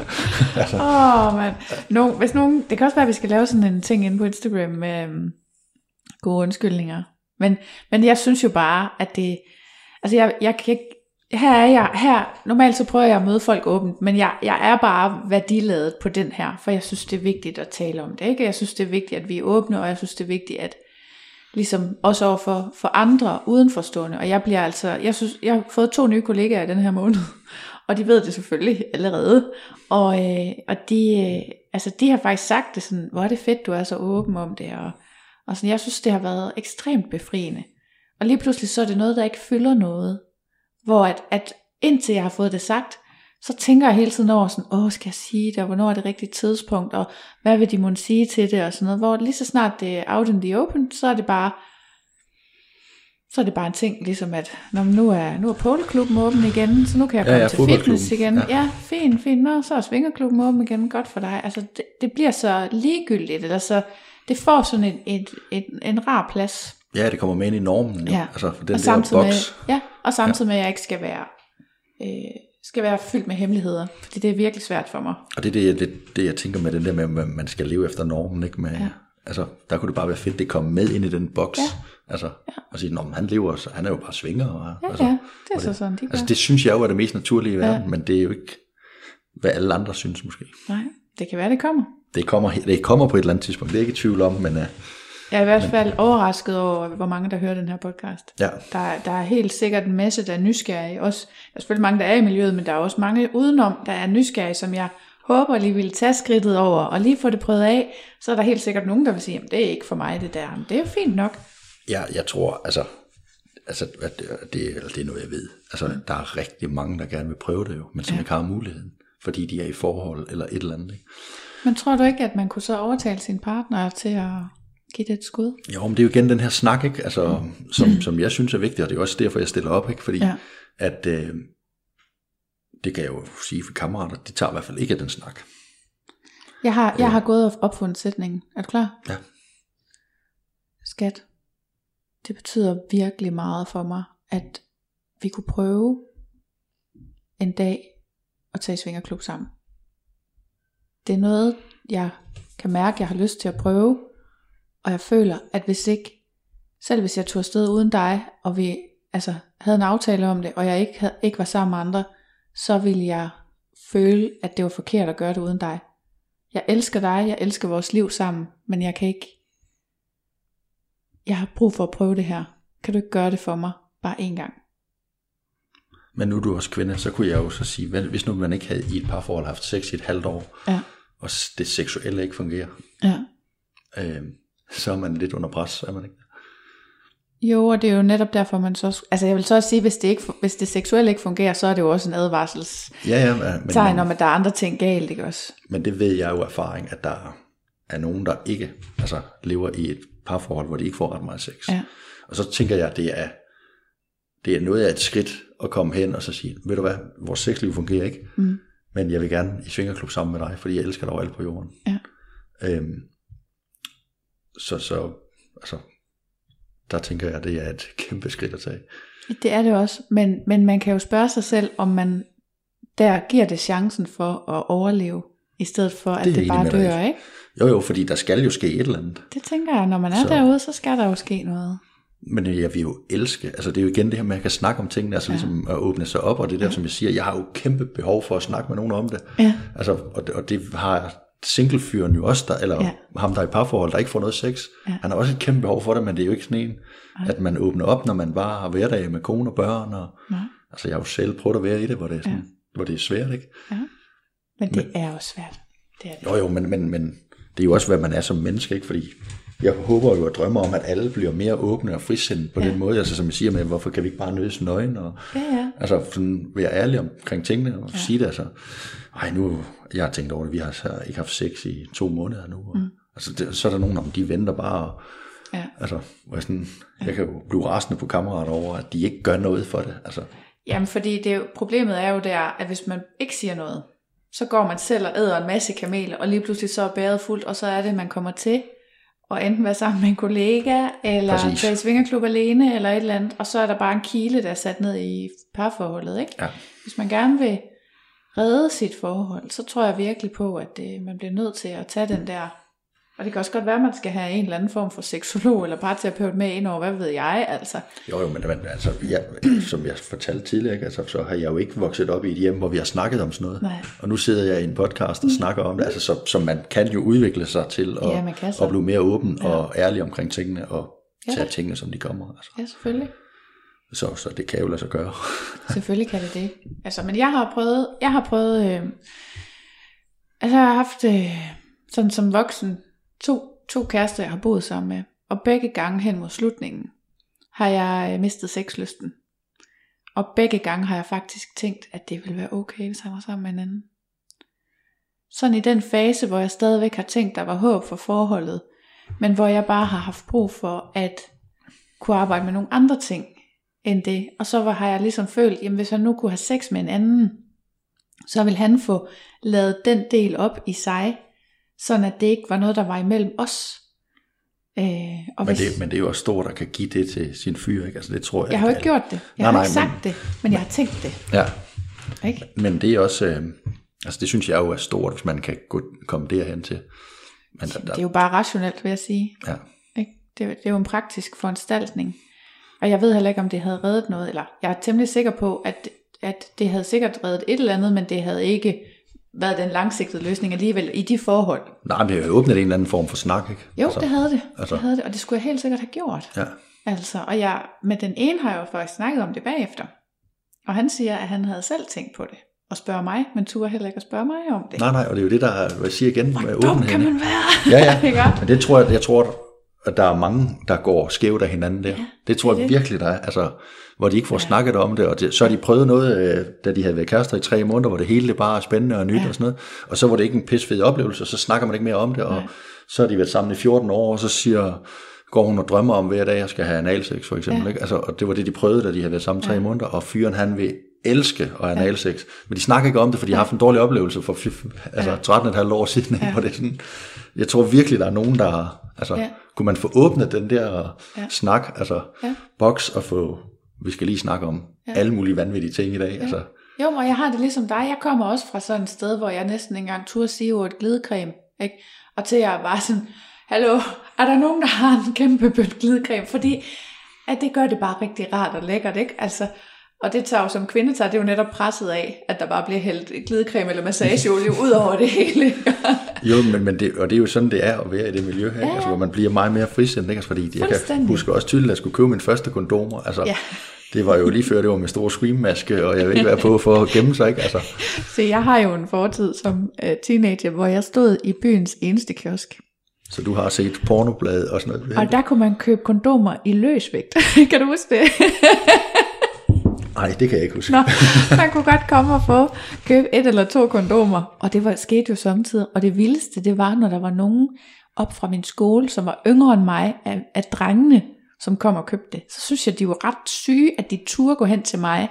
[SPEAKER 2] Man. Hvis nogen, det kan også være, at vi skal lave sådan en ting inde på Instagram med gode undskyldninger, men jeg synes jo bare, at det, altså jeg kan ikke, her, normalt så prøver jeg at møde folk åbent, men jeg er bare værdiladet på den her, for jeg synes det er vigtigt at tale om det, ikke? Jeg synes det er vigtigt, at vi er åbne, og jeg synes det er vigtigt, at ligesom også over for andre udenforstående, og jeg har fået 2 nye kollegaer i den her måned, og de ved det selvfølgelig allerede, og de har faktisk sagt det sådan, hvor er det fedt, du er så åben om det, og sådan, jeg synes det har været ekstremt befriende, og lige pludselig så er det noget, der ikke fylder noget, hvor at indtil jeg har fået det sagt, så tænker jeg hele tiden over sådan, skal jeg sige det, og hvornår er det rigtige tidspunkt, og hvad vil de måtte sige til det, og sådan noget, hvor lige så snart det er out in the open, så er det bare en ting, ligesom at, nu er poleklubben åben igen, så nu kan jeg komme til fitness igen, fint, så er svingerklubben åben igen, godt for dig, altså det bliver så ligegyldigt, eller så, det får sådan en rar plads.
[SPEAKER 3] Ja, det kommer med ind i normen, jo. Altså for den
[SPEAKER 2] og
[SPEAKER 3] der boks.
[SPEAKER 2] Og samtidig med, at jeg ikke skal være fyldt med hemmeligheder, fordi det er virkelig svært for mig. Og
[SPEAKER 3] det er det, jeg tænker med den der med, at man skal leve efter normen, ikke? Altså, der kunne det bare være fedt, det kommer med ind i den boks. Altså, og sige, han lever, så han er jo bare svinger.
[SPEAKER 2] Det er så sådan, de gør.
[SPEAKER 3] Altså, det synes jeg jo er det mest naturlige i verden, men det er jo ikke, hvad alle andre synes måske.
[SPEAKER 2] Nej, det kan være, det kommer.
[SPEAKER 3] Det kommer på et eller andet tidspunkt, det er jeg ikke i tvivl om, men...
[SPEAKER 2] Jeg er i hvert fald overrasket over, hvor mange der hører den her podcast.
[SPEAKER 3] Ja.
[SPEAKER 2] Der er helt sikkert en masse, der er nysgerrige. Også, der er selvfølgelig mange, der er i miljøet, men der er også mange udenom, der er nysgerrige, som jeg håber lige vil tage skridtet over, og lige få det prøvet af. Så er der helt sikkert nogen, der vil sige, at det er ikke for mig det der. Men det er jo fint nok.
[SPEAKER 3] Ja, jeg tror, altså at det er noget, jeg ved. Altså, der er rigtig mange, der gerne vil prøve det jo, men som ikke har muligheden, fordi de er i forhold eller et eller andet. Ikke?
[SPEAKER 2] Men tror du ikke, at man kunne så overtale sin partner til at... give det et skud?
[SPEAKER 3] Jo, men det er jo igen den her snak, ikke? Altså, som jeg synes er vigtigt, og det er også derfor, jeg stiller op, ikke? Fordi at det kan jeg jo sige for kammerater, de tager i hvert fald ikke af den snak.
[SPEAKER 2] Jeg har gået og opfundet sætningen. Er du klar?
[SPEAKER 3] Ja.
[SPEAKER 2] Skat, det betyder virkelig meget for mig, at vi kunne prøve en dag at tage i svingerklub sammen. Det er noget, jeg kan mærke, jeg har lyst til at prøve, og jeg føler, at selv hvis jeg tog afsted uden dig, og vi havde en aftale om det, og jeg ikke var sammen med andre, så ville jeg føle, at det var forkert at gøre det uden dig. Jeg elsker dig, jeg elsker vores liv sammen, men jeg har brug for at prøve det her. Kan du ikke gøre det for mig bare én gang?
[SPEAKER 3] Men nu er du også kvinde, så kunne jeg jo så sige, hvis nu man ikke havde i et parforhold haft sex i et halvt år, og det seksuelle ikke fungerer, så er man lidt under pres, er man ikke?
[SPEAKER 2] Jo, og det er jo netop derfor, man så... jeg vil så også sige, hvis det seksuelle ikke fungerer, så er det jo også en advarselstegn om, at der er andre ting galt, ikke også? Men
[SPEAKER 3] det ved jeg jo erfaring, at der er nogen, der ikke lever i et parforhold, hvor de ikke får ret meget sex. Ja. Og så tænker jeg, at det er noget af et skridt at komme hen og så sige, ved du hvad, vores sexliv fungerer ikke, men jeg vil gerne i svingerklub sammen med dig, fordi jeg elsker dig overalt på jorden. Ja. Der tænker jeg, at det er et kæmpe skridt at tage.
[SPEAKER 2] Det er det også, men man kan jo spørge sig selv, om man der giver det chancen for at overleve, i stedet for at det bare dør, ikke?
[SPEAKER 3] Jo, fordi der skal jo ske et eller andet.
[SPEAKER 2] Det tænker jeg, når man er derude, så skal der jo ske noget.
[SPEAKER 3] Men jeg vil jo elske, det er jo igen det her med, at jeg kan snakke om tingene, ligesom at åbne sig op, og det der, som jeg siger, jeg har jo kæmpe behov for at snakke med nogen om det. Ja. Og det har singlefyren jo også, ham der er i parforhold, der ikke får noget sex. Ja. Han har også et kæmpe behov for det, men det er jo ikke sådan en, at man åbner op, når man bare har hverdag med kone og børn. Og, jeg har jo selv prøvet at være i det, hvor det er, sådan, hvor det er svært, ikke? Ja.
[SPEAKER 2] Men det er også svært. Det er det.
[SPEAKER 3] Jo, men det er jo også, hvad man er som menneske, ikke? Fordi jeg håber jo og drømmer om, at alle bliver mere åbne og frisindet på den måde, som jeg siger med, hvorfor kan vi ikke bare nødes nøgen, og sådan være ærlige omkring tingene, og sige det, jeg har tænkt over det, vi har ikke haft sex i 2 måneder nu, og, så er der nogen, de venter bare, jeg kan jo blive rasende på kammerater over, at de ikke gør noget for det,
[SPEAKER 2] Jamen, fordi problemet er jo der, at hvis man ikke siger noget, så går man selv og æder en masse kameler, og lige pludselig så er bæret fuldt, og så er det, man kommer til og enten være sammen med en kollega, eller tage i svingerklub alene, eller et eller andet, og så er der bare en kile, der er sat ned i parforholdet, ikke? Ja. Hvis man gerne vil redde sit forhold, så tror jeg virkelig på, at man bliver nødt til at tage den der, og det kan også godt være, at man skal have en eller anden form for seksolog, eller parterapeut med ind over, hvad ved jeg,
[SPEAKER 3] Jo, men som jeg fortalte tidligere, ikke? Så har jeg jo ikke vokset op i et hjem, hvor vi har snakket om sådan noget. Nej. Og nu sidder jeg i en podcast og snakker om det, så man kan jo udvikle sig til at blive mere åben og ærlig omkring tingene, og tage tingene, som de kommer.
[SPEAKER 2] Ja, selvfølgelig.
[SPEAKER 3] Så det kan jo lade sig gøre.
[SPEAKER 2] Selvfølgelig kan det. Men jeg har prøvet, jeg har haft sådan som voksen, to kærester, jeg har boet sammen med, og begge gange hen mod slutningen, har jeg mistet sexlysten. Og begge gange har jeg faktisk tænkt, at det ville være okay, hvis jeg var sammen med en anden. Sådan i den fase, hvor jeg stadigvæk har tænkt, der var håb for forholdet, men hvor jeg bare har haft brug for at kunne arbejde med nogle andre ting end det. Og så har jeg ligesom følt, jamen hvis jeg nu kunne have sex med en anden, så ville han få lavet den del op i sig, sådan at det ikke var noget, der var imellem os.
[SPEAKER 3] Men det er jo også stort at kan give det til sin fyr, ikke? Det tror jeg.
[SPEAKER 2] Jeg har jo ikke gjort det. Jeg har ikke sagt det, men jeg har tænkt det.
[SPEAKER 3] Ja. Ikke? Men det er også, det synes jeg jo er stort, hvis man kan komme derhen til. Men
[SPEAKER 2] det er jo bare rationelt, vil jeg sige. Ja. Ikke? Det er jo en praktisk foranstaltning. Og jeg ved heller ikke, om det havde reddet noget, eller jeg er temmelig sikker på, at det havde sikkert reddet et eller andet, men det havde ikke været den langsigtede løsning alligevel i de forhold.
[SPEAKER 3] Nej, men det har jo åbnet en eller anden form for snak, ikke?
[SPEAKER 2] Jo, det havde det. Det havde det, og det skulle jeg helt sikkert have gjort. Ja. Og jeg, med den ene har jeg jo faktisk snakket om det bagefter. Og han siger, at han havde selv tænkt på det. Og spørger mig, men turde heller ikke at spørge mig om det.
[SPEAKER 3] Nej, og det er jo det, jeg siger igen med åbenhed.
[SPEAKER 2] Hvor dum kan man være?
[SPEAKER 3] Ja. Men det tror jeg tror, at der er mange, der går skævt af hinanden der. Ja, det tror jeg virkelig, der er. Hvor de ikke får snakket om det, og så har de prøvet noget, da de havde været kærester i 3 måneder, hvor det hele det bare er spændende og nyt og sådan noget, og så var det ikke en pisfed oplevelse, og så snakker man ikke mere om det, og så har de været sammen i 14 år, og så går hun og drømmer om hver dag, at jeg skal have analsex for eksempel, ikke? Og det var det, de prøvede, da de havde været sammen 3 måneder, og fyren han vil elske og analsex, men de snakker ikke om det, for de har haft en dårlig oplevelse for 13,5 år siden, hvor det er sådan, jeg tror virkelig, der er nogen, der, altså, kunne man få åbnet den der snak, altså, boks, og få, vi skal lige snakke om alle mulige vanvittige ting i dag, altså.
[SPEAKER 2] Jo, og jeg har det ligesom dig, jeg kommer også fra sådan et sted, hvor jeg næsten ikke engang turde sige ordet glidecreme, ikke? Og til jeg bare sådan, hallo, er der nogen, der har en kæmpe bøtte glidecreme? Fordi at det gør det bare rigtig rart og lækkert, ikke? Altså, og det tager jo som kvinde, det er jo netop presset af, at der bare bliver hældt glidecreme eller massageolie ud over det hele.
[SPEAKER 3] Jo, men det, og det er jo sådan, det er at være i det miljø her, altså, hvor man bliver meget mere frisindet, ikke? Altså, fordi jeg kan huske også tydeligt, at jeg skulle købe min første kondomer, altså, det var jo lige før, det var med stor screammaske, og jeg ved ikke, hvad på for at gemme sig, ikke? Altså.
[SPEAKER 2] Så jeg har jo en fortid som teenager, hvor jeg stod i byens eneste kiosk.
[SPEAKER 3] Så du har set pornoblad og sådan noget?
[SPEAKER 2] Og der kunne man købe kondomer i løsvægt. Kan du huske det?
[SPEAKER 3] Nej, det kan jeg ikke huske.
[SPEAKER 2] Nå, man kunne godt komme og købe 1 eller 2 kondomer, og det skete jo samtidig. Og det vildeste, det var, når der var nogen op fra min skole, som var yngre end mig, af drengene, som kom og købte det. Så synes jeg, de var ret syge, at de turde gå hen til mig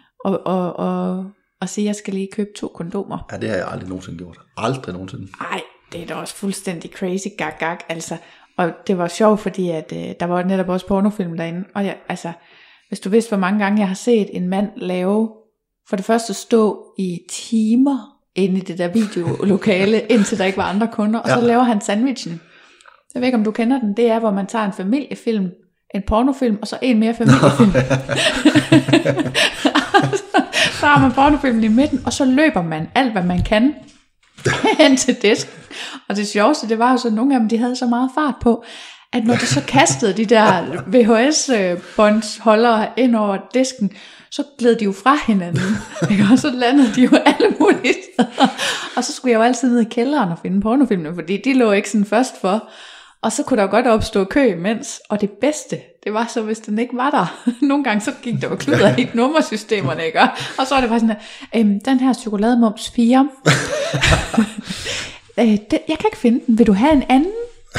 [SPEAKER 2] og sige, jeg skal lige købe 2 kondomer.
[SPEAKER 3] Ja, det har jeg aldrig nogensinde gjort. Aldrig nogensinde.
[SPEAKER 2] Nej, det er da også fuldstændig crazy gag, altså. Og det var sjovt, fordi at, der var netop også pornofilm derinde. Og altså, hvis du vidste, hvor mange gange jeg har set en mand lave, for det første stå i timer inde i det der videolokale, indtil der ikke var andre kunder, og så laver han sandwichen. Jeg ved ikke, om du kender den. Det er, hvor man tager en familiefilm, en pornofilm, og så en mere familiefilm. Så har man pornofilmen i midten, og så løber man alt, hvad man kan, hen til disken. Og det sjoveste, det var jo så, at nogle af dem, de havde så meget fart på, at når de så kastede de der VHS-båndsholdere ind over disken, så gled de jo fra hinanden, ikke? Og så landede de jo alle mulige steder. Og så skulle jeg jo altid ned i kælderen og finde pornofilmene, fordi de lå ikke sådan først for. Og så kunne der jo godt opstå kø imens. Og det bedste, det var så, hvis den ikke var der. Nogle gange så gik der jo kluder i nummersystemerne, ikke? Og så var det bare sådan her, den her chokolademums 4. Jeg kan ikke finde den. Vil du have en anden?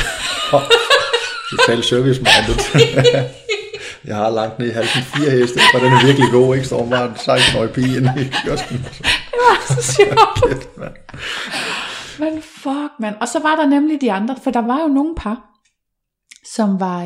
[SPEAKER 3] Total service-minded. Jeg har langt ned i halsen 4 heste, for den er virkelig god, ikke? Står bare en 16-årig pige inde i kiosken.
[SPEAKER 2] Det var så sjovt. Men fuck, man. Og så var der nemlig de andre, for der var jo nogle par, som var,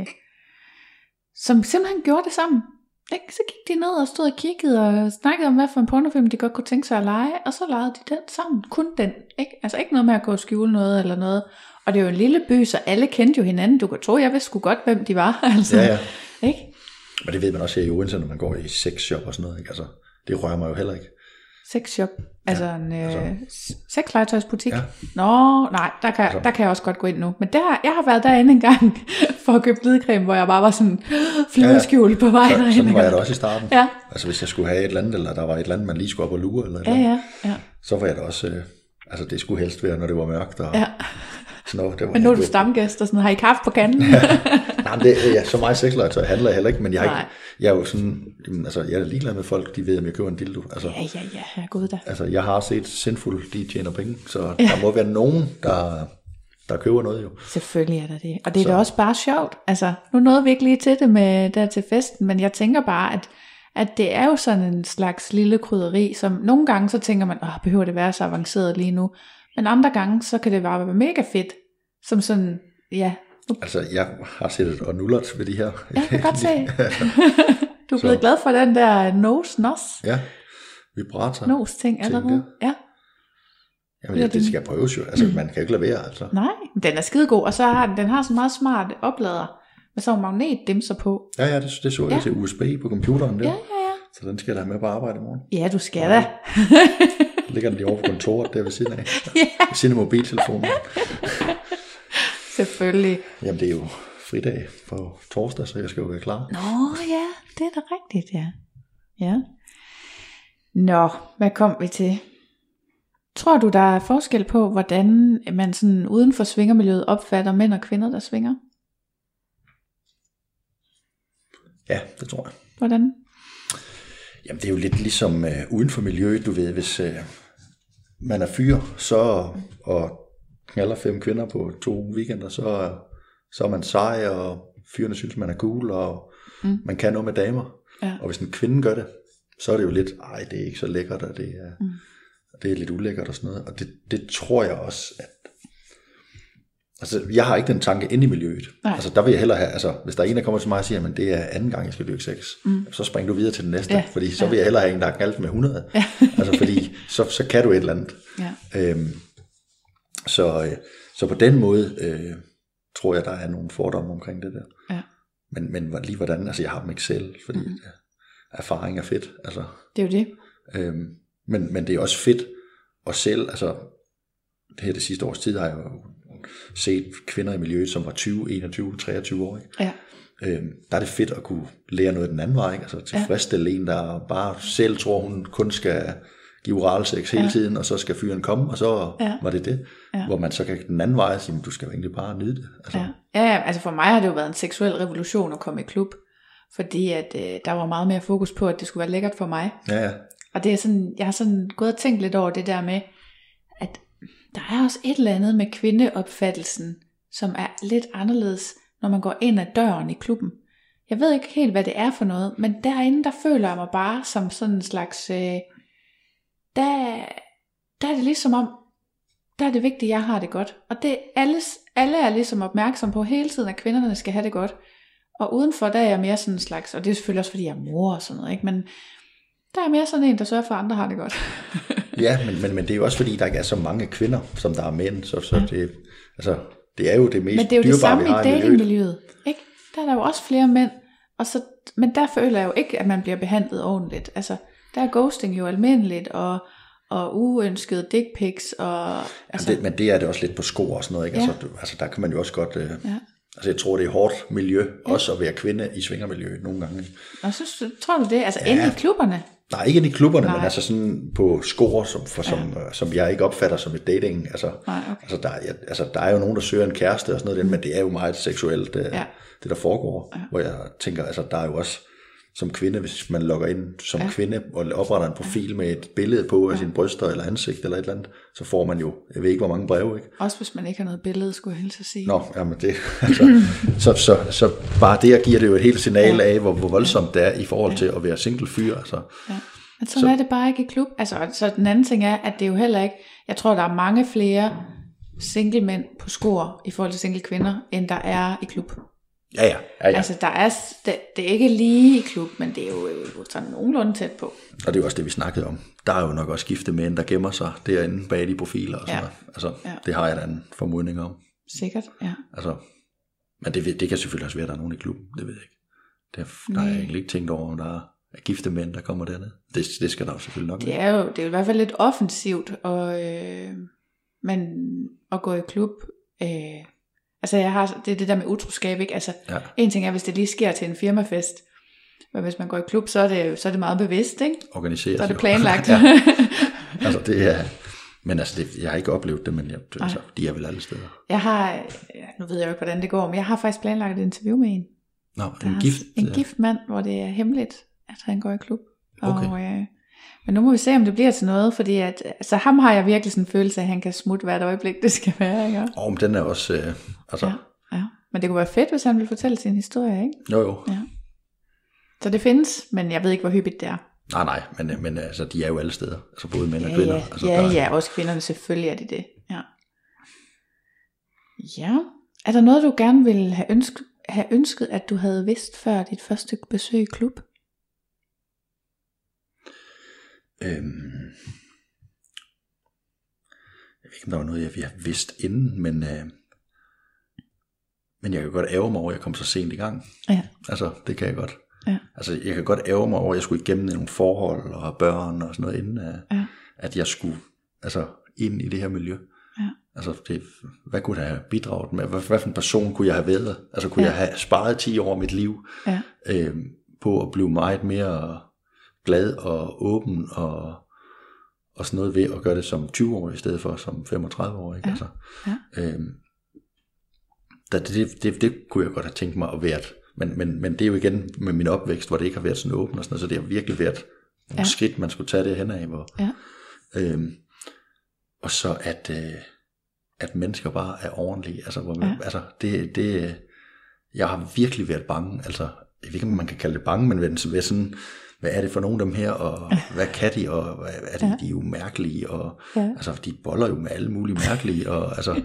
[SPEAKER 2] som simpelthen gjorde det sammen. Ikke? Så gik de ned og stod og kiggede og snakkede om, hvad for en pornofilm de godt kunne tænke sig at lege, og så legede de den sammen. Kun den. Ikke? Altså ikke noget med at gå og skjule noget eller noget. Og det er jo en lille by, så alle kendte jo hinanden. Du kan tro, jeg vidste sgu godt, hvem de var. Altså.
[SPEAKER 3] Ja.
[SPEAKER 2] Ikke?
[SPEAKER 3] Men det ved man også her i Odense, når man går i sexshop og sådan noget. Ikke? Altså, det rører mig jo heller ikke.
[SPEAKER 2] Sexshop, altså en sexlegetøjsbutik. Ja. Nå, nej, der kan jeg også godt gå ind nu. Men jeg har været derinde en gang for at købe glidecreme, hvor jeg bare var sådan flydeskjul på vej derinde.
[SPEAKER 3] Sådan var jeg da også i starten.
[SPEAKER 2] Ja.
[SPEAKER 3] Altså hvis jeg skulle have et eller andet, eller der var et eller andet, man lige skulle op og lure, eller et eller andet, så var jeg da også, altså det skulle helst være, når det var mørkt. Og sådan noget. Det var,
[SPEAKER 2] men nu er du stamgæst, og sådan, har I kaffe på kanden?
[SPEAKER 3] Nej, men så meget sexlegetøj handler jeg heller ikke, men jeg er jo sådan, altså jeg er ligeglad med folk, de ved, om jeg køber en dildo. Altså,
[SPEAKER 2] ja, gud da. Altså
[SPEAKER 3] jeg har set Sinful, de tjener penge, så der må være nogen, der køber noget jo.
[SPEAKER 2] Selvfølgelig er der det, og det er da også bare sjovt. Altså nu nåede vi ikke lige til det med der til festen, men jeg tænker bare, at det er jo sådan en slags lille krydderi, som nogle gange så tænker man, behøver det være så avanceret lige nu? Men andre gange, så kan det bare være mega fedt, som sådan,
[SPEAKER 3] Altså, jeg har set og nullert ved de her.
[SPEAKER 2] Ja, jeg kan godt se. Du er blevet glad for den der nos.
[SPEAKER 3] Ja, vibrator.
[SPEAKER 2] Nos-ting allerede. Ja.
[SPEAKER 3] Jamen, det skal prøves jo. Altså, man kan ikke lade være, altså.
[SPEAKER 2] Nej, den er skidegod, og så har den har sådan meget smart oplader, med sådan en magnetdimser på.
[SPEAKER 3] Ja, det så jeg til USB på computeren der.
[SPEAKER 2] Ja.
[SPEAKER 3] Så den skal jeg da have med på arbejde i morgen.
[SPEAKER 2] Ja, du skal da.
[SPEAKER 3] Ligger den lige over på kontoret der ved siden af. Ved siden af mobiltelefonen.
[SPEAKER 2] Selvfølgelig.
[SPEAKER 3] Jamen, det er jo fridag for torsdag, så jeg skal jo være klar.
[SPEAKER 2] Nå ja, det er da rigtigt, ja. Nå, hvad kom vi til? Tror du, der er forskel på, hvordan man sådan uden for svingermiljøet opfatter mænd og kvinder, der svinger?
[SPEAKER 3] Ja, det tror jeg.
[SPEAKER 2] Hvordan?
[SPEAKER 3] Jamen, det er jo lidt ligesom uden for miljøet, du ved, hvis man er fyr, og knaller 5 kvinder på 2 weekender, så er man sej, og fyrene synes, man er cool, og man kan noget med damer. Ja. Og hvis en kvinde gør det, så er det jo lidt, det er ikke så lækkert, og det er lidt ulækkert og sådan noget. Og det tror jeg også, at altså, jeg har ikke den tanke inde i miljøet. Nej. Altså, der vil jeg hellere have, altså, hvis der er en, der kommer til mig og siger, men det er anden gang, jeg skal dyrke sex, så springer du videre til den næste, fordi så vil jeg hellere have en, der er kaldt med 100. Ja. Altså, fordi så kan du et eller andet. Ja. Så på den måde, tror jeg, der er nogle fordomme omkring det der. Ja. Men lige hvordan, altså, jeg har dem ikke selv, fordi erfaring er fedt. Altså,
[SPEAKER 2] det er jo det.
[SPEAKER 3] Men det er også fedt at selv, altså, det sidste års tid har jeg jo set kvinder i miljøet, som var 20, 21, 23 år. Ikke? Ja. Der er det fedt at kunne lære noget den anden vej. Ikke? Altså tilfredsstille en, der bare selv tror, hun kun skal give oralsex hele tiden, og så skal fyren komme, og så var det det. Ja. Hvor man så kan den anden vej sige, du skal jo egentlig bare nyde det. Altså.
[SPEAKER 2] Ja, altså for mig har det jo været en seksuel revolution at komme i klub, fordi at der var meget mere fokus på, at det skulle være lækkert for mig. Ja. Og det er sådan, jeg har sådan gået og tænkt lidt over det der med, at der er også et eller andet med kvindeopfattelsen, som er lidt anderledes, når man går ind ad døren i klubben. Jeg ved ikke helt, hvad det er for noget, men derinde, der føler jeg mig bare som sådan en slags, der er det ligesom om, der er det vigtigt, at jeg har det godt. Og det alle er ligesom opmærksom på hele tiden, at kvinderne skal have det godt. Og udenfor, der er jeg mere sådan en slags, og det er selvfølgelig også, fordi jeg er mor og sådan noget, ikke? Men der er mere sådan en, der sørger for, at andre har det godt.
[SPEAKER 3] Ja, men det er jo også fordi, der ikke er så mange kvinder, som der er mænd, så det, altså, det er jo det mest dyrebare, vi har i miljøet. Men det er jo det samme i datingmiljøet, ikke? Der er der jo også flere mænd, men der føler jeg jo ikke, at man bliver behandlet ordentligt. Altså, der er ghosting jo almindeligt, og uønskede dick pics, og altså. Men det er det også lidt på sko og sådan noget, ikke? Ja. Altså, der kan man jo også godt. Altså, jeg tror, det er hårdt miljø, også at være kvinde i svingermiljøet nogle gange.
[SPEAKER 2] Og så tror du det? Altså, inde i klubberne?
[SPEAKER 3] Nej, ikke inde i klubberne, men altså sådan på score, som jeg ikke opfatter som et dating. Altså, der er jo nogen, der søger en kæreste og sådan noget, men det er jo meget seksuelt, det der foregår. Ja. Hvor jeg tænker, altså, der er jo også som kvinde, hvis man logger ind som kvinde og opretter en profil med et billede på af sine bryster eller ansigt eller et eller andet, så får man jo, jeg ved ikke hvor mange breve, ikke?
[SPEAKER 2] Også hvis man ikke har noget billede, skulle jeg helst sige.
[SPEAKER 3] Nå, jamen det, altså, så bare det giver det jo et helt signal af, hvor voldsomt det er i forhold til at være single fyr. Altså.
[SPEAKER 2] Ja. Men sådan er det bare ikke i klub. Altså, så den anden ting er, at det er jo heller ikke, jeg tror, der er mange flere single mænd på score i forhold til single kvinder, end der er i klub.
[SPEAKER 3] Ja.
[SPEAKER 2] Altså, det er ikke lige i klub, men det er jo sådan nogenlunde tæt på.
[SPEAKER 3] Og det er jo også det, vi snakkede om. Der er jo nok også gifte mænd, der gemmer sig derinde bag de profiler og sådan noget. Altså, det har jeg da en formodning om.
[SPEAKER 2] Sikkert, ja.
[SPEAKER 3] Altså, men det kan selvfølgelig også være, at der er nogen i klubben, det ved jeg ikke. Der har jeg egentlig ikke tænkt over, om der er gifte mænd, der kommer derned. Det skal der jo selvfølgelig nok
[SPEAKER 2] være. Det er jo i hvert fald lidt offensivt, men at gå i klub. Altså det er det der med utroskab, ikke? Altså en ting er, hvis det lige sker til en firmafest, men hvis man går i klub, så er det meget bevidst, ikke?
[SPEAKER 3] Organiseret.
[SPEAKER 2] Så er det planlagt.
[SPEAKER 3] Altså det er, men altså jeg har ikke oplevet det, men altså, de er vel alle steder.
[SPEAKER 2] Nu ved jeg jo ikke, hvordan det går, men jeg har faktisk planlagt et interview med en.
[SPEAKER 3] Nå, en
[SPEAKER 2] gift mand, hvor det er hemmeligt, at han går i klub.
[SPEAKER 3] Okay.
[SPEAKER 2] Og, men nu må vi se, om det bliver til noget, fordi at, altså ham har jeg virkelig sådan en følelse af, at han kan smutte hvert øjeblik, det skal være, ikke?
[SPEAKER 3] Men den er også, altså.
[SPEAKER 2] Ja. Men det kunne være fedt, hvis han ville fortælle sin historie, ikke?
[SPEAKER 3] Jo.
[SPEAKER 2] Ja. Så det findes, men jeg ved ikke, hvor hyppigt det er.
[SPEAKER 3] Nej, men altså, de er jo alle steder, altså både mænd og kvinder. Altså,
[SPEAKER 2] ja, også kvinderne, selvfølgelig er det. Ja. Er der noget, du gerne ville have ønsket, at du havde vidst før dit første besøg i klub?
[SPEAKER 3] Jeg ved ikke, om der var noget, jeg har vidst inden, men jeg kan godt ærge mig over, at jeg kom så sent i gang. Ja. Altså, det kan jeg godt. Ja. Altså, jeg kan godt ærge mig over, at jeg skulle igennem nogle forhold og børn og sådan noget, inden at jeg skulle ind i det her miljø. Ja. Altså, hvad kunne det have bidraget med? Hvad for en person kunne jeg have været? Altså, kunne jeg have sparet 10 år af mit liv på at blive meget mere glad og åben og sådan noget ved at gøre det som 20-årig i stedet for som 35-årig. Ikke? Altså, det kunne jeg godt have tænkt mig at være. Men det er jo igen med min opvækst, hvor det ikke har været sådan åben og sådan noget, så det har virkelig været nogle skridt, man skulle tage det hen af. Og så at mennesker bare er ordentlige. Altså, jeg har virkelig været bange. Altså, jeg ved ikke, om man kan kalde det bange, men ved sådan hvad er det for nogle af dem her, og hvad kan de, og hvad er det, de er jo mærkelige, og altså, de boller jo med alle mulige mærkelige, og altså,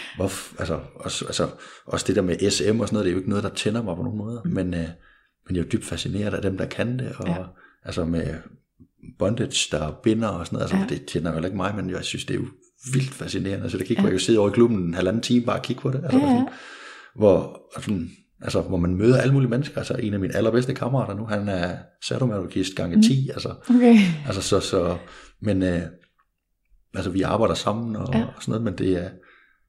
[SPEAKER 3] også det der med SM og sådan noget, det er jo ikke noget, der tænder mig på nogen måder, men jeg er jo dybt fascineret af dem, der kan det, og altså med bondage, der binder og sådan noget, altså det tænder jo ikke mig, men jeg synes, det er jo vildt fascinerende, så det kan ikke, hvor jeg jo sidder over i klubben en halvanden time bare og kigge på det, altså sådan, hvor man møder alle mulige mennesker, altså en af mine allerbedste kammerater nu, han er sadomasochist gange 10, men altså vi arbejder sammen og sådan noget, men det er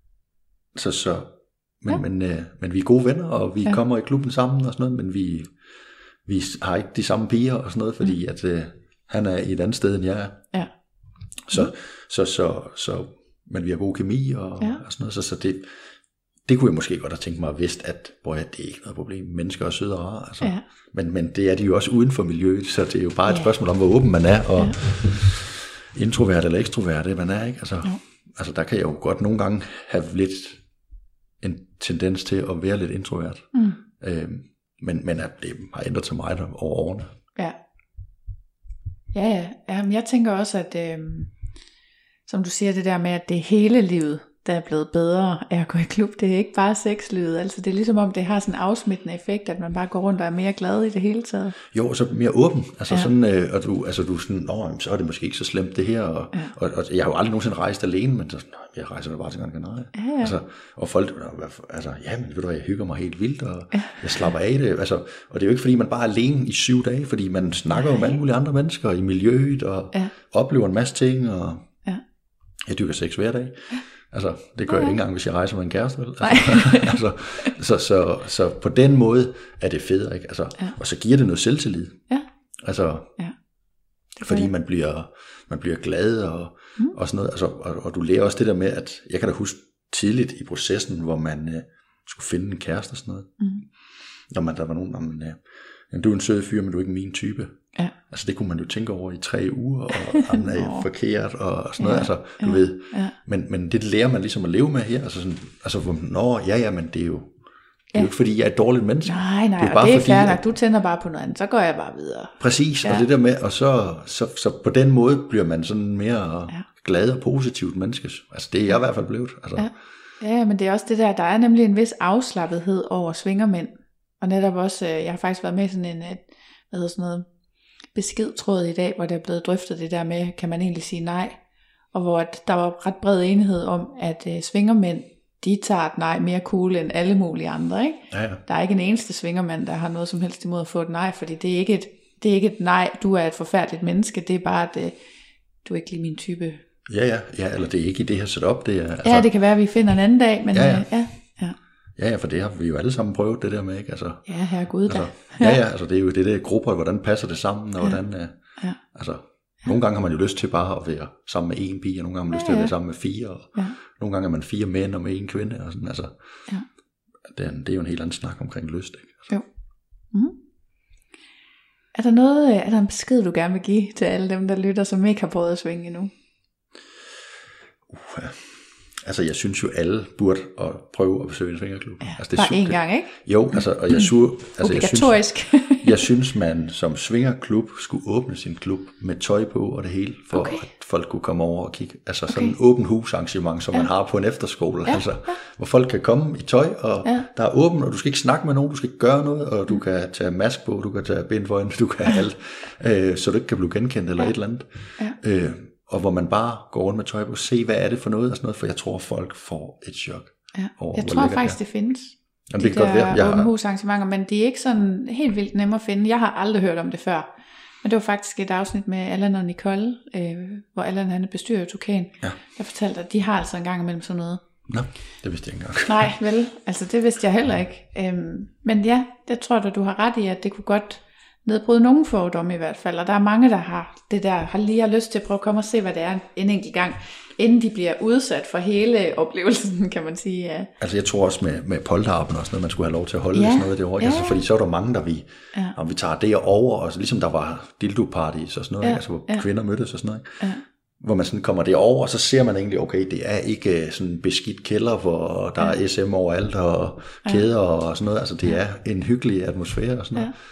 [SPEAKER 3] men vi er gode venner, og vi kommer i klubben sammen og sådan noget, men vi har ikke de samme piger og sådan noget, fordi at han er i et andet sted end jeg er. Ja. Så men vi har god kemi og sådan noget, så det kunne jeg måske godt have tænkt mig at vidst, at det er ikke noget problem. Mennesker er søde og rare, altså. Men det er de jo også uden for miljøet, så det er jo bare et spørgsmål om, hvor åben man er, og introvert eller ekstrovert, det man er, ikke? Altså der kan jeg jo godt nogle gange have lidt en tendens til at være lidt introvert. Men at det har ændret sig meget over årene.
[SPEAKER 2] Men jeg tænker også, at som du siger, det der med, at det er hele livet, der er blevet bedre af at gå i klub. Det er ikke bare sexlivet. Altså det er ligesom om, det har sådan en afsmittende effekt, at man bare går rundt og er mere glad i det hele taget.
[SPEAKER 3] Jo, så mere åben. Altså sådan, og du er sådan, så er det måske ikke så slemt det her. Og jeg har jo aldrig nogensinde rejst alene, men så, jeg rejser da bare til Gran Canaria. Altså, og folk, men ved du hvad, jeg hygger mig helt vildt, og jeg slapper af det. Altså, og det er jo ikke fordi, man bare er alene i 7 dage, fordi man snakker jo med alle mulige andre mennesker i miljøet, og oplever en masse ting, og jeg dyrker sex hver dag. Altså, det gør jeg ikke engang, hvis jeg rejser med en kæreste, vel? Så på den måde er det fedt, ikke? Altså, og så giver det noget selvtillid. Altså, fordi man bliver glad og sådan noget. Altså, og du lærer også det der med, at jeg kan da huske tidligt i processen, hvor man skulle finde en kæreste og sådan noget. Når der var nogen, du er en sød fyr, men du er ikke min type. Altså det kunne man jo tænke over i 3 uger, og han er forkert og sådan noget, altså du ved. Men det lærer man ligesom at leve med her, altså sådan, men det er jo ikke fordi jeg er et dårligt menneske.
[SPEAKER 2] Nej, det er bare det er fair nok, du tænder bare på noget andet, så går jeg bare videre.
[SPEAKER 3] Præcis, og det der med, og så på den måde bliver man sådan mere glad og positivt menneske. Altså det er jeg i hvert fald blevet. Altså.
[SPEAKER 2] Ja, men det er også det der er nemlig en vis afslappethed over svingermænd. Og netop også, jeg har faktisk været med i sådan en, beskedtråd i dag, hvor der er blevet drøftet det der med, kan man egentlig sige nej? Og hvor der var ret bred enighed om, at svingermænd, de tager et nej mere cool end alle mulige andre, ikke? Der er ikke en eneste svingermand, der har noget som helst imod at få et nej, fordi det er ikke et nej, du er et forfærdeligt menneske, det er bare, at du er ikke lige min type.
[SPEAKER 3] Ja, eller det er ikke i det her setup, det er...
[SPEAKER 2] Altså, det kan være, at vi finder en anden dag, men
[SPEAKER 3] Ja, for det har vi jo alle sammen prøvet, det der med, ikke? Altså,
[SPEAKER 2] herregud da.
[SPEAKER 3] Altså det er jo det der grupper, hvordan passer det sammen, og hvordan, nogle gange har man jo lyst til bare at være sammen med en pige, og nogle gange har man lyst til at være sammen med 4, og nogle gange er man 4 mænd og med en kvinde, og sådan, altså, det er jo en helt anden snak omkring lyst, ikke? Altså.
[SPEAKER 2] Jo. Er der en besked, du gerne vil give til alle dem, der lytter, som ikke har prøvet at svinge endnu?
[SPEAKER 3] Altså jeg synes jo alle burde at prøve at besøge en svingerklub. Altså, det
[SPEAKER 2] bare en gang, ikke?
[SPEAKER 3] Jo, altså, og
[SPEAKER 2] obligatorisk.
[SPEAKER 3] Jeg synes man som svingerklub skulle åbne sin klub med tøj på og det hele, for at folk kunne komme over og kigge. Altså sådan en åben husarrangement, som man har på en efterskole, altså, hvor folk kan komme i tøj, og der er åben, og du skal ikke snakke med nogen, du skal ikke gøre noget, og du kan tage mask på, du kan tage bind for øjnene, du kan alt, så du ikke kan blive genkendt eller et eller andet. Og hvor man bare går rundt med tøj på, se hvad er det for noget og sådan noget, for jeg tror folk får et chok.
[SPEAKER 2] Jeg tror faktisk det findes.
[SPEAKER 3] Jamen, det kan godt være.
[SPEAKER 2] Åbne husarrangementer, men det er ikke sådan helt vildt nemt at finde. Jeg har aldrig hørt om det før. Men det var faktisk et afsnit med Allan og Nicole, hvor Allan han er bestyrer i Tukan. Der fortalte, at de har altså en gang imellem sådan noget.
[SPEAKER 3] Nå, det vidste jeg ikke engang.
[SPEAKER 2] Nej, vel, altså det vidste jeg heller ikke. Men ja, det tror jeg, du har ret i, at det kunne godt nedbryde nogle fordomme i hvert fald, og der er mange, der har lige lyst til at prøve at komme og se, hvad det er en enkelt gang, inden de bliver udsat for hele oplevelsen, kan man sige. Ja. Altså
[SPEAKER 3] jeg tror også med polterappen og sådan noget, man skulle have lov til at holde sådan noget derovre, altså, fordi så er der mange, der vi tager det over, og så, ligesom der var dildo-party og sådan noget, altså, hvor kvinder mødtes og sådan noget, hvor man sådan kommer derover, og så ser man egentlig, okay, det er ikke sådan en beskidt kælder, hvor der er SM overalt, og kæder og sådan noget, altså det er en hyggelig atmosfære og sådan noget.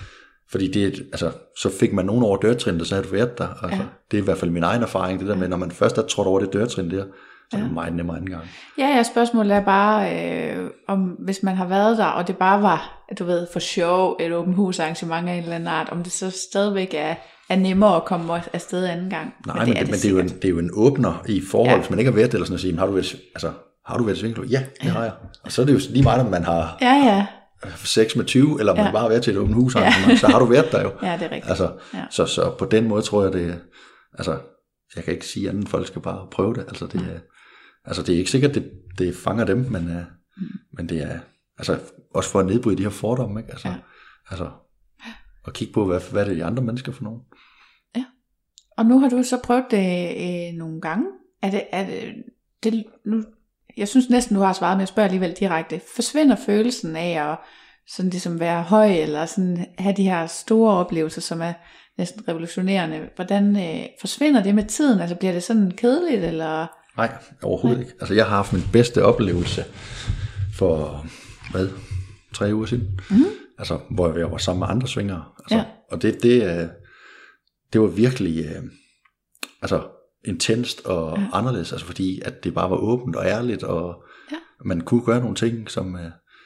[SPEAKER 3] Fordi det, altså, så fik man nogen over dørtrin, og så havde du været der. Altså, det er i hvert fald min egen erfaring, det der med, når man først er trådt over det dørtrin der, så er det meget nemmere anden gang.
[SPEAKER 2] Ja, spørgsmålet er bare, om hvis man har været der, og det bare var, du ved, for sjov, et åbent husarrangement af en eller anden art, om det så stadigvæk er nemmere at komme afsted anden gang.
[SPEAKER 3] Nej, men det er jo en åbner i forhold, hvis man ikke har været det, eller sådan at sige, har du været i Svinklub? Ja, det har jeg. Og så er det jo lige meget, om man har 6 med 20, eller om man bare har været til et åbent husarrangement, så har du været der jo.
[SPEAKER 2] Ja, det er rigtigt.
[SPEAKER 3] Altså, så på den måde tror jeg, det altså, jeg kan ikke sige andet, end folk skal bare prøve det. Altså, det er ikke sikkert, det fanger dem, men det er altså, også for at nedbryde de her fordomme, ikke? Altså, og kigge på, hvad er det de andre mennesker for nogen.
[SPEAKER 2] Ja, og nu har du så prøvet det nogle gange. Er det nu, jeg synes næsten, du har svaret, men jeg spørger alligevel direkte. Forsvinder følelsen af at sådan ligesom være høj, eller sådan have de her store oplevelser, som er næsten revolutionerende? Hvordan forsvinder det med tiden? Altså bliver det sådan kedeligt, eller?
[SPEAKER 3] Nej, overhovedet ikke. Altså jeg har haft min bedste oplevelse for, 3 uger siden. Mm-hmm. Altså, hvor jeg var sammen med andre swingere. Altså, og det var virkelig intenst og anderledes, altså fordi at det bare var åbent og ærligt, og man kunne gøre nogle ting, som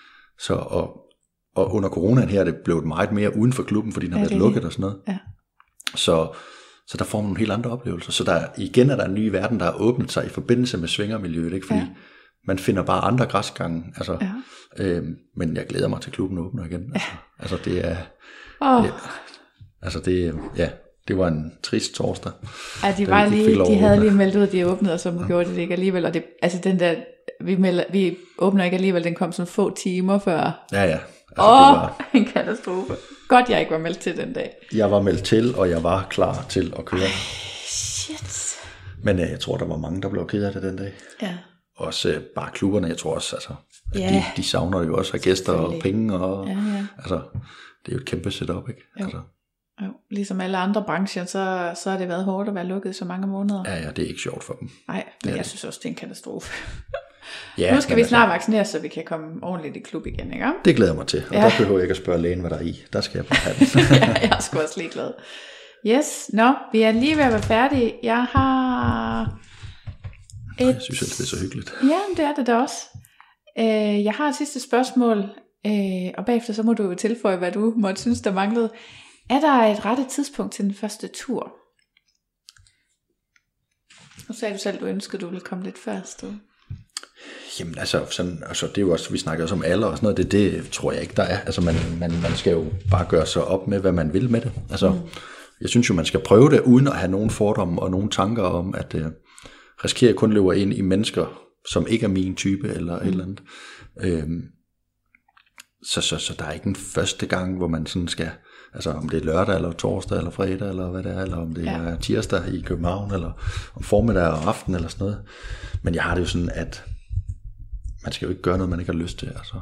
[SPEAKER 3] og under coronaen her, det blev meget mere uden for klubben, fordi den har været lukket og sådan noget. Ja. Så der får man nogle helt andre oplevelser. Så der igen er der en ny verden, der har åbnet sig i forbindelse med svingermiljøet, ikke? Fordi man finder bare andre græsgange. Altså, men jeg glæder mig til klubben åbner igen. Altså det er det var en trist torsdag.
[SPEAKER 2] Ja, de havde lige meldt ud, at de åbnede, og så gjorde de det ikke alligevel. Og det, altså den der, vi åbner ikke alligevel, den kom sådan få timer før.
[SPEAKER 3] Ja. Altså,
[SPEAKER 2] det var en katastrofe. Godt, jeg ikke var meldt til den dag.
[SPEAKER 3] Jeg var meldt til, og jeg var klar til at køre.
[SPEAKER 2] Shit.
[SPEAKER 3] Men jeg tror, der var mange, der blev ked af det den dag. Ja. Også bare klubberne, jeg tror også, altså, at de savner jo også af gæster og penge, og altså, det er jo et kæmpe setup, ikke? Jo. Altså.
[SPEAKER 2] Jo, ligesom alle andre brancher, så har det været hårdt at være lukket så mange måneder.
[SPEAKER 3] Ja, det er ikke sjovt for dem.
[SPEAKER 2] Nej, men jeg synes også, det er en katastrofe. Nu skal vi snart vaccinere, så vi kan komme ordentligt i klub igen, ikke?
[SPEAKER 3] Det glæder mig til, og der behøver jeg ikke at spørge lægen, hvad der er i. Der skal jeg bare have den.
[SPEAKER 2] Jeg er sgu også lige glad. Yes, vi er lige ved at være færdige. Jeg har
[SPEAKER 3] jeg synes, det er så hyggeligt.
[SPEAKER 2] Ja, det er det da også. Jeg har et sidste spørgsmål, og bagefter så må du jo tilføje, hvad du måtte synes, der manglede. Er der et rette tidspunkt til den første tur? Nu sagde du selv, du ønskede, du ville komme lidt før afsted.
[SPEAKER 3] Jamen altså, det er jo også, vi snakker også om alder og sådan noget, det tror jeg ikke, der er. Altså man skal jo bare gøre sig op med, hvad man vil med det. Altså, jeg synes jo, man skal prøve det, uden at have nogen fordomme og nogen tanker om, at risikere kun løber ind i mennesker, som ikke er min type, eller et eller andet. Så der er ikke en første gang, hvor man sådan skal, altså om det er lørdag, eller torsdag, eller fredag, eller hvad det er, eller om det er tirsdag i København, eller om formiddag og aften, eller sådan noget. Men jeg har det jo sådan, at man skal jo ikke gøre noget, man ikke har lyst til. Altså.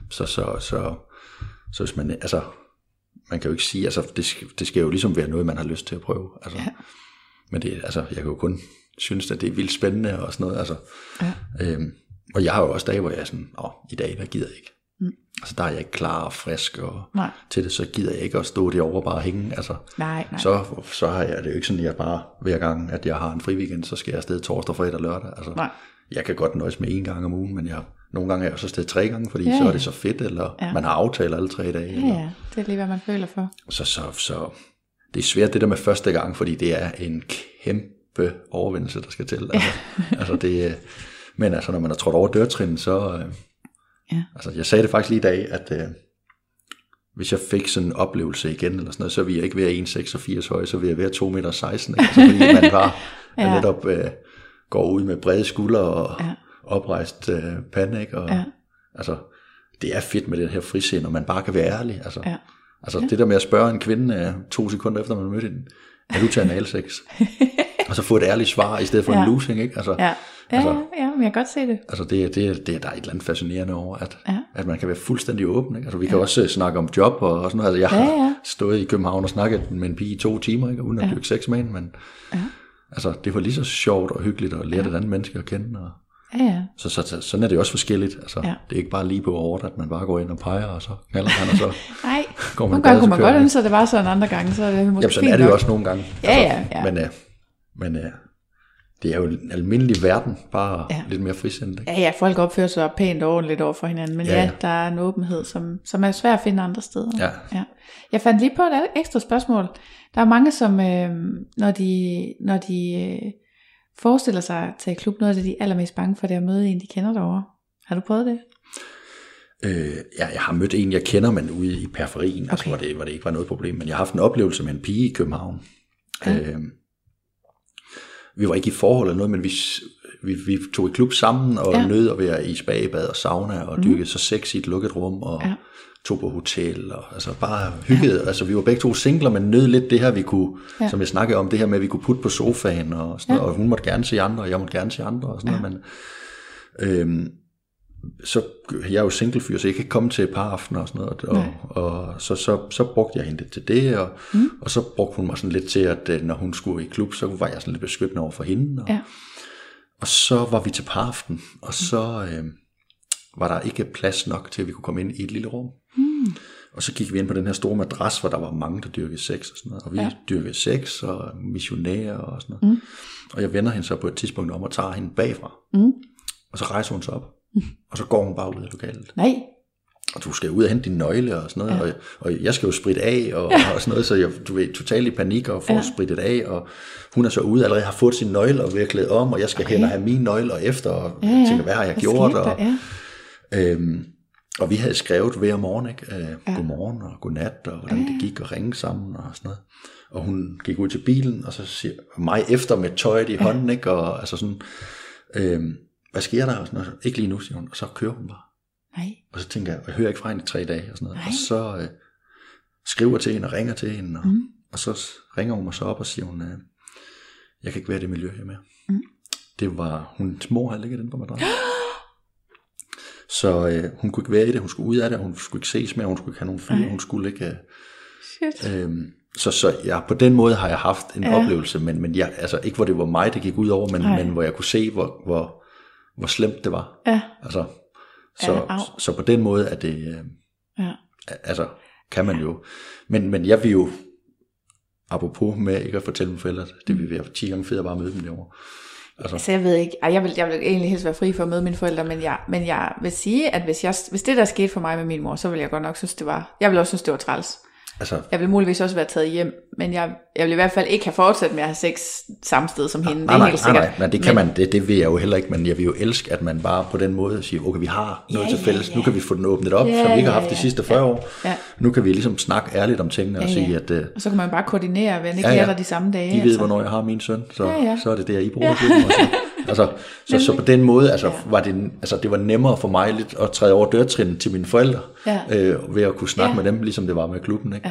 [SPEAKER 3] Så hvis man, altså, man kan jo ikke sige, altså det skal jo ligesom være noget, man har lyst til at prøve. Altså. Ja. Men det, altså, jeg kan jo kun synes, at det er vildt spændende og sådan noget. Altså. Ja. Og jeg har jo også dage, hvor jeg er sådan, i dag, der gider jeg ikke. Altså der er jeg ikke klar og frisk og til det, så gider jeg ikke at stå derovre og bare hænge. Altså, nej. Så har jeg det jo ikke sådan, at jeg bare hver gang, at jeg har en fri weekend, så skal jeg afsted torsdag, fredag og lørdag. Altså, jeg kan godt nøjes med 1 gang om ugen, men nogle gange er jeg også afsted 3 gange, fordi så er det så fedt, eller man har aftalt alle 3 dage.
[SPEAKER 2] Ja, det er lige, hvad man føler for.
[SPEAKER 3] Så det er svært det der med første gang, fordi det er en kæmpe overvindelse, der skal til. Altså det, men altså når man har trådt over dørtrin, så... Altså, jeg sagde det faktisk lige i dag, at hvis jeg fik sådan en oplevelse igen, eller sådan noget, så ville jeg ikke være 1,86 høj, så ville jeg være 2,16 meter. Altså, fordi man bare netop går ud med brede skuldre og oprejst pande, ikke? Og, altså, det er fedt med den her frisind, når man bare kan være ærlig. Altså, det der med at spørge en kvinde 2 sekunder efter, man mødte hende, er du til analsex? Og så få et ærligt svar, i stedet for en losing, ikke? Altså,
[SPEAKER 2] men jeg kan godt se det.
[SPEAKER 3] Altså der er et eller andet fascinerende over, at man kan være fuldstændig åben, ikke? Altså vi kan også snakke om job og sådan noget. Altså jeg har stået i København og snakket med en pige i 2 timer, ikke? Uden at dyrke sex med hende, men altså det var lige så sjovt og hyggeligt at lære det andet menneske at kende. Og, så sådan er det også forskelligt. Altså det er ikke bare lige på ordet, at man bare går ind og peger, og så knalder han, og så går man
[SPEAKER 2] nogle gange kunne man godt ønske, at det var sådan, andre gange, så er det måske
[SPEAKER 3] sådan er det jo også nogle gange.
[SPEAKER 2] Ja.
[SPEAKER 3] Men det er jo en almindelig verden, bare lidt mere frisindet.
[SPEAKER 2] Ja, folk opfører sig pænt og ordentligt over for hinanden, men der er en åbenhed, som er svær at finde andre steder. Ja. Jeg fandt lige på et ekstra spørgsmål. Der er mange, som når de forestiller sig at tage i klub, noget af det, de er allermest bange for, det er at møde en, de kender derovre. Har du prøvet det?
[SPEAKER 3] Jeg har mødt en, jeg kender, men ude i periferien, altså, hvor det ikke var noget problem. Men jeg har haft en oplevelse med en pige i København. Ja. Vi var ikke i forhold eller noget, men vi tog i klub sammen og nød at være i spabad og sauna og dyrkede så sex i et lukket rum og tog på hotel og altså bare hyggede. Ja. Altså vi var begge to singler, men nød lidt det her, vi kunne, som jeg snakkede om, det her med, at vi kunne putte på sofaen og sådan noget, og hun måtte gerne se andre, og jeg måtte gerne se andre og sådan noget, men så jeg er jo singlefyr, så jeg kan ikke komme til et par aftener og sådan noget, og så brugte jeg hende til det, og så brugte hun mig sådan lidt til, at når hun skulle i klub, så var jeg sådan lidt beskyttende over for hende, og så var vi til paraften, og så var der ikke plads nok til, at vi kunne komme ind i et lille rum, og så gik vi ind på den her store madras, hvor der var mange, der dyrkede sex og sådan noget, og vi dyrkede sex og missionærer og sådan noget, og jeg vender hende så på et tidspunkt om og tager hende bagfra, og så rejser hun sig op, og så går hun bare ud af lokalet.
[SPEAKER 2] Nej.
[SPEAKER 3] Og du skal ud og hente din nøgle og sådan noget, og jeg skal jo spritte af og sådan noget, så du er totalt i panik og får sprittet af, og hun er så ude, allerede har fået sin nøgle og virkelig om, og jeg skal hen og have mine nøgler efter, og tænker, hvad har jeg gjort? Og vi havde skrevet hver morgen, ikke? Godmorgen og godnat, og hvordan det gik, og ringe sammen og sådan noget. Og hun gik ud til bilen, og så siger mig efter med tøjet i hånden, ikke? Og altså sådan, hvad sker der? Og sådan noget. Ikke lige nu, siger hun, og så kører hun bare.
[SPEAKER 2] Nej.
[SPEAKER 3] Og så tænker jeg hører ikke fra hende i 3 dage, og sådan noget. Og så skriver til hende og ringer til hende, og så ringer hun mig så op og siger hun, jeg kan ikke være i det miljø her mere. Det var, hendes mor havde ligget inde på madrassen. Så hun kunne ikke være i det, hun skulle ud af det, hun skulle ikke ses mere, hun skulle ikke have nogen fyr, hun skulle ikke... Så ja, på den måde har jeg haft en oplevelse, men jeg, altså ikke hvor det var mig, det gik ud over, men hvor jeg kunne se, hvor slemt det var. Ja. Altså, så på den måde er det, altså kan man jo, men jeg vil jo, apropos med ikke at fortælle mine forældre, det vil være 10 gange federe bare at møde dem derovre.
[SPEAKER 2] Altså jeg ved ikke, jeg vil egentlig helst være fri for at møde mine forældre, men jeg vil sige, at hvis det der skete for mig med min mor, så ville jeg godt nok synes, jeg ville også synes, det var træls. Altså, jeg ville muligvis også være taget hjem, men jeg vil i hvert fald ikke have fortsat med at have sex samme sted som hende. Det er helt sikkert.
[SPEAKER 3] Nej, men det kan man, det vil jeg jo heller ikke, men jeg vil jo elske, at man bare på den måde siger, okay, vi har noget til fælles, nu kan vi få den åbnet op, som vi ikke har haft de sidste 40 år. Ja. Nu kan vi ligesom snakke ærligt om tingene og sige, at... og
[SPEAKER 2] så kan man bare koordinere, hvad ikke gælder de samme dage.
[SPEAKER 3] De ved, hvornår jeg har min søn, så er det der, I bruger det. Så på den måde, var det, det var nemmere for mig lidt at træde over dørtrinnet til mine forældre, ved at kunne snakke med dem, ligesom det var med klubben, ikke?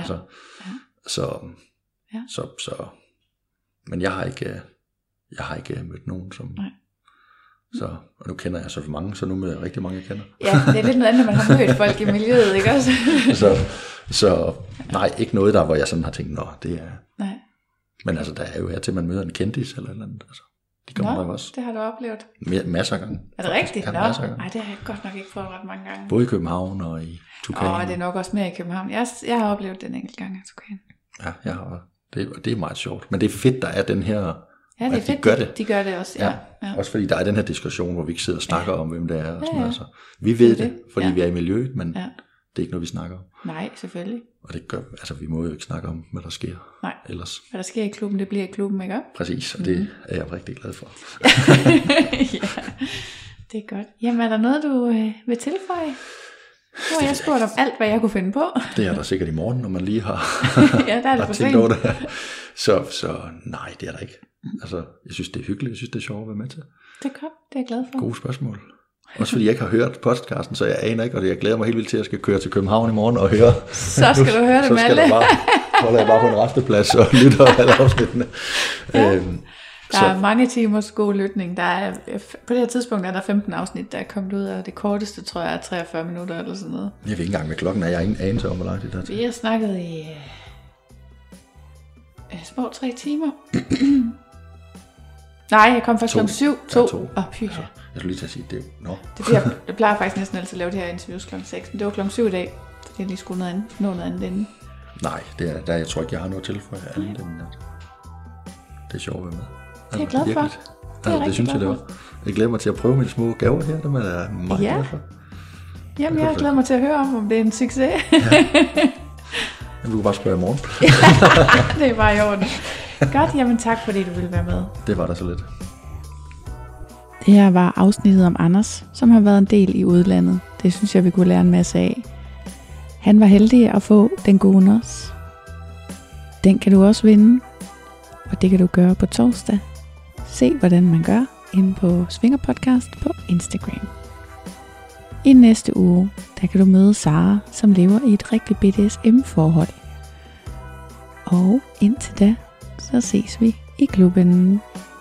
[SPEAKER 3] Så men jeg har ikke mødt nogen som og nu kender jeg så mange, så nu møder jeg rigtig mange jeg kender.
[SPEAKER 2] Ja, det er lidt noget andet, når man har mødt folk i miljøet, ikke også?
[SPEAKER 3] så nej, ikke noget der, hvor jeg sådan har tænkt, det er. Nej. Men altså der er jo her til man møder en kendis eller et eller andet, altså. De kommer nok også.
[SPEAKER 2] Det har du oplevet.
[SPEAKER 3] Masser af gange.
[SPEAKER 2] Er det rigtigt? Ja, masser af gange. Nej, det har jeg godt nok ikke prøvet ret mange gange.
[SPEAKER 3] Både i København og i Tukan.
[SPEAKER 2] Det er nok også mere i København. Jeg har oplevet den enkelt gang i Tukan.
[SPEAKER 3] Ja, jeg har. Det er meget sjovt. Men det er fedt, der er den her...
[SPEAKER 2] Ja, det er fedt, de gør det også. Ja.
[SPEAKER 3] Også fordi der er den her diskussion, hvor vi ikke sidder og snakker om, hvem det er. Og sådan, altså. Vi ved det, fordi vi er i miljøet, men det er ikke noget, vi snakker om.
[SPEAKER 2] Nej, selvfølgelig.
[SPEAKER 3] Og det gør, vi må jo ikke snakke om, hvad der sker.
[SPEAKER 2] Nej,
[SPEAKER 3] ellers.
[SPEAKER 2] Hvad der sker i klubben, det bliver i klubben, ikke?
[SPEAKER 3] Præcis, og det er jeg rigtig glad for.
[SPEAKER 2] Det er godt. Jamen, er der noget, du vil tilføje? Nu har jeg spurgt om alt, hvad jeg kunne finde på.
[SPEAKER 3] Det er der sikkert i morgen, når man lige har,
[SPEAKER 2] der er det tænkt over det.
[SPEAKER 3] Så nej, det er der ikke. Jeg synes, det er hyggeligt. Jeg synes, det er sjovt at være med til.
[SPEAKER 2] Det er godt, det er jeg glad for.
[SPEAKER 3] Gode spørgsmål. Også fordi jeg ikke har hørt podcasten, så jeg aner ikke, og jeg glæder mig helt vildt til, at jeg skal køre til København i morgen og høre.
[SPEAKER 2] Så skal du høre det, Malle.
[SPEAKER 3] Holder jeg bare på en resteplads og lytter alle afsnittene.
[SPEAKER 2] Der er mange timers god lytning. På det her tidspunkt er der 15 afsnit, der er kommet ud, og det korteste, tror jeg, er 43 minutter eller sådan noget.
[SPEAKER 3] Jeg ved ikke engang, hvad klokken er. Jeg har ingen anelse om, hvor lang tid det er til.
[SPEAKER 2] Vi har snakket i små 3 timer. Nej, jeg kom først kl. 7. 2. Jeg
[SPEAKER 3] skulle lige til at sige det.
[SPEAKER 2] Jeg plejer faktisk næsten altid at lave det her interviews kl. 6, men det var kl. 7 i dag. fordi jeg lige skulle nå noget andet inden.
[SPEAKER 3] Nej, jeg tror ikke, jeg har noget til for andet end at det er sjovt at være med.
[SPEAKER 2] Det er jeg glad for.
[SPEAKER 3] Det synes jeg, det var. Jeg glæder mig til at prøve mine små gaver her, dem er jeg meget glad for.
[SPEAKER 2] Jamen, jeg glæder mig til at høre om det er en succes.
[SPEAKER 3] Du kan bare spørge i morgen.
[SPEAKER 2] Det er bare i orden. Godt, jamen tak fordi du ville være med.
[SPEAKER 3] Det var da så lidt.
[SPEAKER 2] Det her var afsnittet om Anders, som har været en del i udlandet. Det synes jeg, vi kunne lære en masse af. Han var heldig at få den gode nos. Den kan du også vinde, og det kan du gøre på torsdag. Se, hvordan man gør inde på Swinger Podcast på Instagram. I næste uge, der kan du møde Sara, som lever i et rigtig BDSM-forhold. Og indtil da, så ses vi i klubben.